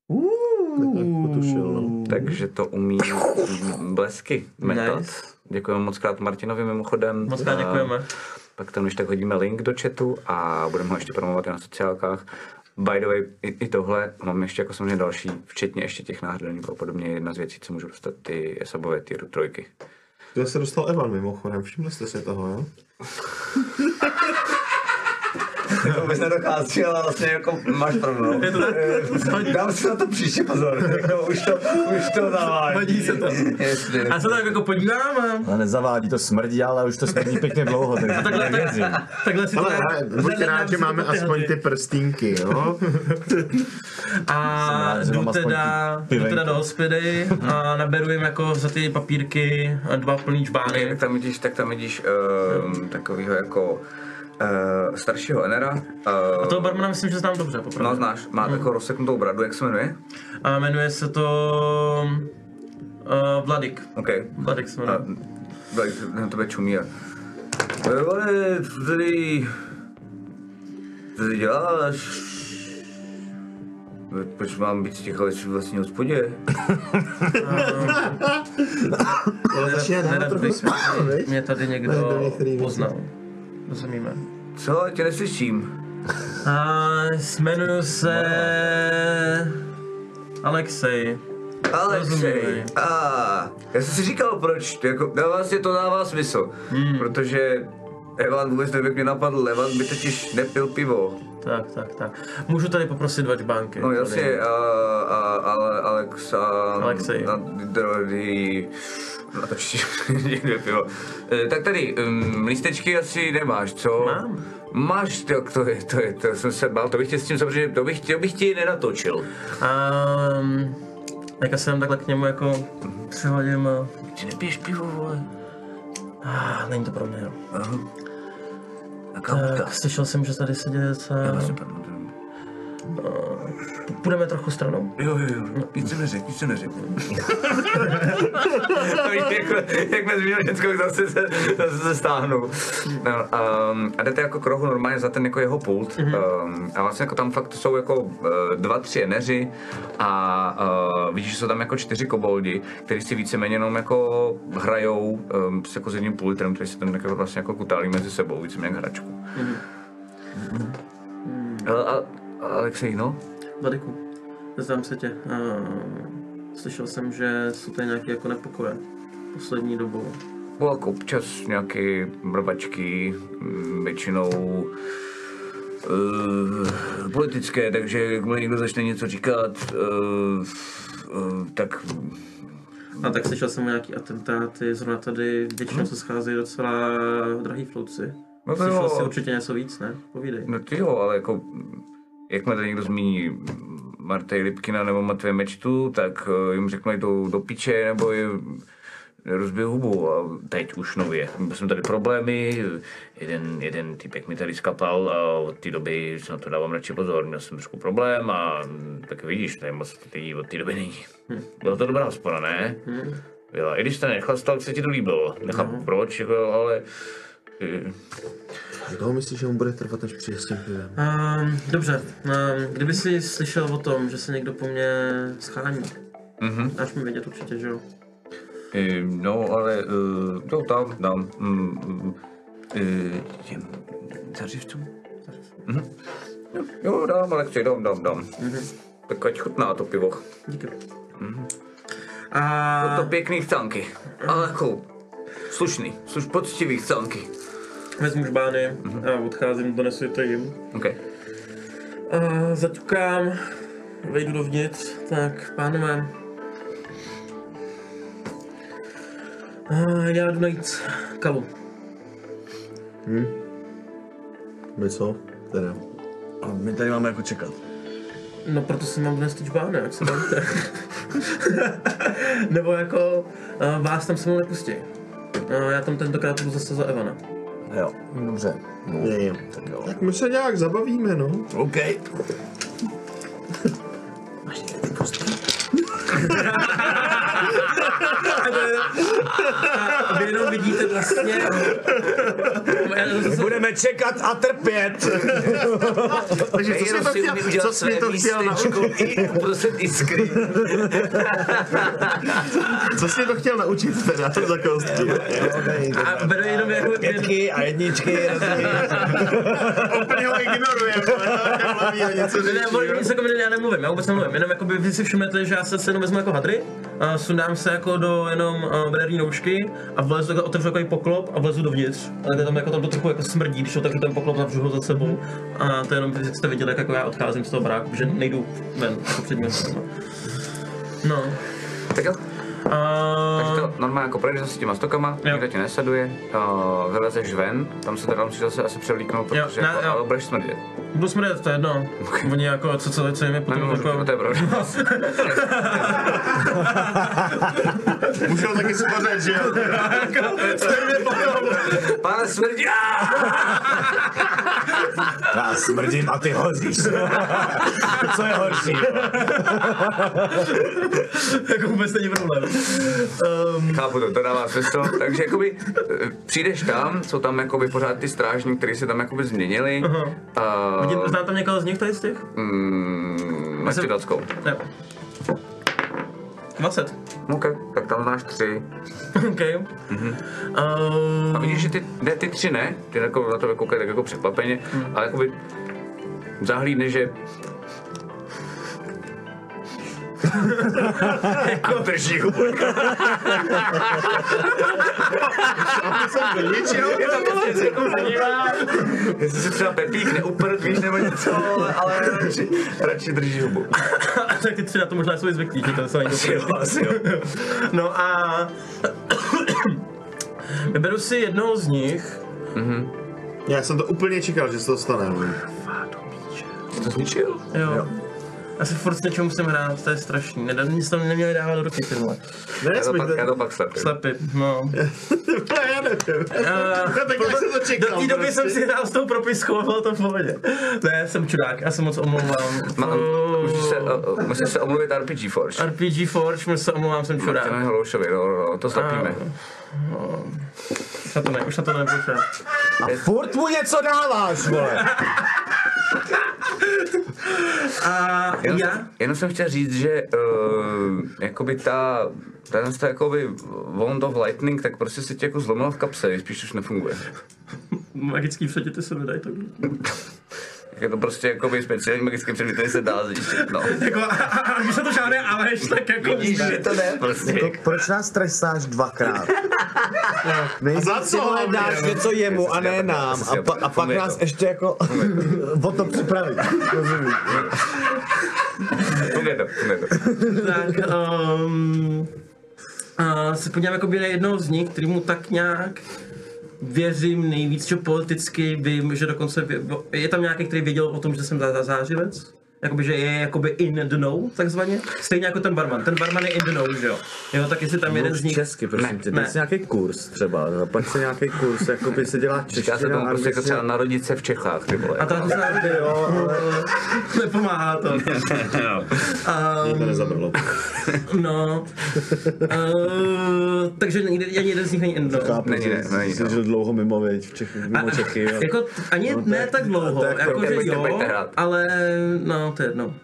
Takže to umí blesky metat. Nice. Děkujeme moc krát Martinovi mimochodem. Moc krát děkujeme. Pak tam když tak hodíme link do chatu a budeme ho ještě promovat i na sociálkách. By the way, i tohle mám ještě jako samozřejmě další, včetně ještě těch náhradníků a podobně. Jedna z věcí, co můžu dostat, ty sabové tier 3. To se dostal Evan mimochodem, všimli jste si toho, jo? Tak to bys nedochází, ale vlastně jako máš pravdu. Dám si na to příště pozor, jako už to zavádí. Hodí se to. A se tak jako podívám a... Ale nezavádí, to smrdí, ale už to smrdí pěkně dlouho, takže takhle si to... Ale buďte rád, že máme aspoň ty prstínky, jo? A jdu teda do hospody a naberu jim jako za ty papírky 2 plný čbány. Tak tam vidíš takovýho jako staršího Enera. A toho barmana myslím, že znám dobře, popravdě. No znáš, má takovou rozseknutou bradu, jak se jmenuje? A jmenuje se to... Vladik. OK. Vladik se jmenuje. Vladik, na tebe čumí. Ale co tady děláš? Proč mám být ticho ve vlastní hospodě? Nerad bych mě tady někdo poznal. Rozumíme. Co? Tě neslyším. Jmenuji se... Alexej. Já jsem si říkal, proč, jako, to dává smysl, protože Evan vůbec nevím, jak mě napadl, Evan by totiž nepil pivo. Tak. Můžu tady poprosit 2 čbánky. No jasně, ale Alexej. Dvě pivo. Tak tady, lístečky asi nemáš, co? Mám. Máš, tak to jsem se bál, to bych tě s tím samozřejmě, to bych ti nenatočil. Jak se tam takhle k němu jako přihodím a... Ty nepiješ pivo, vole? Není to pro mě, jo. Tak, slyšel jsem, že tady se děje docela... Půjdeme trochu stranou? Jo, nic jsem neřekl. Jak mě zmínil Jenskou, zase se stáhnu. No, a jdete jako k rohu normálně za ten jako jeho pult. A vlastně jako tam fakt jsou jako 2-3 eneři a vidíš, že jsou tam jako 4 koboldi, kteří si víceméně jenom jako hrajou jako s jedním pultem, který se tam jako vlastně jako kutálí mezi sebou, víceméně jak hračku. Alexej, no? Vladiku, znám se tě. Slyšel jsem, že jsou tady nějaké jako nepokoje poslední dobou. Jako občas nějaké mrvačky, většinou politické, takže jakmile někdo začne něco říkat, tak... A tak slyšel jsem o nějaký atentáty, zrovna tady většinou se scházejí docela drahý flouci. No slyšel jsi určitě něco víc, ne? Povídej. No ty jo, ale jako... Jakmile tady někdo zmíní Martej Lipkina nebo Matveje Mečtu, tak jim řeknu, jdou do piče nebo jim rozbiju hubu. A teď už nově. Jsme tady problémy, jeden typek mi tady skapal a od té doby se na to dávám radši pozor. Měl jsem trošku problém a tak vidíš, tady moc lidí od té doby není. Byla to dobrá hospoda, ne? Byla. I když jste nechlastal, se ti to líbilo. Nechápu proč, jako, ale Jak dlouho myslíš, že mu bude trvat, než přijde s tím pivem? Dobře, kdyby si slyšel o tom, že se někdo po mně schání, dáš mi vědět určitě, že jo? No, ale to dám. Těm zařivcům? Jo, dám, Alexej, dám. Tak ať chutná to pivo. Díky. To pěkný chcánky, ale jako slušný, poctivý chcánky. Vezmu žbány a odcházím, donesu to jim. Okay. Zaťukám, vejdu dovnitř, tak pánové. Já jdu najít Kalu. My co? Teda. A my tady máme jako čekat. No proto jsem mám dnes ty žbány, jak se bavíte. Nebo jako vás tam se mnou nepustí. Já tam tentokrát budu zase za Evana. Jo, dobře. No, tak my se nějak zabavíme, no. OK. A vy jenom vidíte vlastně... Budeme čekat a trpět. Takže co jsi mi to chtěl naučit? Iskry. Co jsi mi to chtěl naučit teda za kostky? A beru jenom jako... Pětky a jedničky. Úplně ho ignorujeme. Já nemluvím, já vůbec nemluvím, jenom jako by vy si všimnete, že já se jenom vezmu jako hadry, sundám se jako do jenom bederní noušky a vlezu takhle, otevřu takový poklop a vlezu dovnitř. Ale tam jako tam to trochu jako smrdí, když otevřu ten poklop, zavřu ho za sebou a to jenom, jak jste viděli, jak jako já odcházím z toho baráku, že nejdu ven jako před ním. No. Tak jo. Takže to normálně jako projdeš s těma stokama, nikdo tě nesaduje, vylezeš ven, tam se teda musíš zase asi převlíknout, protože jako, ale budeš smrdět. Budu smrdět, to je jedno. Oni jako, co jim je potom jako... To je pravda. Můžu taky spořit, že jo? Co jim je potom? Pane smrdí! Já smrdím a ty hoříš. Co je horší? Jako vůbec není problém. Chápu to dává smysl. Takže jakoby přijdeš tam, jsou tam jakoby pořád ty strážní, kteří se tam jakoby změnili. Znám tam někoho z nich tady z těch? Nechci Dackou. Jo. 20. OK, tak tam znáš 3. OK. A vidíš, že ty 3 ne, ty jako na to koukají tak jako překvapeně, ale jakoby zahlídne, že a drží hubu. Jestli si třeba Pepík neuprt, víš, nebo něco, ale radši drží hubu. Tak ty 3 na to možná jsou zvyklí, že to se nejde asi jo. No a vyberu si jednoho z nich. Já jsem to úplně čekal, že se to stane. Jsi to zničil? Jo. Já se furt s něčemu musím hrát, to je strašný. Nic tam neměli dávat do ruky, tyhle. Já to pak slepím. Slepit, no. Já nevím. Tak jak jsem to čekal. Do té doby jsem si hrál s tou propiskou a bylo to v pohodě. Ne, jsem čudák, já se moc omlouvám. Musíš se omluvit RPG Forge. RPG Forge, musím se omlouvám, jsem čudák. Martinovi Holoušovi, to slepíme. Už na to nebudu. A furt mu něco dáváš, vole. A jenom jsem chtěl říct, že jakoby ten jakoby Wand of Lightning, tak prostě se ti jako zlomila v kapse, spíš už nefunguje. Magický předměty se nedají tak. Je to prostě jakoby speciální magický předmět, který se dá zjistit, no. Jako, a když se to žádné aleš, tak jako... Vidíš, že to ne, prostě. Proč nás trestáš dvakrát? Za co? Dáš něco jemu a ne nám a pak nás ještě jako o to připraví. Funguje to. Tak, se podívám jakoby na jednoho z nich, který mu tak nějak věřím nejvíc, že politicky vím, že dokonce je tam nějaký, který věděl o tom, že jsem zářivec. jakoby, že je jakoby in the know, takzvaně. Stejně jako ten barman. Ten barman je in the know, že jo. Jo, tak jestli tam jeden z nich... česky, prosím tě, dej si nějaký kurz třeba, zaplať si nějaký kurz, jakoby se dělá čeština. Říká se tomu prostě jako třeba narodit se v Čechách, ty vole. A to se narodí, jo, ale nepomáhá to. Mě to nezabralo. No. Takže ani jeden z nich není in the know. Chápu, jsi žil dlouho mimo, mimo Čechy. Jo. Jako ani ne tak dlouho, jakože jo, ale no, to je jedno.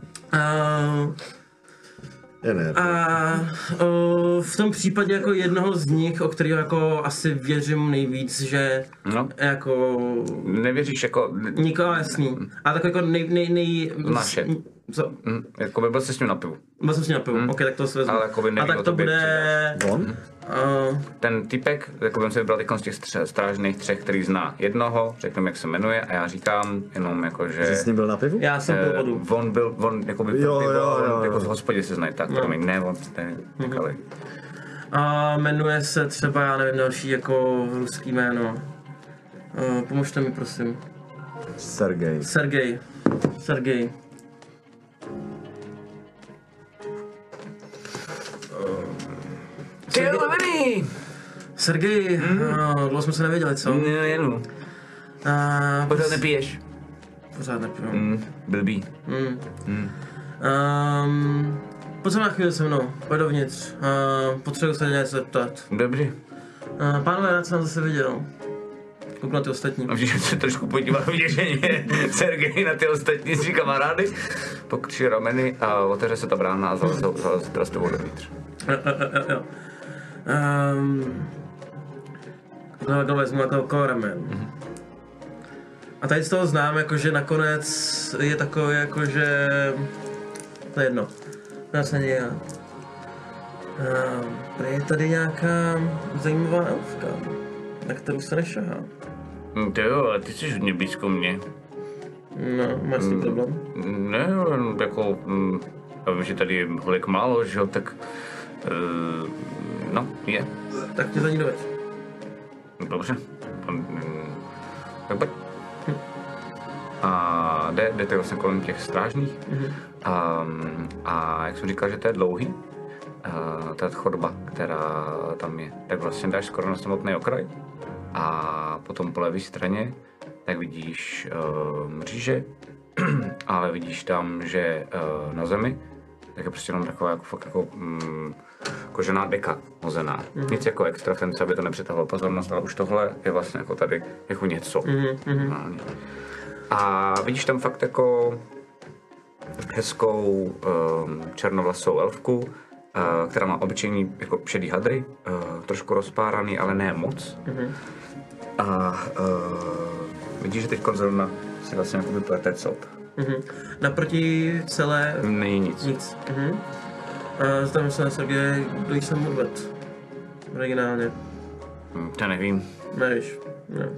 V tom případě jako jednoho z nich, o kterého jako asi věřím nejvíc, že jako... Nevěříš jako... Nikoho jasný. A tak jako Naše. Co? Jako by byl jsi s ním na pivu. Byl jsem s ním na pivu, ok, tak to se vezmu. Ale jako by a tak to bude... On? Ten typek, jako jsem si vybral z těch strážných 3, který zná jednoho, řeknu jak se jmenuje a já říkám jenom jako, že... Jsi s ním byl na pivu? Já jsem byl vodu. On jako by jako z hospodě se znají, tak promiň, ne, on říkali. A jmenuje se třeba, já nevím, další jako ruský jméno. Pomožte mi, prosím. Sergej. Sergej, dlouho jsme se nevěděli, co? Jenom. Pořád nepiješ? Pořád nepiju. Blbý. Pojď se na chvíli se mnou, pojď dovnitř. Potřebuji se něco zeptat. Dobře. Pánové, rád jsem zase viděl. Kouknu na ty ostatní. A můžeš se trošku podívat vděšeně Sergej na ty ostatní svý kamarády. Pokři rameny a otevře se ta brána a zaleze teda s tebou dovnitř. Jo. Takhle vezmu jako ramen. A tady z toho znám, jakože nakonec je takový, jakože... To je jedno. Vlastně já. Je tady nějaká zajímavá elfka, na kterou se nešahá. Ty jo, ale ty jsi hodně blízko mě. No, máš s tím problém? Ne, jako... Já vím, že tady je holik málo, že jo, tak... No, je. Tak mě za ní doveď. Dobře. Tak pojď. A jdete vlastně kolem těch strážných. A jak jsem říkal, že to je dlouhý, ta chodba, která tam je, tak vlastně dáš skoro na samotný okraj. A potom po levé straně, tak vidíš mříže, ale vidíš tam, že na zemi, tak je prostě jenom taková jako fakt jako kožená deka hozená. Nic jako extra fancy, aby to nepřitahovalo pozornost, ale už tohle je vlastně jako tady jako něco. A vidíš tam fakt jako hezkou černovlasou elfku, která má obyčejný jako šedý hadry, trošku rozpáraný, ale ne moc. A vidíš, že teď zrovna si vlastně jako plete cop. Naproti celé... Není nic. Zdám se na Sergej, kdo jí jsem odvedl. Originálně. To nevím. Nevíš, ne.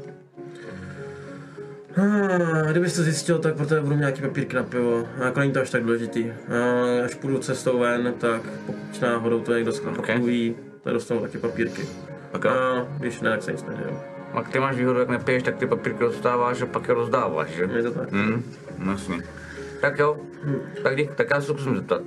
Kdybys to zjistil, tak pro tebe budu mít nějaký papírky na pivo. Jako není to až tak důležitý. Až půjdu cestou ven, tak pokud náhodou to někdo mluví, tak dostanu taky papírky. Když ne, tak se nic neděje. A ty máš výhodu, jak nepiješ, tak ty papírky dostáváš a pak je rozdáváš, že? Je to tak. Jasně. Tak jo, tak já se zkusím zeptat.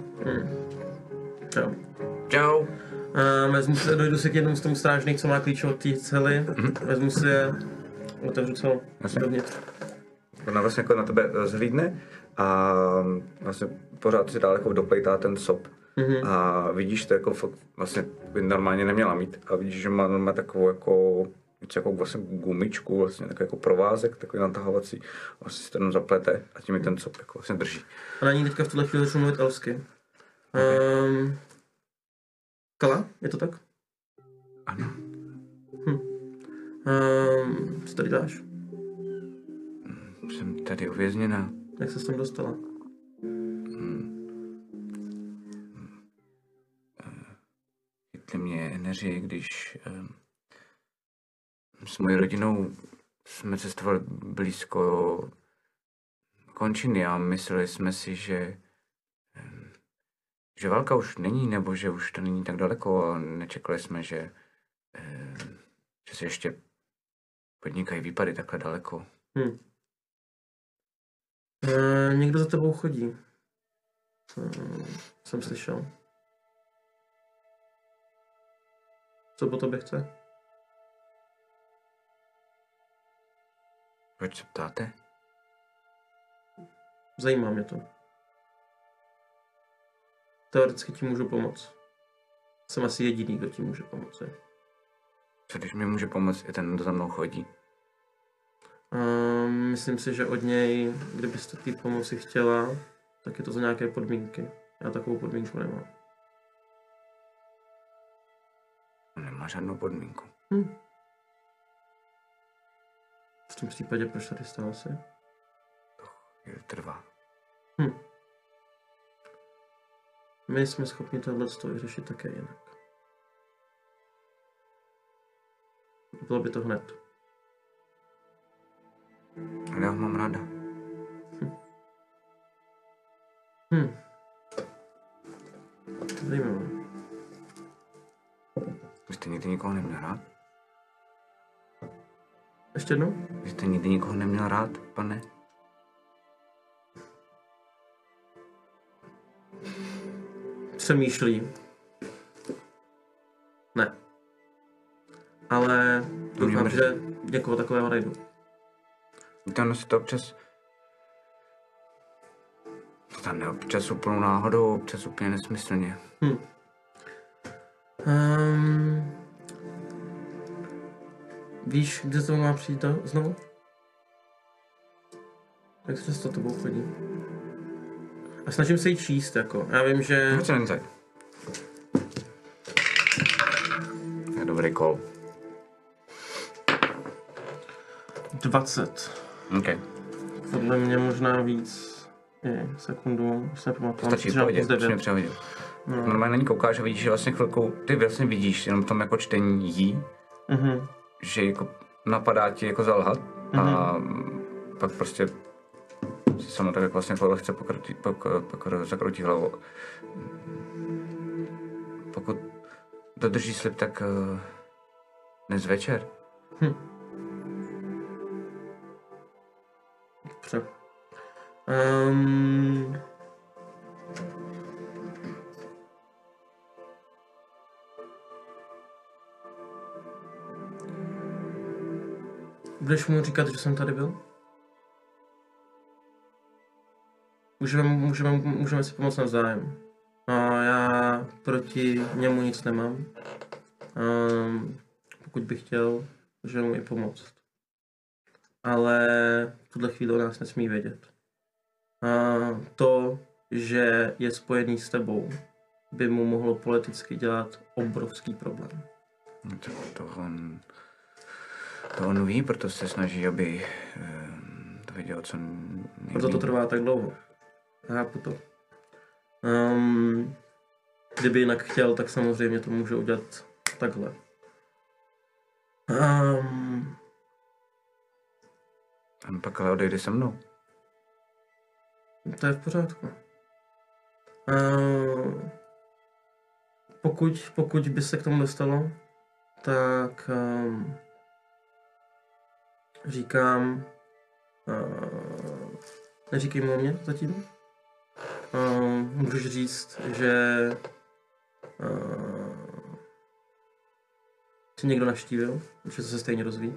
Čau. Dojdu si k jednomu z tomu strážných, co má klíče od té cely. Vezmu si je, otevřu celu dovnitř. Ona vlastně jako na tebe zhlídne a vlastně pořád si dál jako doplejtá ten sop. A vidíš to jako fakt vlastně by normálně neměla mít a vidíš, že má takovou jako něco jako vlastně gumičku, vlastně takový jako provázek, takový natahovací, vlastně si to jenom zaplete a tím mi ten sop jako vlastně drží. A na ní teďka v tuhle chvíli začnu mluvit elfsky. Kala, je to tak? Ano. Co tady dáš? Jsem tady uvězněná. Jak se tam dostala? Chytli mě energie, když s mojí rodinou jsme cestovali blízko končiny a mysleli jsme si, že válka už není, nebo že už to není tak daleko a nečekali jsme, že se ještě podnikají výpady takhle daleko. Někdo za tebou chodí. Jsem slyšel. Co po tobě chce? Proč se ptáte? Zajímá mě to. Teoreticky ti můžu pomoct. Jsem asi jediný, kdo ti může pomoci. Co když mi může pomoct i ten, kdo za mnou chodí? Myslím si, že od něj, kdybyste té pomoci chtěla, tak je to za nějaké podmínky. Já takovou podmínku nemám. Nemá žádnou podmínku. V tom případě proč tady stál asi? To trvá. My jsme schopni tohleto vyřešit také jinak. Bylo by to hned. Ale já ho mám ráda. Zajímavé. Vy jste nikdy nikoho neměl rád? Ještě jednou? Vy jste nikdy nikoho neměl rád, pane? Přemýšlí. Ne. Ale doufám, že někoho takového najdu. Víte, ono si to občas... To stane občas úplnou náhodou, občas úplně nesmyslně. Víš, kde to má přijít znovu? Jak se s to tebou chodí? A snažím se jí číst, jako. Já vím, že... Hoď si insight. Je dobrý kol. 20. OK. Podle mě možná víc. Sekundu, už se nepamatuju. Stačí, pohodě, už mě přehodil. Normálně na ní koukáš a vidíš, že vlastně chvilku, ty vlastně vidíš jenom tom jako čtení jí, že jako napadá ti jako zalhat a pak prostě si sama tak jako vlastně lehce zakroutí hlavu. Pokud dodrží slib, tak dnes večer. Dobře. Budeš mu říkat, že jsem tady byl? Můžeme si pomoct navzájem. Já proti němu nic nemám. Pokud bych chtěl, můžu mu i pomoct. Ale v tuhle chvíli o nás nesmí vědět. To, že je spojený s tebou, by mu mohlo politicky dělat obrovský problém. To on ví, proto se snaží, aby to věděl, co nejvíc. Proto to trvá tak dlouho. Chápu to. Kdyby jinak chtěl, tak samozřejmě to může udělat takhle. On pak ale odejde se mnou. To je v pořádku. Pokud by se k tomu dostalo, tak říkám, neříkej mu o mě zatím. Můžeš říct, že si někdo navštívil, že to se stejně rozví.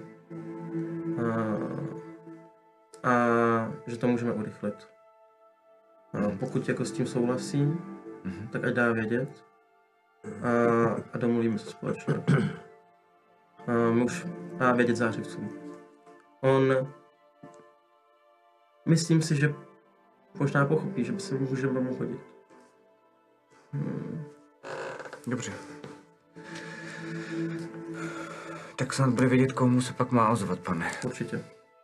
A že to můžeme urychlit. Pokud jako s tím souhlasí, tak ať dá vědět a domluvíme se společně. My už dá vědět zářivcům. Myslím si, že možná pochopí, že by se můžeme mu hodit. Dobře. Tak snad bude vědět, komu se pak má ozvat, pane. Určitě.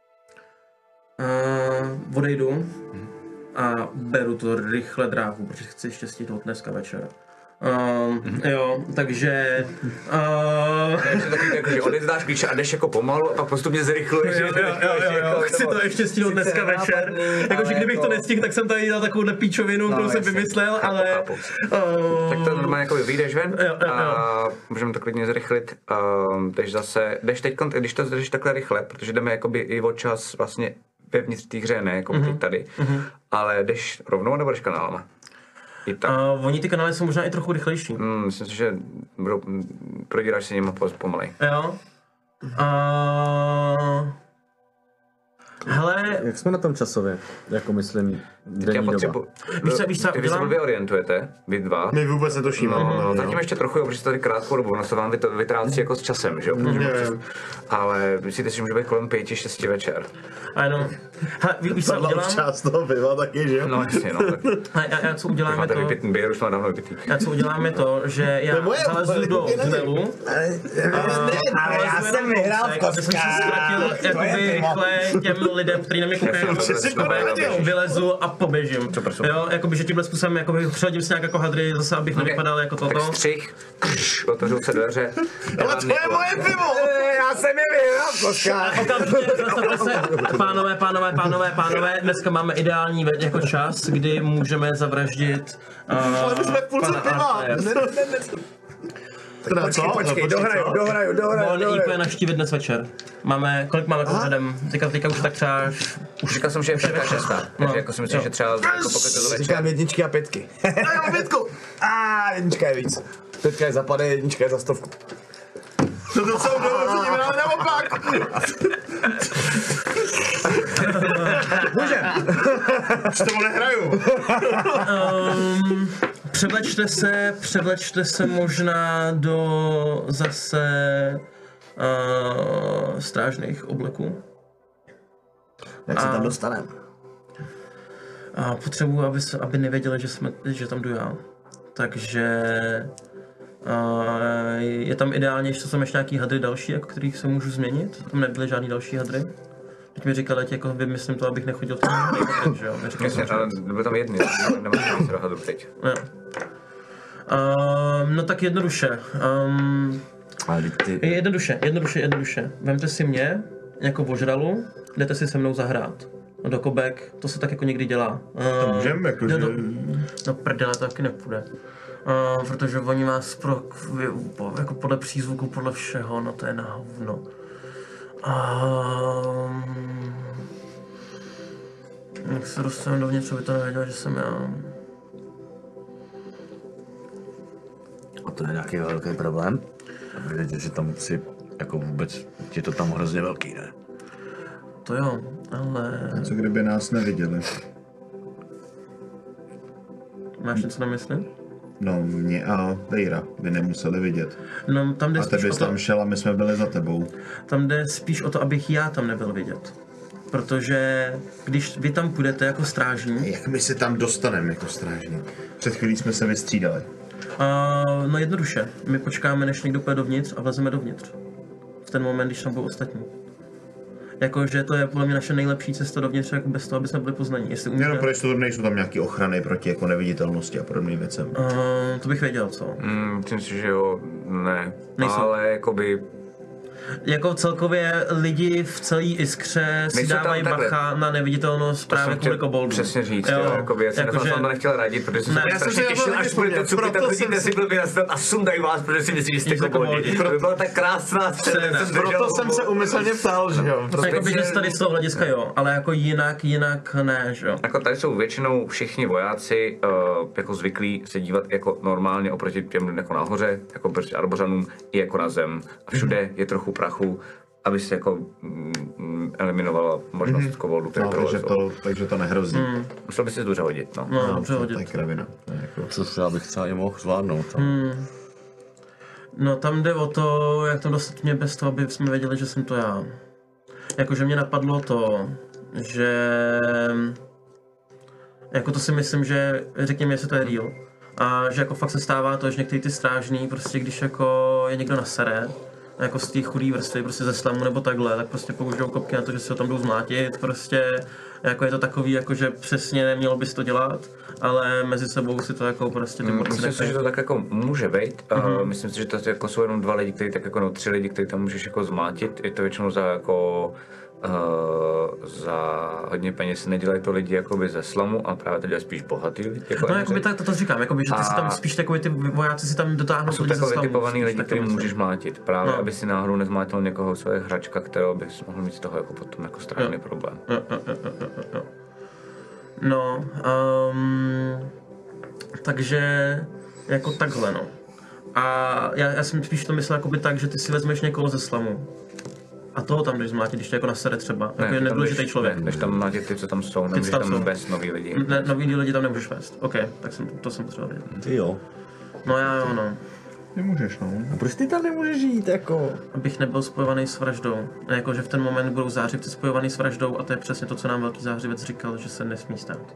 Odejdu a beru to rychle dráhu, protože chci ještě stihnout dneska večer. Jo, takže... Takže taky jako, že odezdáš klíče a jdeš jako pomalu a pak postupně zrychluješ. Jo, chci to ještě stihnout dneska večer. Jakože kdybych to nestihl, tak jsem tady dal takovou píčovinu, kterou jsem vymyslel, ale... Tak to normálně jako vyjdeš ven a můžeme to klidně zrychlit. Jdeš teď, když to jdeš takhle rychle, protože jdeme jakoby i o čas vlastně vevnitř té hře, ne jako teď tady, ale jdeš rovnou nebo jdeš kanálama? I tak. Oni ty kanály jsou možná i trochu rychlejší. Myslím si, že prodíráš se nimi pomalej. Jo. Hele... Jak jsme na tom časově? Jako myslím, denní doba. Víš co, vy se blbě orientujete, vy dva. My vůbec netušíme. Zatím ještě trochu, protože jste tady krátkou dobu, ono se vám vytrácí jako s časem, že jo? Ale myslíte si, že může být kolem 5-6 večer. Ano. Víš co udělám? Část toho piva taky, že jo? No jasně, no. Já co uděláme to... Běr už má dávno vypitý. Já co uděláme to, že já zalezu do tunelu. Ale já jsem vyhrál v kostkách. Jakoby rychle těm lidem, kteří na mě koukají, vylezu a poběžím. Jo, jakoby, že tímhle způsobem jakoby přehodím si nějak jako hadry, zase abych nevypadal jako toto. Tak střih, otevřou se dveře. Ale to je moje pivo! Já jsem je vyhrál v kostkách. Okamžitě, zastavte se. Pánové, dneska máme ideální jako čas, kdy můžeme zavraždit Ale my jsme v půlce piva! Počkej, dohraju. On IP naštívit dnes večer. Kolik máme pořadem? Teďka už tak třeba... Už říkal jsem, že je 5-6. Takže jako si myslím, že třeba jako pokud to večer. Říkám 1 a 5. Já mám 5. 1 je víc. 5 je za pade, 1 je za 100. No to jsou dovolený, máme naopak! Můžem. Už tomu nehraju. Převlečte se možná do zase strážných obleků. Jak se tam dostaneme? A potřebuji, aby nevěděli, že tam jdu já. Takže je tam ideálně, že tam ještě nějaký hadry další, jako kterých se můžu změnit. Tam nebyly žádný další hadry. Teď mi říkali, jako vymyslím to, abych nechodil tam hadry, že jo? Jasně, ale byl tam jedný, nemáš víc hadrů teď. No tak jednoduše. Jednoduše. Vemte si mě jako ožralu, jdete si se mnou zahrát. Do kobek, to se tak jako někdy dělá. To můžeme, jakože... No prdele, to taky nepůjde. Protože oni vás jako podle přízvuku, podle všeho, no to je na hovno. Jak se dostanu dovnitř, by to nevěděl, že jsem já. A to je nějaký velký problém? Vidíte, že tam si, jako vůbec, je to tam hrozně velký, ne? To jo, ale... Co kdyby nás neviděli? Máš něco na mysli? No, mě a Vejra by nemuseli vidět. No, tam jde a ty bys tam šel a my jsme byli za tebou. Tam jde spíš o to, abych já tam nebyl vidět. Protože když vy tam půjdete jako strážní... Jak my se tam dostaneme jako strážní? Před chvílí jsme se vystřídali. No jednoduše. My počkáme, než někdo půjde dovnitř a vlezeme dovnitř. V ten moment, když tam budou ostatní. Jakože to je podle mě naše nejlepší cesta dovnitř, jako bez toho, aby jsme byli poznaní. Jenom proč to nejsou tam nějaké ochrany proti jako neviditelnosti a podobným věcem? To bych věděl, co? Myslím si, že jo, ne. Nejsou. Ale jakoby... Jako celkově lidi v celé Iskře si dávají bacha na neviditelnost právě kvůli koboldům. Přesně říct, jo. Jakoby, já jsem to nechtěl radit, protože jsem se strašně těšil, až budete cupit, tak chodíte si blbě nastat a sundají vás, protože si myslí, že jste koboldi. To by byla tak krásná scéna. Proto jsem se umyslně ptal, že jo. Jakoby, že tady z toho hlediska jo, ale jako jinak ne, že jo. Jako tady jsou většinou všichni vojáci jako zvyklí se dívat jako normálně oproti těm jako nahoře, jako prostě Arbořanům, i jako na zem. A všude je trochu prachu, aby se jako eliminovala možnost koboldu, který takže to nehrozí. Musel by si dobře hodit, no. No, dobře hodit. To je kravina. Což já bych třeba i mohl zvládnout. No tam jde o to, jak to dostat mě bez toho, aby jsme věděli, že jsem to já. Jakože mě napadlo to, že... Jako to si myslím, že řekněme, jestli to je real. A že jako fakt se stává to, že některý ty strážný, prostě když jako je někdo nasere, jako z té chudé vrstvy, prostě ze slamu nebo takhle, tak prostě použijou kopky na to, že si ho tam jdou zmlátit, prostě jako je to takový, jako že přesně nemělo bys to dělat, ale mezi sebou si to jako prostě ty borci myslím si, že to tak jako může být. Myslím si, že to jako jsou jenom 2 lidi, kteří tak jako 3 lidi, kteří tam můžeš jako zmlátit. Je to většinou za jako za hodně peněz nedělají to lidi jakoby ze slamu, ale právě to dělají spíš bohatý lidi. Jako no jakoby tak to říkám, jakoby, že ty si tam spíš takový ty vojáci si tam dotáhnou. Jsou takový typovaný lidi, který můžeš mlátit, právě aby si náhodou nezmlátil někoho své hračka, kterého bys mohl mít z toho jako potom jako strašný problém. Jo. No, takže jako takhle no. A já jsem spíš to myslel jakoby tak, že ty si vezmeš někoho ze slamu. A toho tam jdeš zmlátit, když to jako na sere třeba. Ne, jako je nedůležitý člověk. Než tam mlátit ty, co tam jsou, nemůžeš tam vést nový lidi. Ne, nový lidi tam nemůžeš vést. OK, tak to jsem potřeboval vědět. Ty jo. No já jo, no. Nemůžeš, no. A proč ty tam nemůžeš jít, jako? Abych nebyl spojovaný s vraždou. A jako, že v ten moment budou zářivci spojovaný s vraždou a to je přesně to, co nám velký zářivec říkal, že se nesmí stát.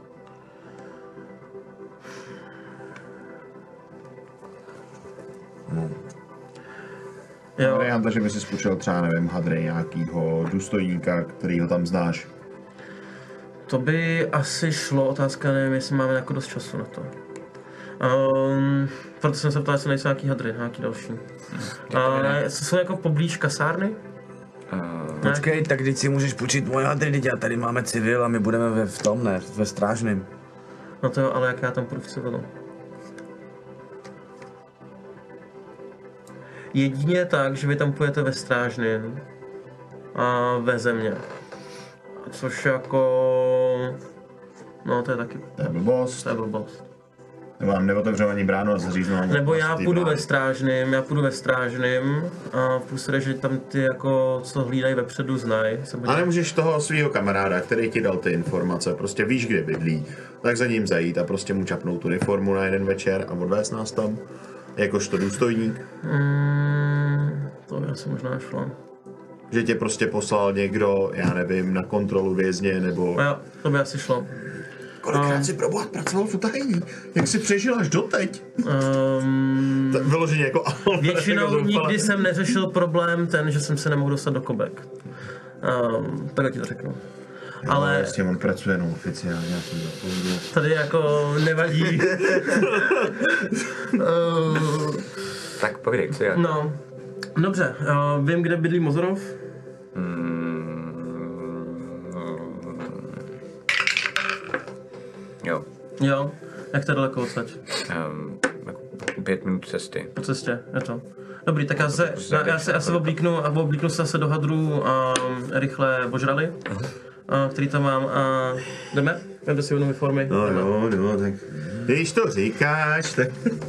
No. Jo. Varianta, že by si zkušel třeba, nevím, hadry nějakýho důstojníka, kterýho tam znáš. To by asi šlo, otázka, nevím, jestli máme jako dost času na to. Proto jsem se ptal, jestli nejsou nějaký hadry, nějaký další. Jsou jako poblíž kasárny? Počkej, tak teď si můžeš půjčit moje hadry, teď já tady máme civil a my budeme v tom, ne, ve strážném. No to jo, ale jak já tam půjdu v civilu? Jedině tak, že vy tam půjdete ve strážném a ve země. Což jako... No to je taky... To je blbost. To je blbost. Nebo vám neotevřou ani bránu a zaříznou. Nebo já půjdu ve strážným a půjde, že tam ty jako, co hlídají vepředu, znají. A nemůžeš toho svého kamaráda, který ti dal ty informace, prostě víš, kde bydlí, tak za ním zajít a prostě mu čapnout uniformu na jeden večer a odvést nás tam, jakožto důstojník. To by asi možná šlo. Že tě prostě poslal někdo, já nevím, na kontrolu vězně, nebo... Jo, to by asi šlo. Kolikrát si probohat pracoval v utajení? Jak jsi přežil až doteď? Vyloženě jako... Většinou nikdy jsem neřešil problém ten, že jsem se nemohl dostat do kobek. Tak ti to řeknu. Ale... S tím on pracuje jenom oficiálně, já jsem zapomněl. Tady jako nevadí. Tak povídej, co je? No, dobře, vím, kde bydlí Mozorov? Jo, jak to je daleko odsaď? 5 minut cesty. Po cestě, je to. Dobrý, tak já se oblíknu se zase do hadru a rychle ožrali, který tam mám a jdeme? Vemte si uniformy. No, tak když to říkáš, tak...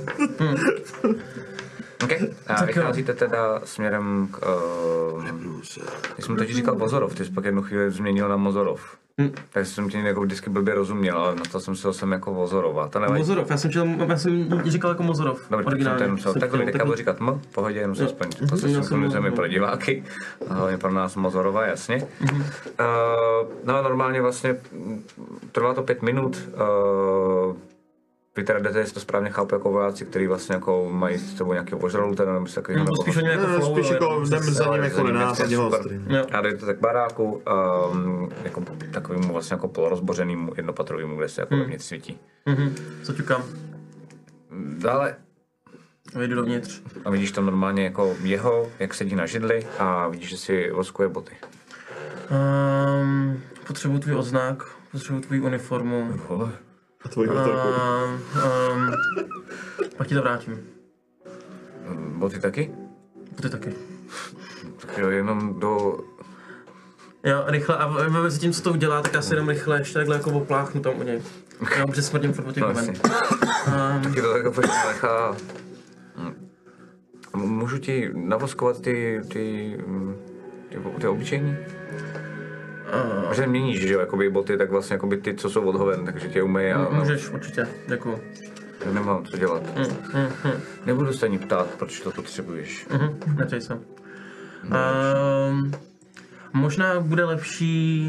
OK, a vycházíte teda směrem k... Já jsem totiž říkal Mozorov, ty jsi pak jednu chvíli změnil na Mozorov. Takže jsem tě jako vždycky blbě rozuměl, ale na to jsem si jsem jako Vozorova. To nevadí. Mozorov, já jsem říkal jako Mozorov. Dobrý, tak jsem to tak teďka budu říkat v pohodě, jenom se aspoň to se synchronizujeme pro diváky, a hlavně pro nás Mozorova, jasně. No normálně vlastně trvá to 5 minut, vy teda jdete, jestli to správně chápu, jako vojáci, kteří vlastně jako mají s sebou nějakého ožralu, teda nebo takového... No spíš oni jako flow, spíš jako jdeme za ním jako nenáz a dělostry. A jdete tak baráku, jako takovému vlastně jako polorozbořenému jednopatrovému, kde se jako vevnitř svítí. Co ťukám? Dále. Vejdu dovnitř. A vidíš tam normálně jako jeho, jak sedí na židli a vidíš, že si voskuje boty. Potřebuji tvůj odznak, potřebuji tvůj uniformu. A tvoji motorku. Pak ti to vrátím. Boty taky? Boty taky. Tak jo, jenom do... Jo, rychle, a mezi tím, co to udělá, tak já si jenom rychle ještě takhle jako opláchnu tam u něj. Já protože smrdím furt o těch ven. Taky to takhle pojď nechá. Můžu ti navoskovat ty obyčejní? Že měníš, že jo, jakoby boty, tak vlastně jakoby ty, co jsou od hoven, takže tě umyjí a... Můžeš, určitě, děkuju. Nemám co dělat. Nebudu se ani ptát, proč to potřebuješ. Nečej se. Možná bude lepší,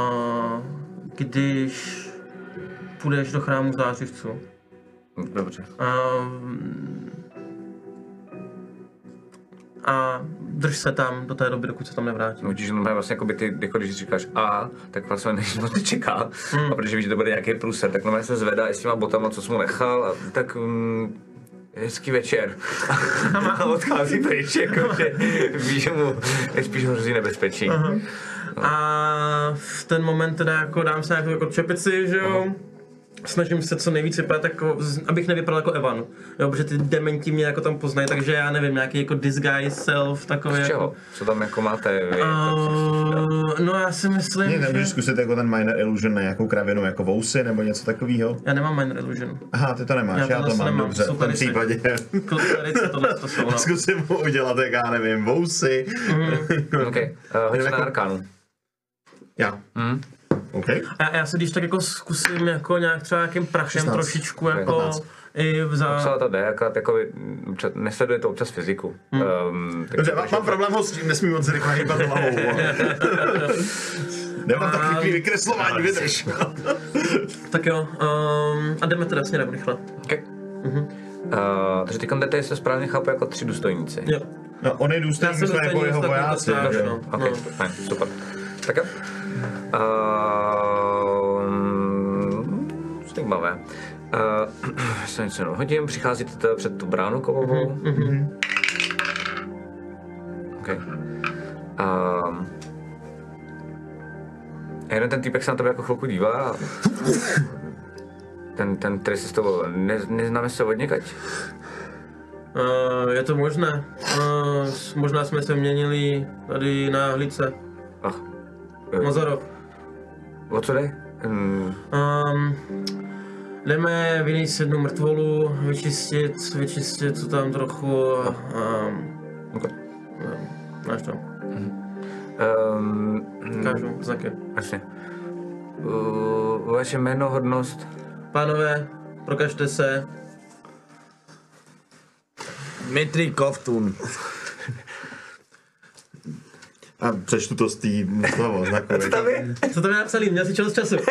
když půjdeš do chrámu zářivců. Dobře. A drž se tam do té doby, dokud se tam nevrátím. Vidíš, že vlastně jako by ty, jako když říkáš A, tak vlastně než to ty čeká. A protože víš, že to bude nějaký průser, tak normálně se zvedá i s těma botama, co jsi mu nechal, a tak hezký večer. A odchází pryč, jako že víš, že mu je spíš hrozí nebezpečí. A v ten moment teda jako dám se jako čepici, že jo. Snažím se co nejvíc vypadat jako, abych nevypadal jako Evan, jo, protože ty dementi mě jako tam poznají, takže já nevím, nějaký jako disguise self, takový Z čeho? jako... Co tam jako máte vy? No já si myslím, Ne, že... nemůžeš zkusit jako ten minor illusion na nějakou kravinu, jako vousy nebo něco takového? Já nemám minor illusion. Aha, ty to nemáš, já to tohle mám, nemám, dobře, jsou v tom tady případě. Klarice, tohle to jsou, no. Zkusím mu udělat, jak já nevím, vousy. OK, hoď se na arkánu. Já. OK. A já se když tak jako zkusím jako nějak třeba nějakým prachem 16. trošičku jako... I Docela to jde, akorát jako nesleduje to občas fyziku. Dobře, mám problém ho s tím, nesmím moc rychle hýbat hlavou. Nemám tak rychlý vykreslování, vydrž. Tak jo, a jdeme teda směrem rychle. Okay. Takže ty jdete, jestli správně chápu, jako 3 důstojníci. Jo. No, on je důstojník, my jsme jako jeho vojáci. No. Ok, fajn, super. Tak jo. Zajímavé. Se něco hodím, přicházíte teda před tu bránu kovovou. OK. Jeden ten týpek se na tebe jako chvilku dívá. Ten, který se s tebou, neznáme se od někať? Je to možné. Možná jsme se měnili tady na hlídce. Mazarov. O co jde? Jdeme vynést jednu mrtvolu, vyčistit co tam trochu. Okay. Máš to. Kážu, znaky. Jasně. Vaše jméno, hodnost? Pánové, prokažte se. Dmitrij Kovtun. A přečtu to z toho znaku. Co tam je? Co tam je napsaný? Měl si čas času.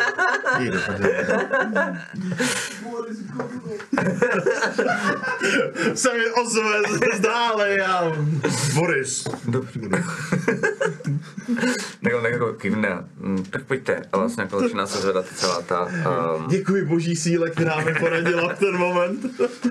Se mi ozve zdále, já... Boris. Dobře. Tak on tak jako kývne. Tak pojďte. A vlastně jako začíná se zvedat celá ta... Děkuji boží síle, která mi poradila v ten moment.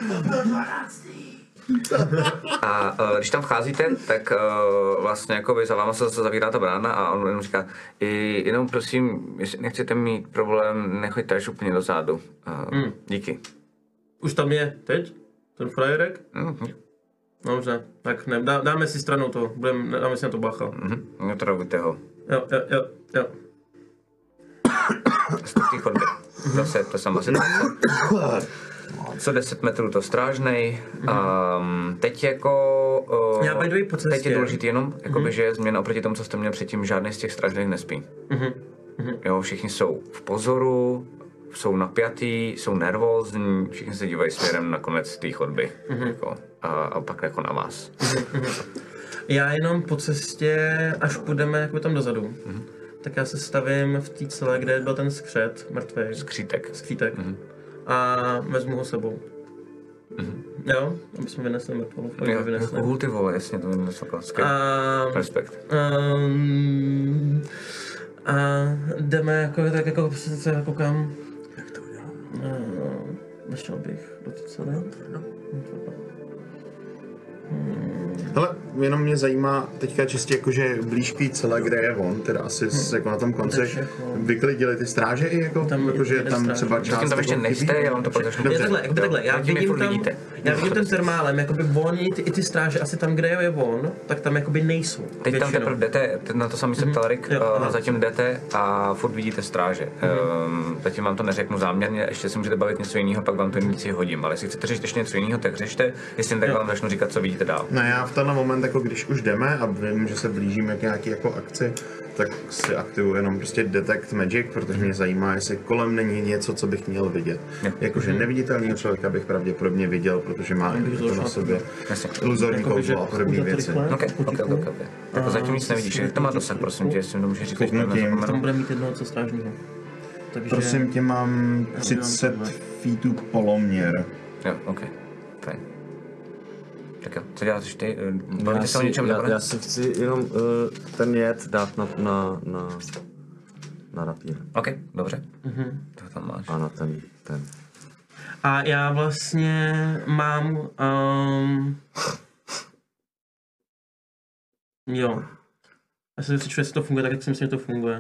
A když tam vcházíte, tak vlastně jako za váma se zase zavírá ta brána a on jenom říká, jenom prosím, jestli nechcete mít problém, nechoďte až úplně dozadu. Díky. Už tam je teď? Ten frajerek? Dobře, tak ne, dáme si stranou to, dáme si na to bacha. Otravujte ho. Jo. Jste v té chodbě. Zase to sama situace. Co 10 metrů to strážnej. Teď jako... Já by po cestě. Teď je důležitý jenom, jakoby, že je změna oproti tomu, co jste měl předtím, žádný z těch strážných nespí. Jo, všichni jsou v pozoru, jsou napjatý, jsou nervózní, všichni se dívají směrem na konec té chodby. Jako, a pak jako na vás. Já jenom po cestě, až půjdeme jako tam dozadu, tak já se stavím v té celé, kde byl ten skřet, mrtvý. Skřítek. A vezmu ho sebou. Jo, aby jsme vynesli mrtvolu. Jo, ty vole, jasně, to mi nesokal. Respekt. A jdeme jako, tak jako kam? Jak to udělám? Nešel bych do té celé. Hele, jenom mě zajímá teďka čistě jakože blížký celé, kde je on, teda asi jako na tom konci, vyklidili ty stráže i jako, jakože tam třeba část... Zatím tam ještě nejste, já vám to pak začnu. Takhle, já vidím ten termálem, jakoby oni, i ty stráže, asi tam, kde je on, tak tam jakoby nejsou. Teď tam teprve jdete, na to sami se ptal Rick, zatím jdete a furt vidíte stráže. Zatím vám to neřeknu záměrně, ještě si můžete bavit něco jiného, pak vám to nic hodím, ale jestli chcete řešit ještě něco jiného, tak řešte, jestli tak vám začnu říkat, co vidíte dál. No já v tenhle moment, jako když už jdeme a vím, že se blížíme k nějaký jako akci, tak si aktivuji jenom prostě Detect Magic, protože mě zajímá, jestli kolem není něco, co bych měl vidět. Jakože neviditelného člověka bych pravděpodobně viděl, protože má to na sobě iluzorní kouzlo a podobné věci. Ok. Tak zatím nic nevidíš, jak to má dosah, prosím tě, jestli to můžeš říct. Tam bude mít jednoho co strážního. Takže... Prosím tě, mám 30 feetů poloměr. Jo, ok. Fajn. Tak jo, co děláš ty? Bavíte se o něčem dobré? Já si chci jenom ten jed dát na rapír. Ok, dobře. To tam máš. Ano, ten. A já vlastně mám... jo. Já si přečtu, jestli to funguje tak, jak si myslím, že to funguje.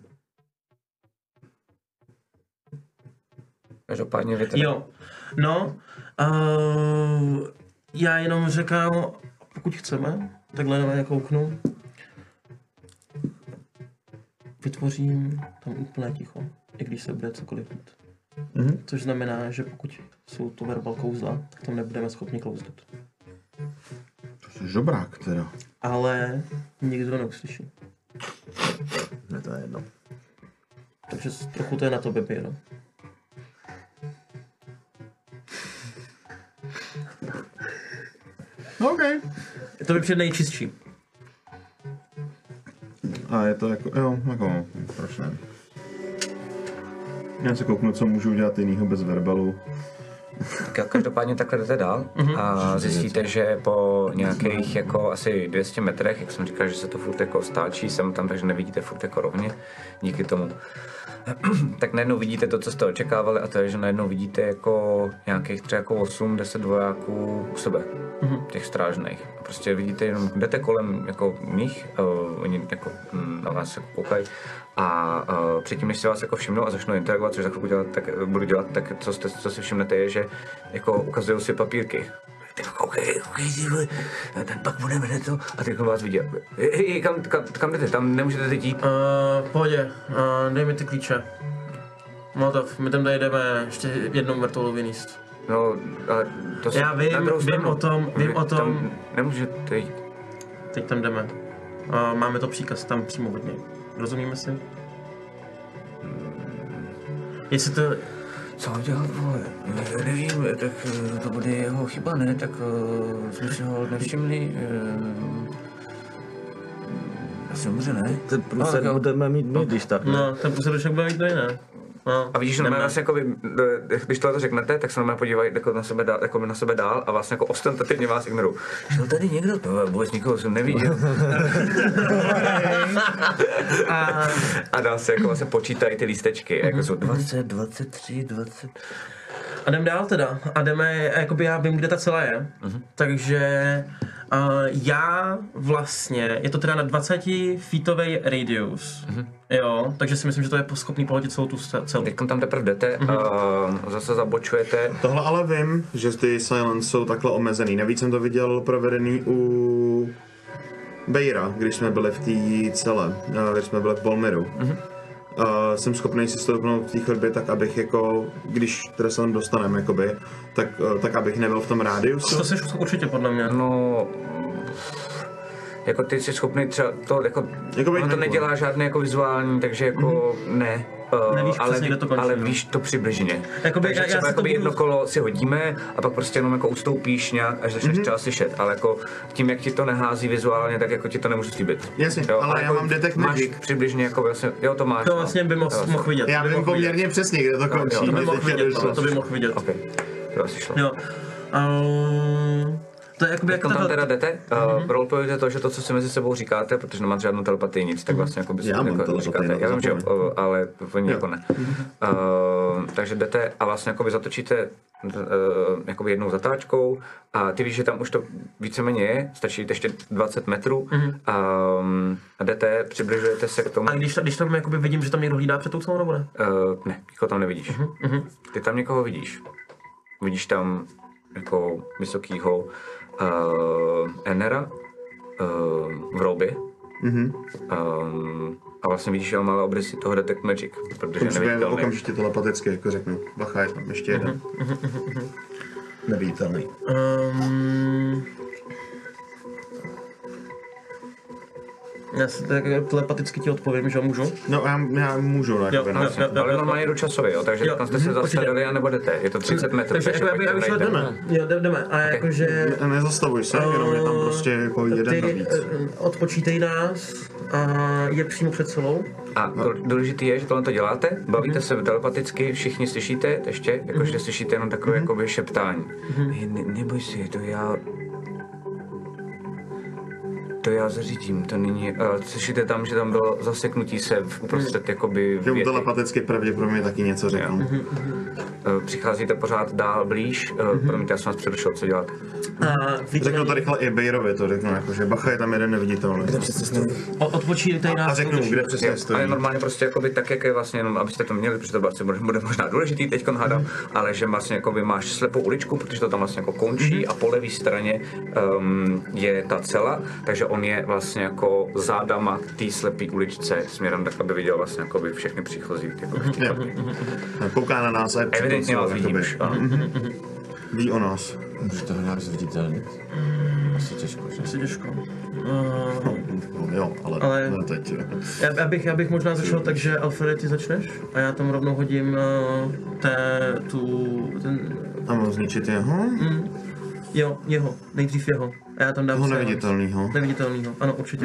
Každopádně vy teda... Jo, no, já jenom říkám, pokud chceme, takhle na mě kouknu, vytvořím tam úplné ticho, i když se bude cokoliv dít. Což znamená, že pokud jsou to verbal kouzla, tak tam nebudeme schopni klouzdat. To jsi dobrák teda. Ale nikdo to neuslyší. Ne, to je jedno. Takže trochu to je na tobě, Běro. OK. To by přijde nejčistší. A je to jako, jo, jako, proč ne? Já se kouknu, co můžu udělat jinýho bez verbalu. Každopádně takhle jdete dál a zjistíte, že po nějakých jako asi 200 metrech, jak jsem říkal, že se to furt jako stáčí sem tam, takže nevidíte furt jako rovně díky tomu. Tak najednou vidíte to, co jste očekávali, a to je, že najednou vidíte jako nějakých třeba jako 8-10 vojáků u sebe, těch strážných. A prostě vidíte jenom, jdete kolem jako nich, oni jako na vás jako koukají a předtím, než si vás jako všimnou a začnou interagovat, což za chvilku budu dělat, tak co si všimnete je, že jako ukazují si papírky. Ty koukej, ten pak budeme to a teď vás vidí. Kam jdete? Tam nemůžete teď jít? Pohodě, dej mi ty klíče. Molotov, my tam jdeme ještě jednou mrtvolu vyníst. No, ale to se... Já vím o tom. Nemůžete jít. Teď tam jdeme. Máme to příkaz tam přímo od něj. Rozumíme si? Jestli to... Co dělat, vole? Nevím, tak to bude jeho chyba, ne? Tak jsme si ho nevšimli. Asi může, ne? Ten průsed budeme mít my, když tak. No, ten průsed už budeme mít my, ne? No, a vidíš, že vlastně jako když tohle řeknete, tak se normálně podívají jako na sebe dál a vlastně jako ostentativně vás ignorují. Šel tady někdo? To vůbec nikoho jsem neviděl. A dál se jako vlastně počítají ty lístečky, jako jsou 20, 23, 20... A jdem dál teda. A jdeme, jakoby já vím, kde ta celá je. Takže já vlastně, je to teda na 20 feetovej radius. Jo, takže si myslím, že to je schopný pohodit celou tu celou. Teď tam teprve jdete a zase zabočujete. Tohle ale vím, že ty silence jsou takhle omezený. Navíc jsem to viděl provedený u Bejra, když jsme byli v té celé, když jsme byli v Bolmiru. Jsem schopný si stoupnout v té chodbě tak, abych jako, když teda se tam dostaneme, jakoby, tak abych nebyl v tom rádiusu. To jsi určitě podle mě. No, jako ty jsi schopný třeba to, jako ono to nedělá žádný jako vizuální, takže jako ne. Nevíš přesně, kde to končí, ale víš to přibližně. Jakoby, takže třeba jakoby jedno kolo si hodíme a pak prostě jenom jako ustoupíš nějak, až začneš třeba slyšet, ale jako tím, jak ti to nehází vizuálně, tak jako ti to nemůžu slíbit. Jasně, jo, ale já jako mám detect magic. Máš přibližně jako vlastně, jo to máš. To vlastně by mohl vidět. Já vím poměrně přesně, kde to končí. To by mohl vidět, to by mohl vidět. Ok, to asi šlo. Jo. To je jakoby, jak tam teda jdete, roleplayujete to, že to, co si mezi sebou říkáte, protože nemáte žádnou telepatii, nic, tak vlastně jako by si jako říkáte. Já vím, že ale oni jako ne. Takže jdete a vlastně jako by zatočíte jakoby jednou zatáčkou a ty víš, že tam už to víceméně je, stačí ještě 20 metrů a jdete, přibližujete se k tomu. A když tam jakoby vidím, že tam někdo hlídá před tou celou, nebo ne? Ne, nikoho tam nevidíš. Ty tam někoho vidíš. Vidíš tam jako vysokýho Enera v roubě. A vlastně vidíš jenom malé obrysy toho Detect Magic, protože neviditelný. Okamžitě telepaticky, jako řeknu. Bacha, je tam ještě jeden. Neviditelný. Já si tak telepaticky ti odpovím, že můžu? No já můžu, ale normálně jdu časově, jo, takže tam jste se zastavili a nebo jdete, je to 30 metrů. Takže já už jdeme. Jo, jdeme, a jakože... Nezastavuj se, jenom je tam prostě jako jeden navíc. Odpočítej nás a je přímo před celou. A důležité je, že tohle to děláte, bavíte se telepaticky, všichni slyšíte ještě, jakože slyšíte jenom takové jakoby šeptání. Neboj si, to já zařídím, to není, slyšíte tam, že tam bylo zaseknutí se uprostřed jakoby věty. Že telepaticky pravděpodobně taky něco řeknu. Přicházíte pořád dál blíž, promiňte, já jsem vás přerušil, co dělat? Řeknu to rychle i Bejrovi, to řeknu, jako, že bacha je tam jeden neviditelný. Kde přesně stojí? Odpočítej nás. A řeknu, kde přesně stojí. Ale normálně prostě jakoby tak, jak je vlastně, jenom abyste to měli, protože to vlastně bude možná důležitý teďkon hádám, ale že vlastně jakoby máš slepou uličku, protože to tam vlastně jako končí a po levé straně je ta cela, takže on je vlastně jako zádama k té slepé uličce směrem tak, aby viděl vlastně jakoby všechny příchozí. Kouká na nás a je evidentně vás vidí už. Ví o nás. Může toho nějak zviditelnit? Asi těžko, že? Asi těžko. Jo, ale ne teď. Já bych možná začal tak, že Alfred, ty začneš a já tam rovnou hodím ten... A mám zničit jeho? Jo, jeho, nejdřív jeho. A já tam dám toho neviditelnýho. Neviditelnýho, ano, určitě.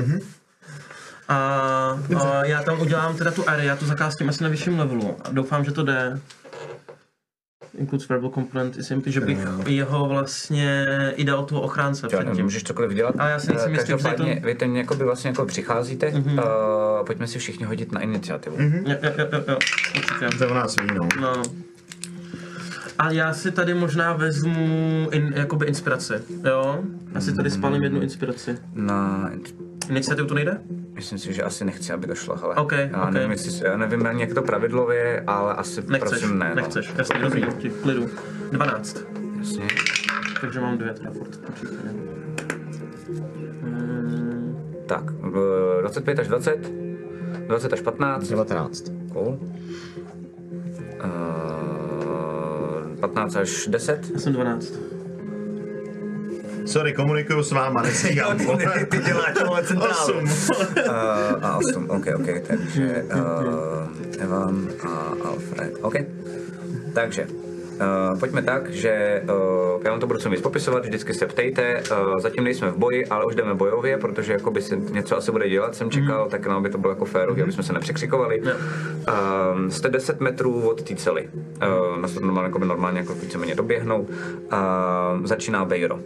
A já tam udělám teda tu area, já tu zakázkím asi na vyšším levelu a doufám, že to jde. Includes verbal component is simply, že bych jeho vlastně i dal toho ochránce předtím. Můžeš cokoliv dělat. A já si nejsem jistý, že to... Vy ten jakoby vlastně jako přicházíte, pojďme si všichni hodit na iniciativu. Jo, určitě. To je u nás ví, no. A já si tady možná vezmu jakoby inspiraci, jo? Já si tady spálím jednu inspiraci. Na iniciativu to nejde? Myslím si, že asi nechci, aby to šlo, hele. Okay. Já nevím ani jak to pravidlově, ale asi prosím ne. Nechceš, jasně, rozumím, v klidu. 12. Jasně. Takže mám 2 teda furt, počítaně. Tak, 25 až 20, 20 až 15. 19. Cool. 15 až 10. Já jsem 12. Sorry, komunikuju s váma, nestíhám. Ty děláš tohle centrálu. 8, ok, takže Evan a Alfred, ok. Takže, pojďme tak, že já vám to budu co víc popisovat, vždycky se ptejte, zatím nejsme v boji, ale už jdeme bojově, protože jakoby se něco asi bude dělat, jsem čekal, tak nám by to bylo jako férově, aby jsme se nepřekřikovali. Jste 10 metrů od té cely, nás to normálně jako víceméně doběhnou, začíná Bejro.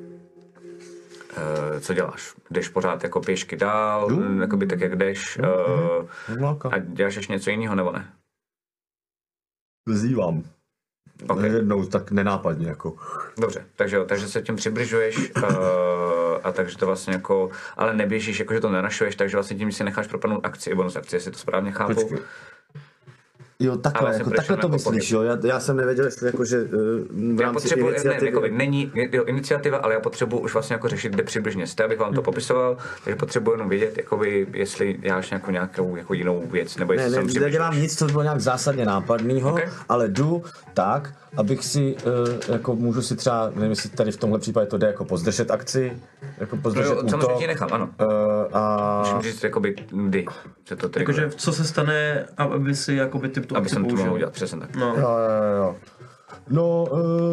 Co děláš? Jdeš pořád jako pěšky dál, jakoby tak jak jdeš, a děláš ještě něco jiného nebo ne? Vzývám. Okay. Jednou tak nenápadně jako. Dobře, takže se tím přibližuješ a takže to vlastně jako, ale neběžíš, jako že to nenašuješ, takže vlastně tím si necháš propadnout akci, bonus akci, jestli to správně chápu. Počkej. Jo, takhle, jako, takhle to myslíš, jo? Já jsem nevěděl, jestli jako, že v rámci iniciativy... Není iniciativa, ale já potřebuji už vlastně jako řešit, kde přibližně jste, abych vám to popisoval, takže potřebuji jenom vědět, jakoby, jestli děláš nějakou jako jinou věc, nebo jestli jsem přibližuješ. Nedělám nic, co bylo nějak zásadně nápadného, ale jdu tak, abych si, jako můžu si třeba, nevím, jestli tady v tomhle případě to jde jako pozdržet akci, jako pozdržet útok. Samozřejmě ti nechám, ano. Můžu říct, jakoby, kdy se to triguje. Jakože co se stane, aby si jakoby typ tu akci použil. Aby jsem to mohl udělat, přesně tak. No. Jo. No,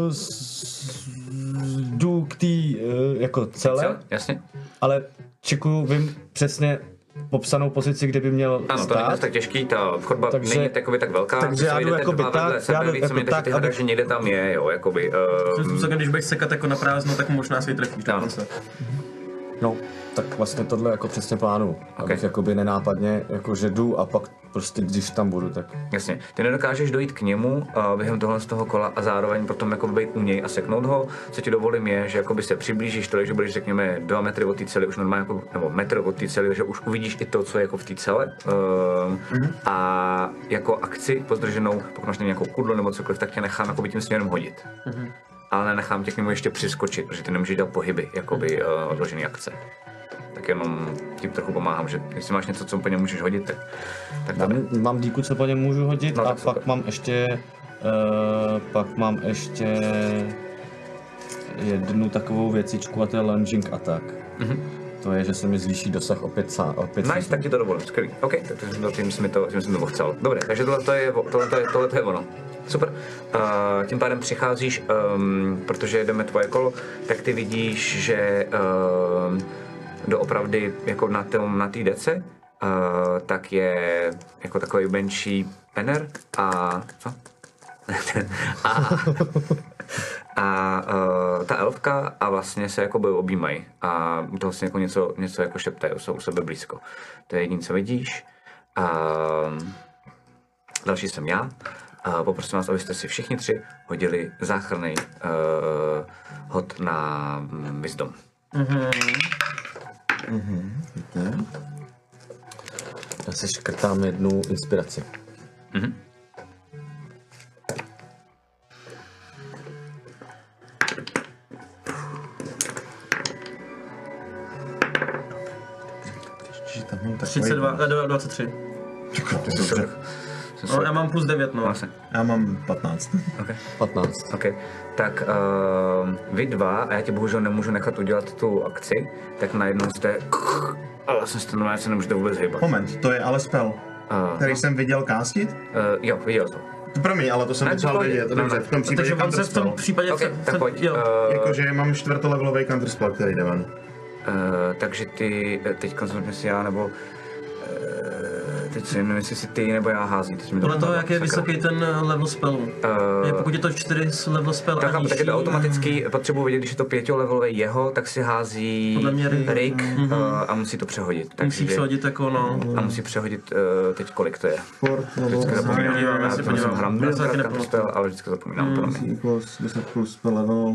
jdu k té jako celé, jasně. Ale čekuju, vím přesně popsanou pozici, kde by měl ano, stát. Ano, to není tak těžký, ta chodba není tak velká, takže já jdu jakoby tak, ty hledáš, že někde tam je, jo, jakoby. Když budeš sekat jako na prázdno, tak možná si ji trefíš dokonce. No, tak vlastně tohle jako přesně plánu, abych jakoby nenápadně, jakože jdu a pak prostě když tam budu, tak... Jasně, ty nedokážeš dojít k němu během tohle z toho kola a zároveň potom jako být u něj a seknout ho, co ti dovolím je, že jakoby se přiblížíš tolik, že budeš řekněme 2 metry od té cely, už normálně jako, nebo metr od té cely, že už uvidíš i to, co je jako v té cele a jako akci pozdrženou, pokud máš nějakou kudlu nebo cokoliv, tak tě nechám jakoby tím směrem hodit. Ale nenechám tě k němu ještě přiskočit, protože ty nemůžeš dělat pohyby, jakoby odložený akce. Tak jenom tím trochu pomáhám, že jestli máš něco, co úplně můžeš hodit, tak mám díku, co po něm můžu hodit, no, a pak mám ještě jednu takovou věcičku a to je lunging attack. To je, že se mi zvýší dosah o 5 Nice, tak ti to dovolím, skvělý. OK, tak tím jsem to chcel. Dobře, takže tohle je ono. Super. Tím pádem přicházíš, protože jdeme tvoje kolo, tak ty vidíš, že doopravdy jako na té dece, tak je jako takový menší pener a co? a ta elfka a vlastně se jako objímají a to vlastně jako něco jako šeptají, jsou u sebe blízko. To je jediné, co vidíš. Další jsem já. Poprosím vás, abyste si všichni 3 hodili záchranný hod na Wisdom. Já si škrtám 1 inspiraci. Tam mám takový... 32, 23. No, já mám plus 9, no. Já mám 15. Okay. 15. OK. Tak vy 2, a já ti bohužel nemůžu nechat udělat tu akci, tak najednou jste... A vlastně jste normálně se nemůžete vůbec hýbat. Moment, to je ale spell, který jsem viděl castit? Jo, viděl to. Promiň, ale to jsem potřeboval vědět. Dobře, v tom případě Takže on se v tom případě... OK, tak pojď. Jakože mám 4levelový counterspell, který jde ven. Takže ty, teď konzumujeme si já, nebo... teď si nevím, jestli si ty nebo já hází. Podle toho, jak je vysoký ten level spellu. Pokud je to 4 level spell a nižší... Tak je to automaticky, potřebuji vědět, když je to 5levelový jeho, tak si hází Rick a musí to přehodit. Takže, musí přehodit jako no... A musí přehodit teď kolik to je. Vždycky zapomínám. Já jsem hrám spell, ale vždycky zapomínám to. 10 plus spell level.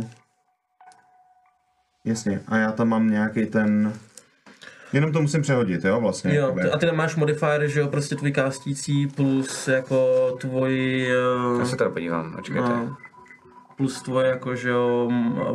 Jasně, a já tam mám nějaký ten... Jenom to musím přehodit, jo, vlastně. Jo, a ty tam máš modifier, že jo, prostě tvůj castící plus jako tvůj... Já se teda podívám, očekejte. Plus tvoje jako, že jo,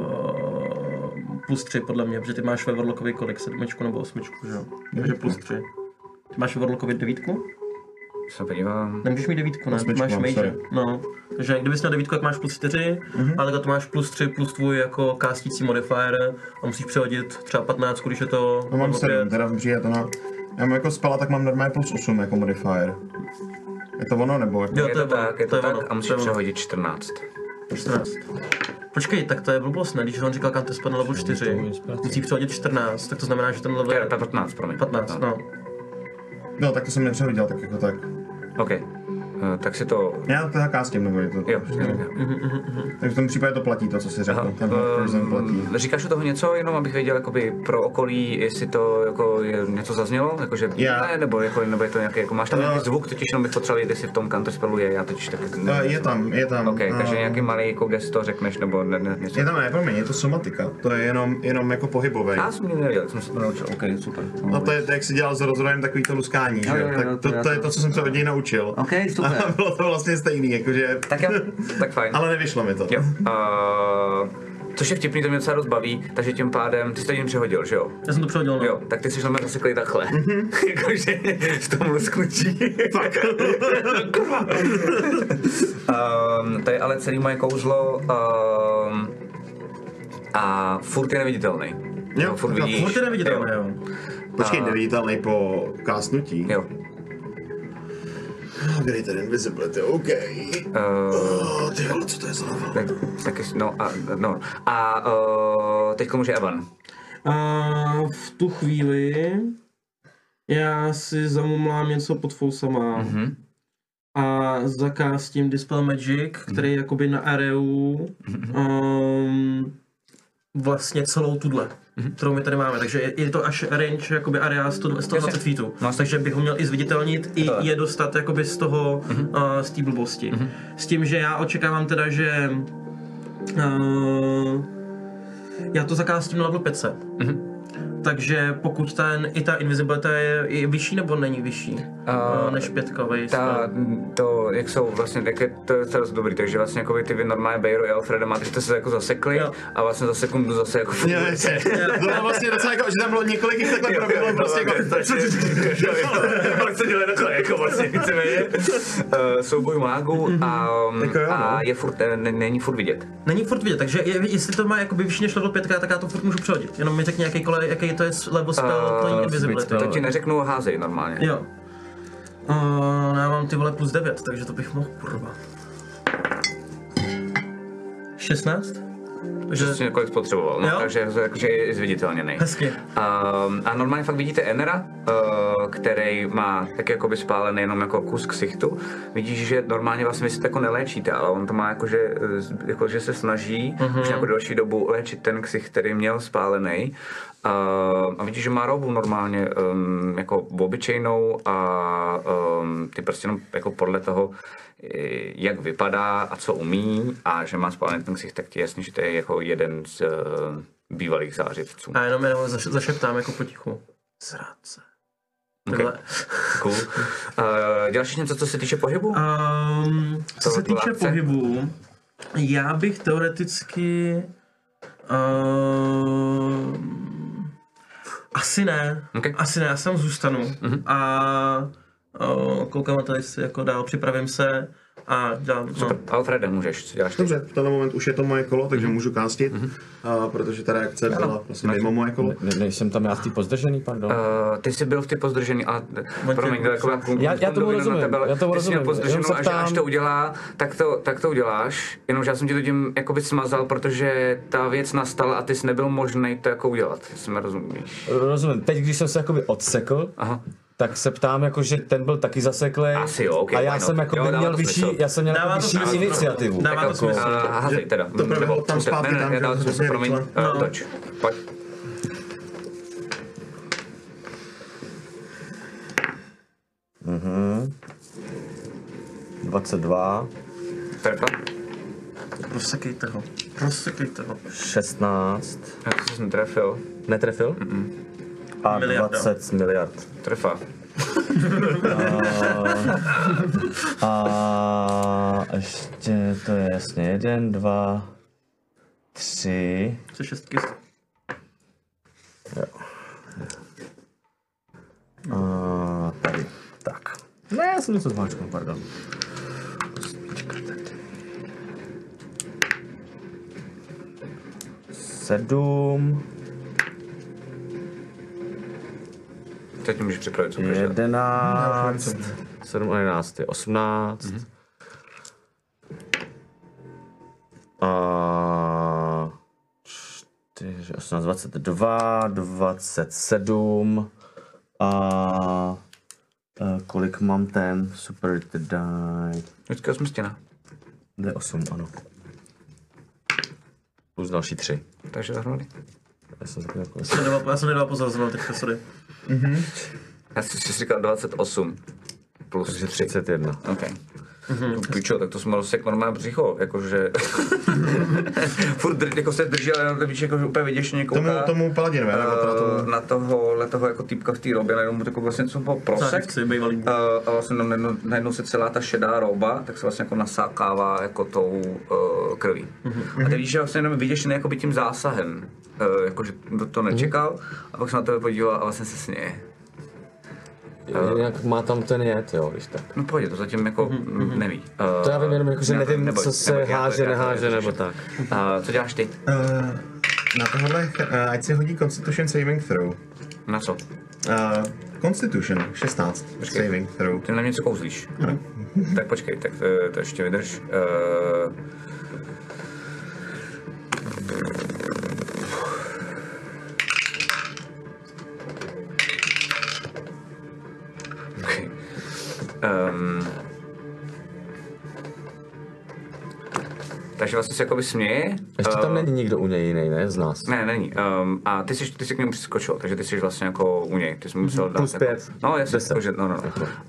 plus 3 podle mě, protože ty máš ve Warlockovi kolik, 7 nebo 8, že jo? Takže plus 3. Ty máš ve Warlockovi 9? Se podívám. Nemůžeš mít 9, ne? Ty máš major. No. Takže kdybys měl 9, tak máš plus 4, ale takhle to máš plus 3 plus tvůj jako castící modifier a musíš přehodit třeba 15, když je to... No mám 7, teda přijde to na... Já mám jako spela, tak mám normálně plus 8 jako modifier. Je to ono, nebo? Jo, je to tak a musíš přehodit 14. 14. Počkej, tak to je blbost, ne? Když on říkal counterspell na level 4, musí přehodit 14, tak to znamená, že ten level... Je 15, promiň. 15, no. No, tak to jsem nepřehodil, tak jako tak. OK. Tak si to... Já to castim, nebo je to... Jo. Takže v tom případě to platí, to, co jsi řekl. Ten Frozen platí. Říkáš u toho něco, jenom abych věděl, jakoby pro okolí, jestli to jako je něco zaznělo? Jakože ne, nebo je to nějaký, jako máš tam nějaký zvuk, totiž jenom bych potřeboval vědět, jestli v tom counterspellu je, já totiž taky... Je tam. OK, takže nějaký malý jako gesto řekneš, nebo něco? Je tam, ne, promiň, je to somatika, to je jenom jako pohybové. Já jsem nikdy nevěděl, jsem se to naučil, OK, super. No to je, jak jsi dělal s rozhovorem takový to luskání, že? Tak to je to, co jsem se od něj naučil. OK, super. A bylo to vlastně stejný, jakože... Tak jo, tak fajn. Ale nevyšlo mi to. Jo. Což je vtipný, to mě docela dost baví, takže tím pádem, ty jsi to jen přehodil, že jo? Já jsem to přehodil, no. Jo, tak ty jsi na mě zaseklý takhle. Jakože v tom lusknutí. Fakt. To je ale celý moje kouzlo a furt je neviditelný. Jo, furt je neviditelný, jo. Počkej, neviditelný po kásnutí? Jo. Greater Invisibility, OK. Ty vole, co to je za level? Teď může Evan. V tu chvíli já si zamumlám něco pod fousama a zakástím Dispel Magic, který je jakoby na areu vlastně celou tuhle, kterou my tady máme, takže je to až range jakoby area 120 feetů, takže bych ho měl i zviditelnit, i je dostat jakoby z toho, z té blbosti. S tím, že já očekávám teda, že já to zakástím na level 500. Takže pokud ta invisibility je vyšší nebo není vyšší než 5kovej? To, jak jsou vlastně, to je docela dobrý, takže vlastně jako ty normálně Bejro a Alfreda máte, že jste se jako zasekli a vlastně za sekundu zase jako... Jo, to bylo vlastně docela jako, že tam bylo několik jich takhle proběhlo, prostě jako... Pak se dělají takhle, jako vlastně víceméně souboj mágů a je furt, není furt vidět. Není furt vidět, takže jestli to má jakoby vyšší než level 5, tak já to furt můžu přehodit, jenom mi řekni jaký to je level spell, to není invisibility. To ti neřeknu, házej normálně. Jo. Já mám ty vole plus 9, takže to bych mohl kurva. 16? Přesně kolik spotřeboval, no, takže je zviditelněný. Hezky. A normálně fakt vidíte Enera, který má tak jakoby spálený jenom jako kus ksichtu. Vidíš, že normálně vlastně vy se to jako neléčíte, ale on to má že se snaží už nějakou delší dobu léčit ten ksicht, který měl spálený. A vidíš, že má robu normálně jako obyčejnou a ty prostě jenom jako podle toho, jak vypadá a co umí a že má spálený ten ksicht, tak ti jasně, že to je jako jeden z bývalých zářivců. A jenom zašeptám jako potichu. Zrádce. Okay. Cool. Děláš něco, co se týče pohybu? Co se týče pohybu, já bych teoreticky asi ne, já tam zůstanu a koukám na tady si jako dál, připravím se a dělám. Alfrede, můžeš, děláš ty. Dobře, v tenhle moment už je to moje kolo, takže můžu kástit, protože ta reakce byla vlastně mimo moje kolo. Nejsem tam já v té pozdržený, pardon. Ty jsi byl v té pozdržený, ale promiň, já tomu rozumím, ty jsi měl pozdrženou a až to udělá, tak to uděláš, jenomže já jsem ti to tím jakoby smazal, protože ta věc nastala a ty jsi nebyl možný to jako udělat, jestli mě rozumíš. Rozumím, teď když jsem se jakoby odsekl, tak se ptám, jako, že ten byl taky zaseklej a já jsem jako měl vyšší iniciativu. Dává to smysl. Házej teda. To tam zpátky tam, já dávám to smysl, promiň. Toč, pojď. Mhm. 22. Trefa. Rozsekejte ho. 16. Já to jsem netrefil. Netrefil? A Miliarda. 20 miliard. Trefa. A ještě to je jasně 1, 2, 3. Co šestky? Jo. A tady. Tak. Ne, já jsem něco zmáčknul, pardon. 7. Teď můžeš připravit, co 11. 7 a 11 je 18. A 4, 18, 22, 27. A kolik mám ten super die? Vždycky 8 stěna. D8, ano. Plus další 3. Takže zahromady. Já jsem nedal pozor, zrovna teďka, sorry. Já si říkal 28 plus 3. 31. OK. Pičo, tak to jsem mal jak normální břicho, jakože... Furt jako se drží, ale víš, jako úplně viděš někoho tomu paladinovi, na toho jako týpka v té robě, najednou mu takový vlastně něco po prosek. A vlastně najednou se celá ta šedá roba, tak se vlastně jako nasákává jako tou krví. A ty víš, že vlastně jenom vidíš jakoby tím zásahem, jakože to nečekal, a pak se na tebe podíval a vlastně se směje. Jinak má tam ten jed, jo, když tak. No pojď, to zatím jako neví. To já vím jenom, jako, že nevím, co se háže, neháže, nebo tak. Co děláš ty? Na tohle, ať si hodí Constitution Saving Throw. Na co? Constitution, 16. Počkej. Saving Throw. Ty na mě něco kouzlíš. Tak počkej, tak to ještě vydrž. Takže vlastně se jakoby směje. Ještě tam není nikdo u něj jiný, ne? Z nás. Ne, není. A ty jsi k němu přiskočil, takže ty jsi vlastně jako u něj. Ty jsi musel dát plus 5. Jako, no, jasně, jakože, no.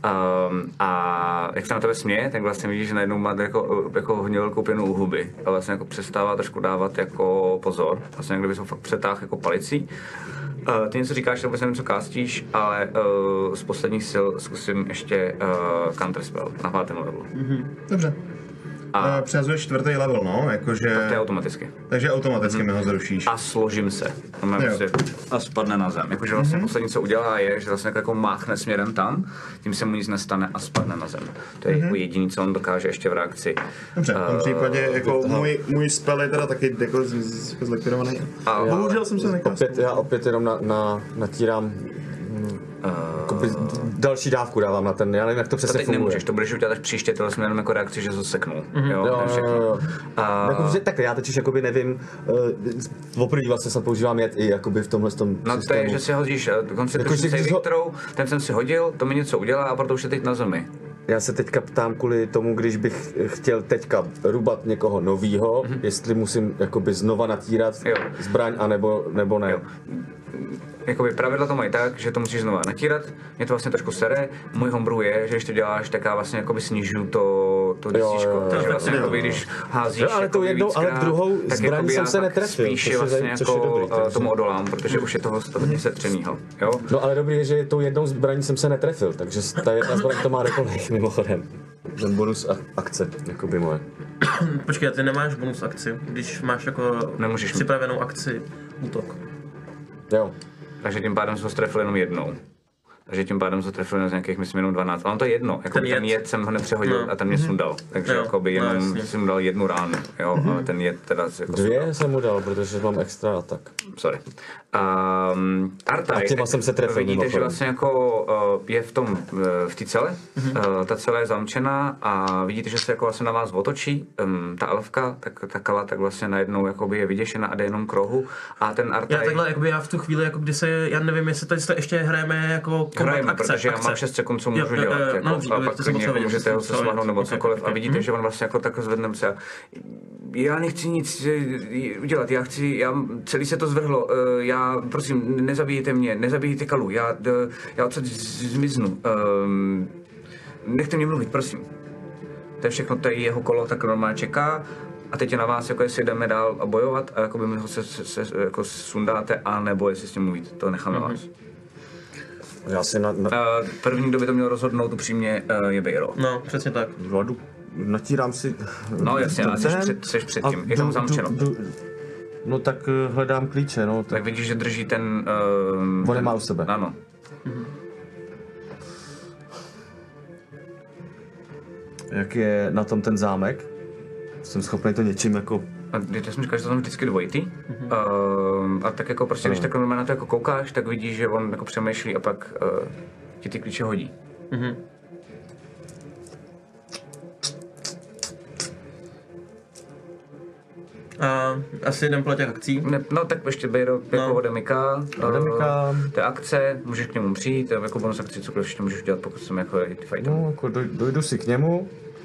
A jak se na tebe směje, tak vlastně vidíš, že najednou má jako hodně velkou pěnu u huby. A vlastně jako přestává trošku dávat jako pozor. Vlastně kdyby se fakt přetáhl jako palicí. Ty něco říkáš, že vůbec nevím, co kástíš, ale z posledních sil zkusím ještě counterspell na 5. levelu. Dobře. A přehazuješ 4. level, no, jakože... Tak to je automaticky. Takže automaticky mi ho zrušíš. A složím se. A spadne na zem. Jakože vlastně poslední, co udělá, je, že vlastně jako máchne směrem tam, tím se mu nic nestane a spadne na zem. To je jako jediný, co on dokáže ještě v reakci. Dobře, v tom případě jako můj spell je teda taky jako zlikvidovaný. Bohužel jsem se nekázal. Já opět jenom natírám další dávku dávám na ten, já nevím, jak to To přesně teď funguje. nemůžeš, to budeš udělat až příště, tohle jsme jenom jako reakci, že to seknul. Jo, Jo, to je všechno. jo. A- Jakože takhle, já totiž jakoby nevím, poprvé vlastně jsem používám jet i jakoby v tomhle tom No to je, systému. že si hodíš Jako, Concentration že když saving ho- throw, ten jsem si hodil, to mi něco udělá a proto už je teď na zemi. Já se teďka ptám kvůli tomu, když bych chtěl teďka rubat někoho novýho, jestli musím jakoby znova natírat Jo. zbraň, nebo ne. Jo. Jakoby pravidla to mají tak, že to musíš znova natírat, mě to vlastně trošku sere. Můj homebrew je, že když to děláš, tak já vlastně jakoby snižuju to desíčko. jo. Takže vlastně jakoby, když házíš Jo, ale tou jakoby jednou, ale víckrát, druhou tak zbraní jakoby jsem já se pak netrefil, Spíš což je vlastně což je jako dobrý, takže. tomu odolám, protože už je toho hodně setřenýho. Jo? No ale dobrý je, že tou jednou zbraní jsem se netrefil, takže ta jedna zbraň to má rekolej, mimochodem. Ten bonus akce, jakoby moje. Počkej, ty nemáš bonus akci, když máš jako Nemůžeš mít. připravenou akci útok. Jo. Takže tím pádem jsem ho strefil jenom jednou. Takže tím pádem jsem trefil z nějakých, myslím, jenom 12. Ale on to je jedno, jako ten jed jsem ho nepřehodil a ten mě sundal. Takže Jo, jakoby jenom jasně. jsem mu dal jednu ránu, jo, ale ten jed teda jako Dvě jsem mu dal, protože mám extra atak. Sorry. Artaj, A těma jsem se trefil vidíte, že mimochodem. vlastně jako je v té cele, ta cela je zamčená a vidíte, že se jako vlastně na vás otočí, ta elfka, ta kala, tak vlastně najednou jakoby je vyděšena a jde jenom k rohu a ten Artaj... Já takhle, jakoby já v tu chvíli, jako kdy se, já nevím, jestli tady to ještě hrajeme jako Hrajeme, akce, protože já akce. mám 6 sekund, co můžu Jo, dělat, jako, no, a pak to jsem klidně potřeboval můžete ho se vědět, smáhnout nebo ok, cokoliv a ok. vidíte, že on vlastně jako tak zvedne se a já nechci nic udělat, já celý se to zvrhlo, já prosím, nezabijte mě, nezabijte Kalu, já odsud zmiznu, nechte mě mluvit, prosím. To je všechno, to je jeho kolo, tak normálně čeká. A teď je na vás, jako jestli jdeme dál a bojovat a jakoby ho se jako sundáte, anebo jestli s tím mluvíte, to nechám na vás. Já si První, kdo by to měl rozhodnout upřímně, je Bejro. No, přesně tak. Vladu, natírám si... No jasně, ale jsi před tím, je tam zamčeno. No tak hledám klíče, no. Tak vidíš, že drží ten... On je má u sebe. Ano. Jak je na tom ten zámek? Jsem schopný to něčím jako... A já jsem říkal, že to tam vždycky dvojitý. A tak jako prostě, když tak normálně na to jako koukáš, tak vidíš, že on jako přemýšlí a pak ti ty klíče hodí. A asi jeden po těch akcí. Ne, no tak ještě Bejro jako Odemika. Odemika. To je akce, můžeš k němu přijít, jako bonus akci cokoliv ještě můžeš udělat, pokud jsem jako fighter. No, jako dojdu si k němu.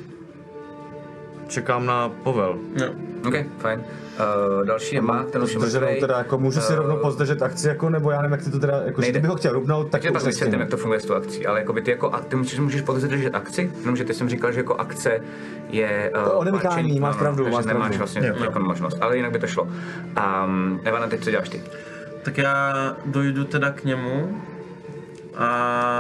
Čekám na povel. No. OK, fajn. Další je Mark, ten už je Zdrženou mrtvej. teda, jako můžu si rovnou pozdržet akci, jako, nebo já nevím, jak ty to teda, jako, že Nejde. kdybych ho chtěl rubnout, tak Tak to pak už vysvětlím, nestihnu. jak to funguje s tou akcí, ale jakoby ty jako ty můžeš pouze držet akci, jenomže ty jsem říkal, že jako akce je... odemykání, páčení, máš pravdu, takže máš nemáš pravdu. vlastně jako možnost, ale jinak by to šlo. Evana, teď co děláš ty? Tak já dojdu teda k němu a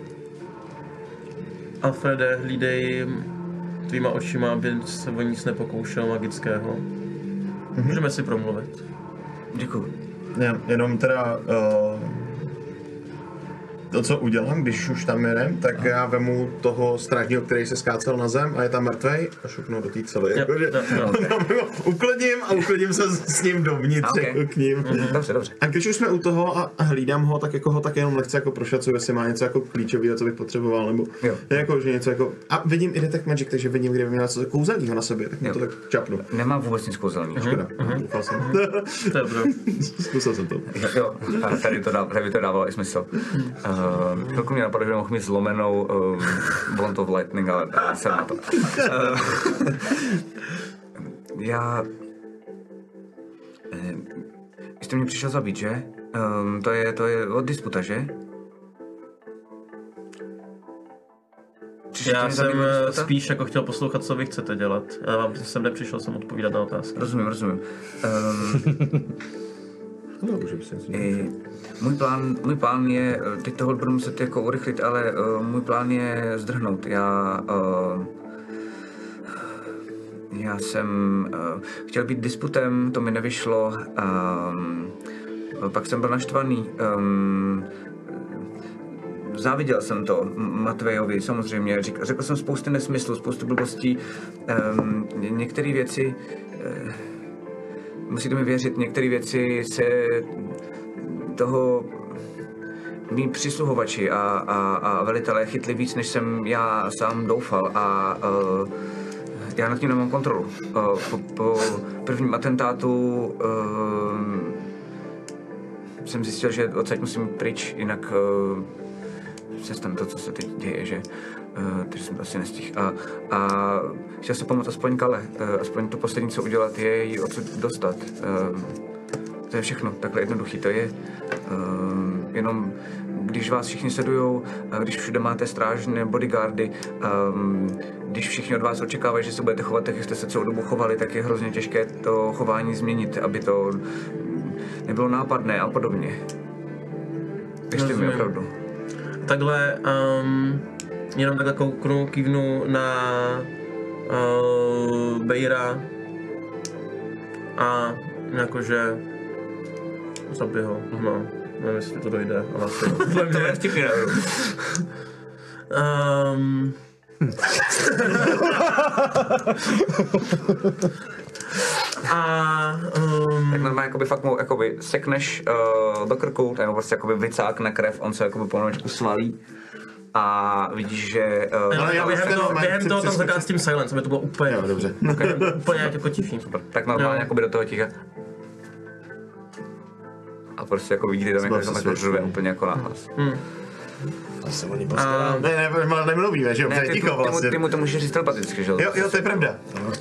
Alfrede, hlídej tvýma očima, aby se o nic nepokoušel magického. Můžeme si promluvit. Děkuju. Jenom teda to, co udělám, když už tam jedem, tak já vemu toho strážního, který se skácel na zem a je tam mrtvej a šupnu do té cely. Jakože uklidím se s ním dovnitř, Okay. jako k ním. Dobře. A když už jsme u toho a hlídám ho, tak jako ho tak jenom lehce jako prošacuju, jestli má něco jako klíčového, co bych potřeboval, nebo jako, že něco jako... A vidím i Detect Magic, takže vidím, kdyby měl něco kouzelného na sobě, tak mu to tak čapnu. Nemám vůbec nic kouzelného. Škoda, doufal jsem. To je dobré. Zkusil jsem to. Jo, a tady to dávalo i smysl. Chvilku mě napadlo, že mohl mít zlomenou Blunt of Lightning, ale jsem na to. Jste mě přišel zabít, že? To je od disputa, že? Já jsem spíš jako chtěl poslouchat, co vy chcete dělat. Já vám jsem nepřišel jsem odpovídat na otázky. Rozumím. No, můžeme si Můj plán je, teď toho budu muset jako urychlit, ale můj plán je zdrhnout. Já jsem chtěl být disputem, to mi nevyšlo, pak jsem byl naštvaný. Záviděl jsem to Matvejovi, samozřejmě, řekl jsem spousty nesmyslů, spoustu blbostí, některé věci, musíte mi věřit, některé věci se toho, mý přisluhovači a velitelé chytli víc, než jsem já sám doufal a já nad tím nemám kontrolu. Po prvním atentátu jsem zjistil, že odsaď musím pryč, jinak se stane to, co se teď děje, že takže jsem to asi nestihl. A chtěl jsem pomoct aspoň Kale, aspoň to poslední, co udělat, je ji odsud dostat. To je všechno, takhle jednoduchý to je. Jenom když vás všichni sledujou, když všude máte strážné bodyguardy, když všichni od vás očekávají, že se budete chovat tak, jak jste se celou dobu chovali, tak je hrozně těžké to chování změnit, aby to nebylo nápadné a podobně. Věřte mi opravdu. Takhle, jenom takhle kouknu, kývnu na Bejra a jakože zabij ho, no, nevím, jestli to dojde, ale asi to je vtipný, tak normálně jakoby fakt mu jakoby sekneš do krku, ten prostě jakoby vycákne krev, on se jakoby pomalečku svalí a vidíš, že... během toho tam zakáz s tím silence, aby to bylo úplně... Jo, dobře. Úplně jako tichý. Super. Tak normálně jakoby do toho ticha. A prostě jako vidíte tam, jak to řve úplně jako nahlas. A se o ní postarám. Ne, nemluvíme, že jo, to je ticho vlastně. Ty mu to můžeš říct telepaticky, že jo? Jo, to je pravda.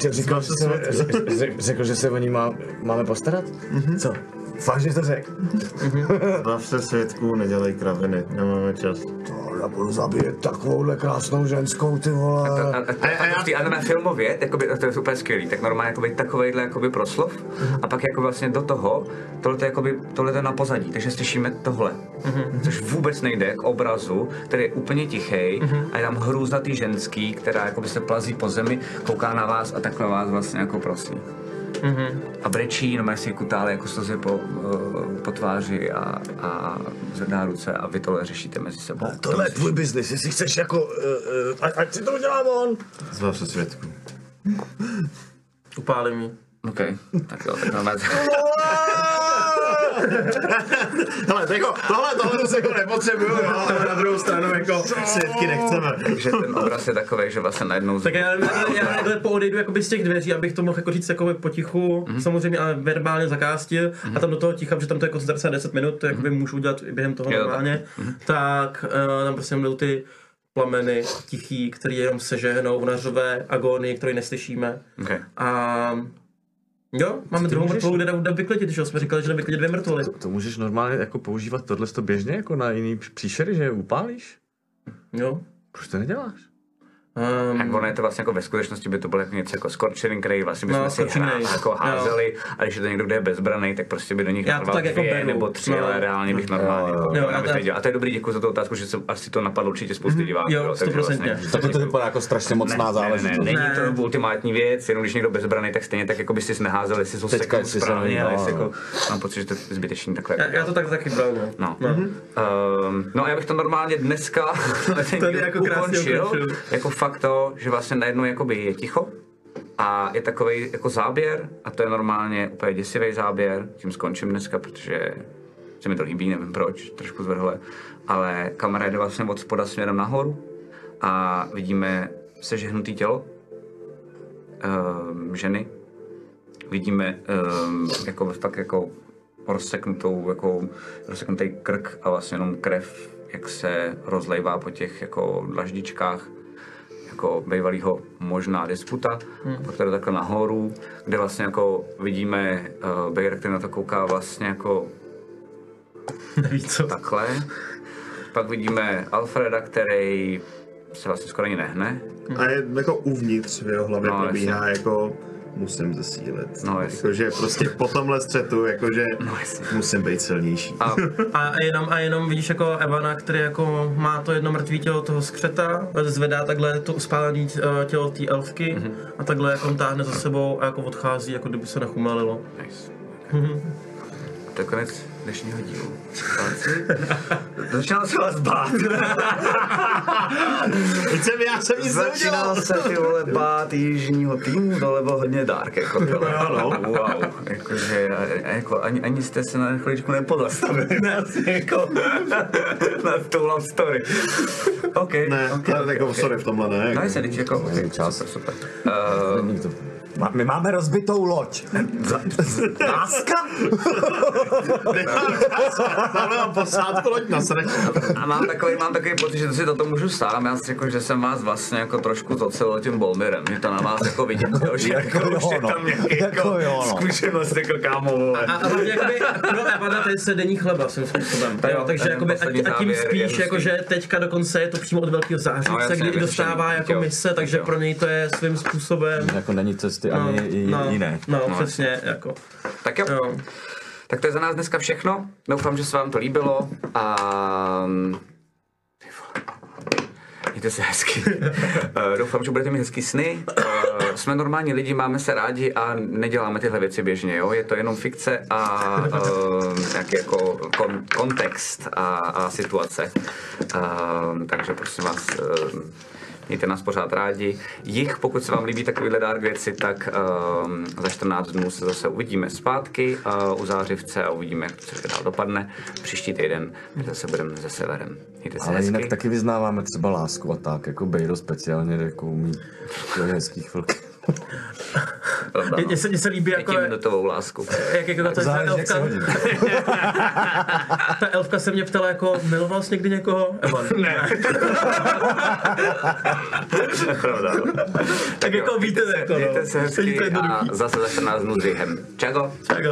Řekl, že se o ní máme postarat? Co? Fakt, že to řekl? Zbav se svědků, nedělej kraviny, nemáme čas. Já budu zabíjet takovouhle krásnou ženskou, ty vole. A na filmově, jakoby, to je super skvělý, tak normálně jakoby, takovejhle jakoby proslov a pak jako vlastně do toho, tohle je na pozadí, takže slyšíme tohle, což vůbec nejde k obrazu, který je úplně tichej a je tam hrůznatý ženský, která jakoby se plazí po zemi, kouká na vás a takhle vás vlastně jako prosí. A brečí, no si kutále jako slzy po tváři a zvedná ruce a vy tohle řešíte mezi sebou. Tohle je tvůj biznis, jestli chceš jako, ať si to udělá on. Zbav se svědků. Upálím ji. OK, tak jo, tak normálně. Hele, tohle to se jako nepotřebuju, ale na druhou stranu jako svědky nechceme. Takže ten obraz je takovej, že vlastně najednou... Tak já takhle poodejdu jakoby z těch dveří, abych to mohl jako říct jako potichu, samozřejmě ale verbálně zakástil a tam do toho ticha, protože tam to je koncentrace 10 minut, to jakoby můžu udělat i během toho normálně, tak tam prostě budou ty plameny tichý, který jenom sežehnou v nařové agónii, kterou neslyšíme. Okay. A jo, máme druhou mrtvolu, kde dá vyklidit, že jsme říkali, že dá vyklidit 2 mrtvoly. To můžeš normálně jako používat tohle běžně jako na jiný příšery, že je upálíš? Jo. Proč to neděláš? Tak ono je to vlastně jako ve skutečnosti by to bylo jako něco jako scorching, který vlastně bychom si jako házeli a když je to někdo, kdo je bezbraný, tak prostě by do nich narval 2 nebo 3, ale reálně bych normálně a to je dobrý, děkuji za tu otázku, že se asi to napadlo určitě spousty diváků. Jo, 100%. Tak to vypadá jako strašně mocná záležitost. Není to ultimátní věc, jenom když někdo bezbraný, tak stejně tak jako by si neházel, jestli jsou seknou správně, ale jako mám pocit, že to je zbytečný takhle. Já to tak taky bral, no a já bych to normálně dneska ukončil, jako fakt to, že vlastně najednou jakoby je ticho a je takovej jako záběr a to je normálně úplně děsivý záběr, tím skončím dneska, protože se mi to líbí, nevím proč, trošku zvrhle, ale kamera jde vlastně od spoda směrem nahoru a vidíme sežehnutý tělo ženy, vidíme jako fakt jako rozseknutý krk a vlastně jenom krev, jak se rozlejvá po těch jako dlaždičkách jako bývalýho možná disputa, pak to jde takhle nahoru, kde vlastně jako vidíme Bejra, který na to kouká vlastně jako takhle. Pak vidíme Alfreda, který se vlastně skoro ani nehne. A je jako uvnitř v jeho hlavě probíhá jako musím zesílit. No, jakože prostě po tomhle střetu, jakože musím být silnější. A jenom vidíš jako Evana, který jako má to jedno mrtvý tělo toho skřeta, zvedá takhle to uspálené tělo té elfky a takhle jako táhne za sebou a jako odchází, jako kdyby se nechumelilo. Nice. To je konec dnešního dílu. Začínal se vás bát. Já jsem nic neudělal. Začínal se ty vole bát jižního týmu, to bylo hodně dark, jako to. Wow, jakože jako, ani jste se na chviličku nepozastavili, jako na tu love story. OK. Ne, jako sorry v tomhle ne. No jestli, teď jako, super. My máme rozbitou loď. Láska? Máme mám posádku loď na sračku. A mám takový pocit, že si toto můžu sám. Já si řekl, že jsem vás vlastně jako trošku zocelil tím Bolmirem. Je to na vás jako vidět, jo, že jako už je tam nějaký jako zkušenost jako kámo. A hlavně jakoby pro Evana to je sedenní chleba svým způsobem. Takže jakoby a tím spíš jako, že teďka dokonce je to přímo od Velkého zářivce, kdy dostává jako mise, takže pro něj to je svým způsobem. Jako není cesty ani jiné. No, přesně, jako. Tak jo. Tak to je za nás dneska všechno. Doufám, že se vám to líbilo a mějte se hezky. Doufám, že budete mít hezký sny. Jsme normální lidi, máme se rádi a neděláme tyhle věci běžně, jo? Je to jenom fikce a nějaký jako kontext a situace. Takže prosím vás, mějte nás pořád rádi. Pokud se vám líbí takovýhle dark věci, tak za 14 dnů se zase uvidíme zpátky u zářivce a uvidíme, jak to celé dál dopadne. Příští týden zase budeme ze severem. Mějte se ale hezky. jinak taky vyznáváme třeba lásku a tak, jako Bejro speciálně jako umí hezký chvilky. Mně se líbí jako... Pětiminutovou lásku. Jak jako ta elfka... Ta elfka se mě ptala jako, miloval jsi někdy někoho? Evan. Ne. Pravda. Tak jako víte, jako no. Mějte se hezky a zase za 14 dnů s Rihem. Čago. Čago.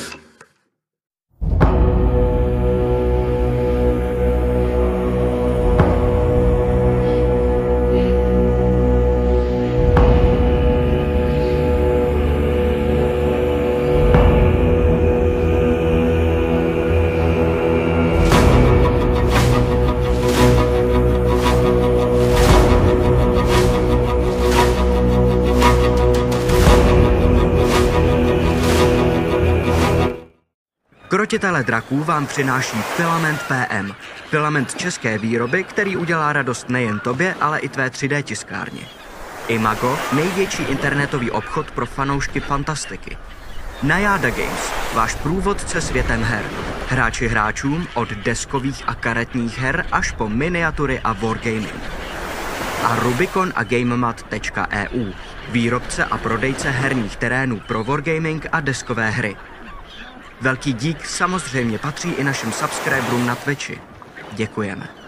Krotitele draků vám přináší Filament PM. Filament české výroby, který udělá radost nejen tobě, ale i tvé 3D tiskárně. Imago, největší internetový obchod pro fanoušky fantastiky. Najada Games, váš průvodce světem her. Hráči hráčům od deskových a karetních her až po miniatury a wargaming. A Rubicon a GameMat.eu, výrobce a prodejce herních terénů pro wargaming a deskové hry. Velký dík samozřejmě patří i našim subscriberům na Twitchi. Děkujeme.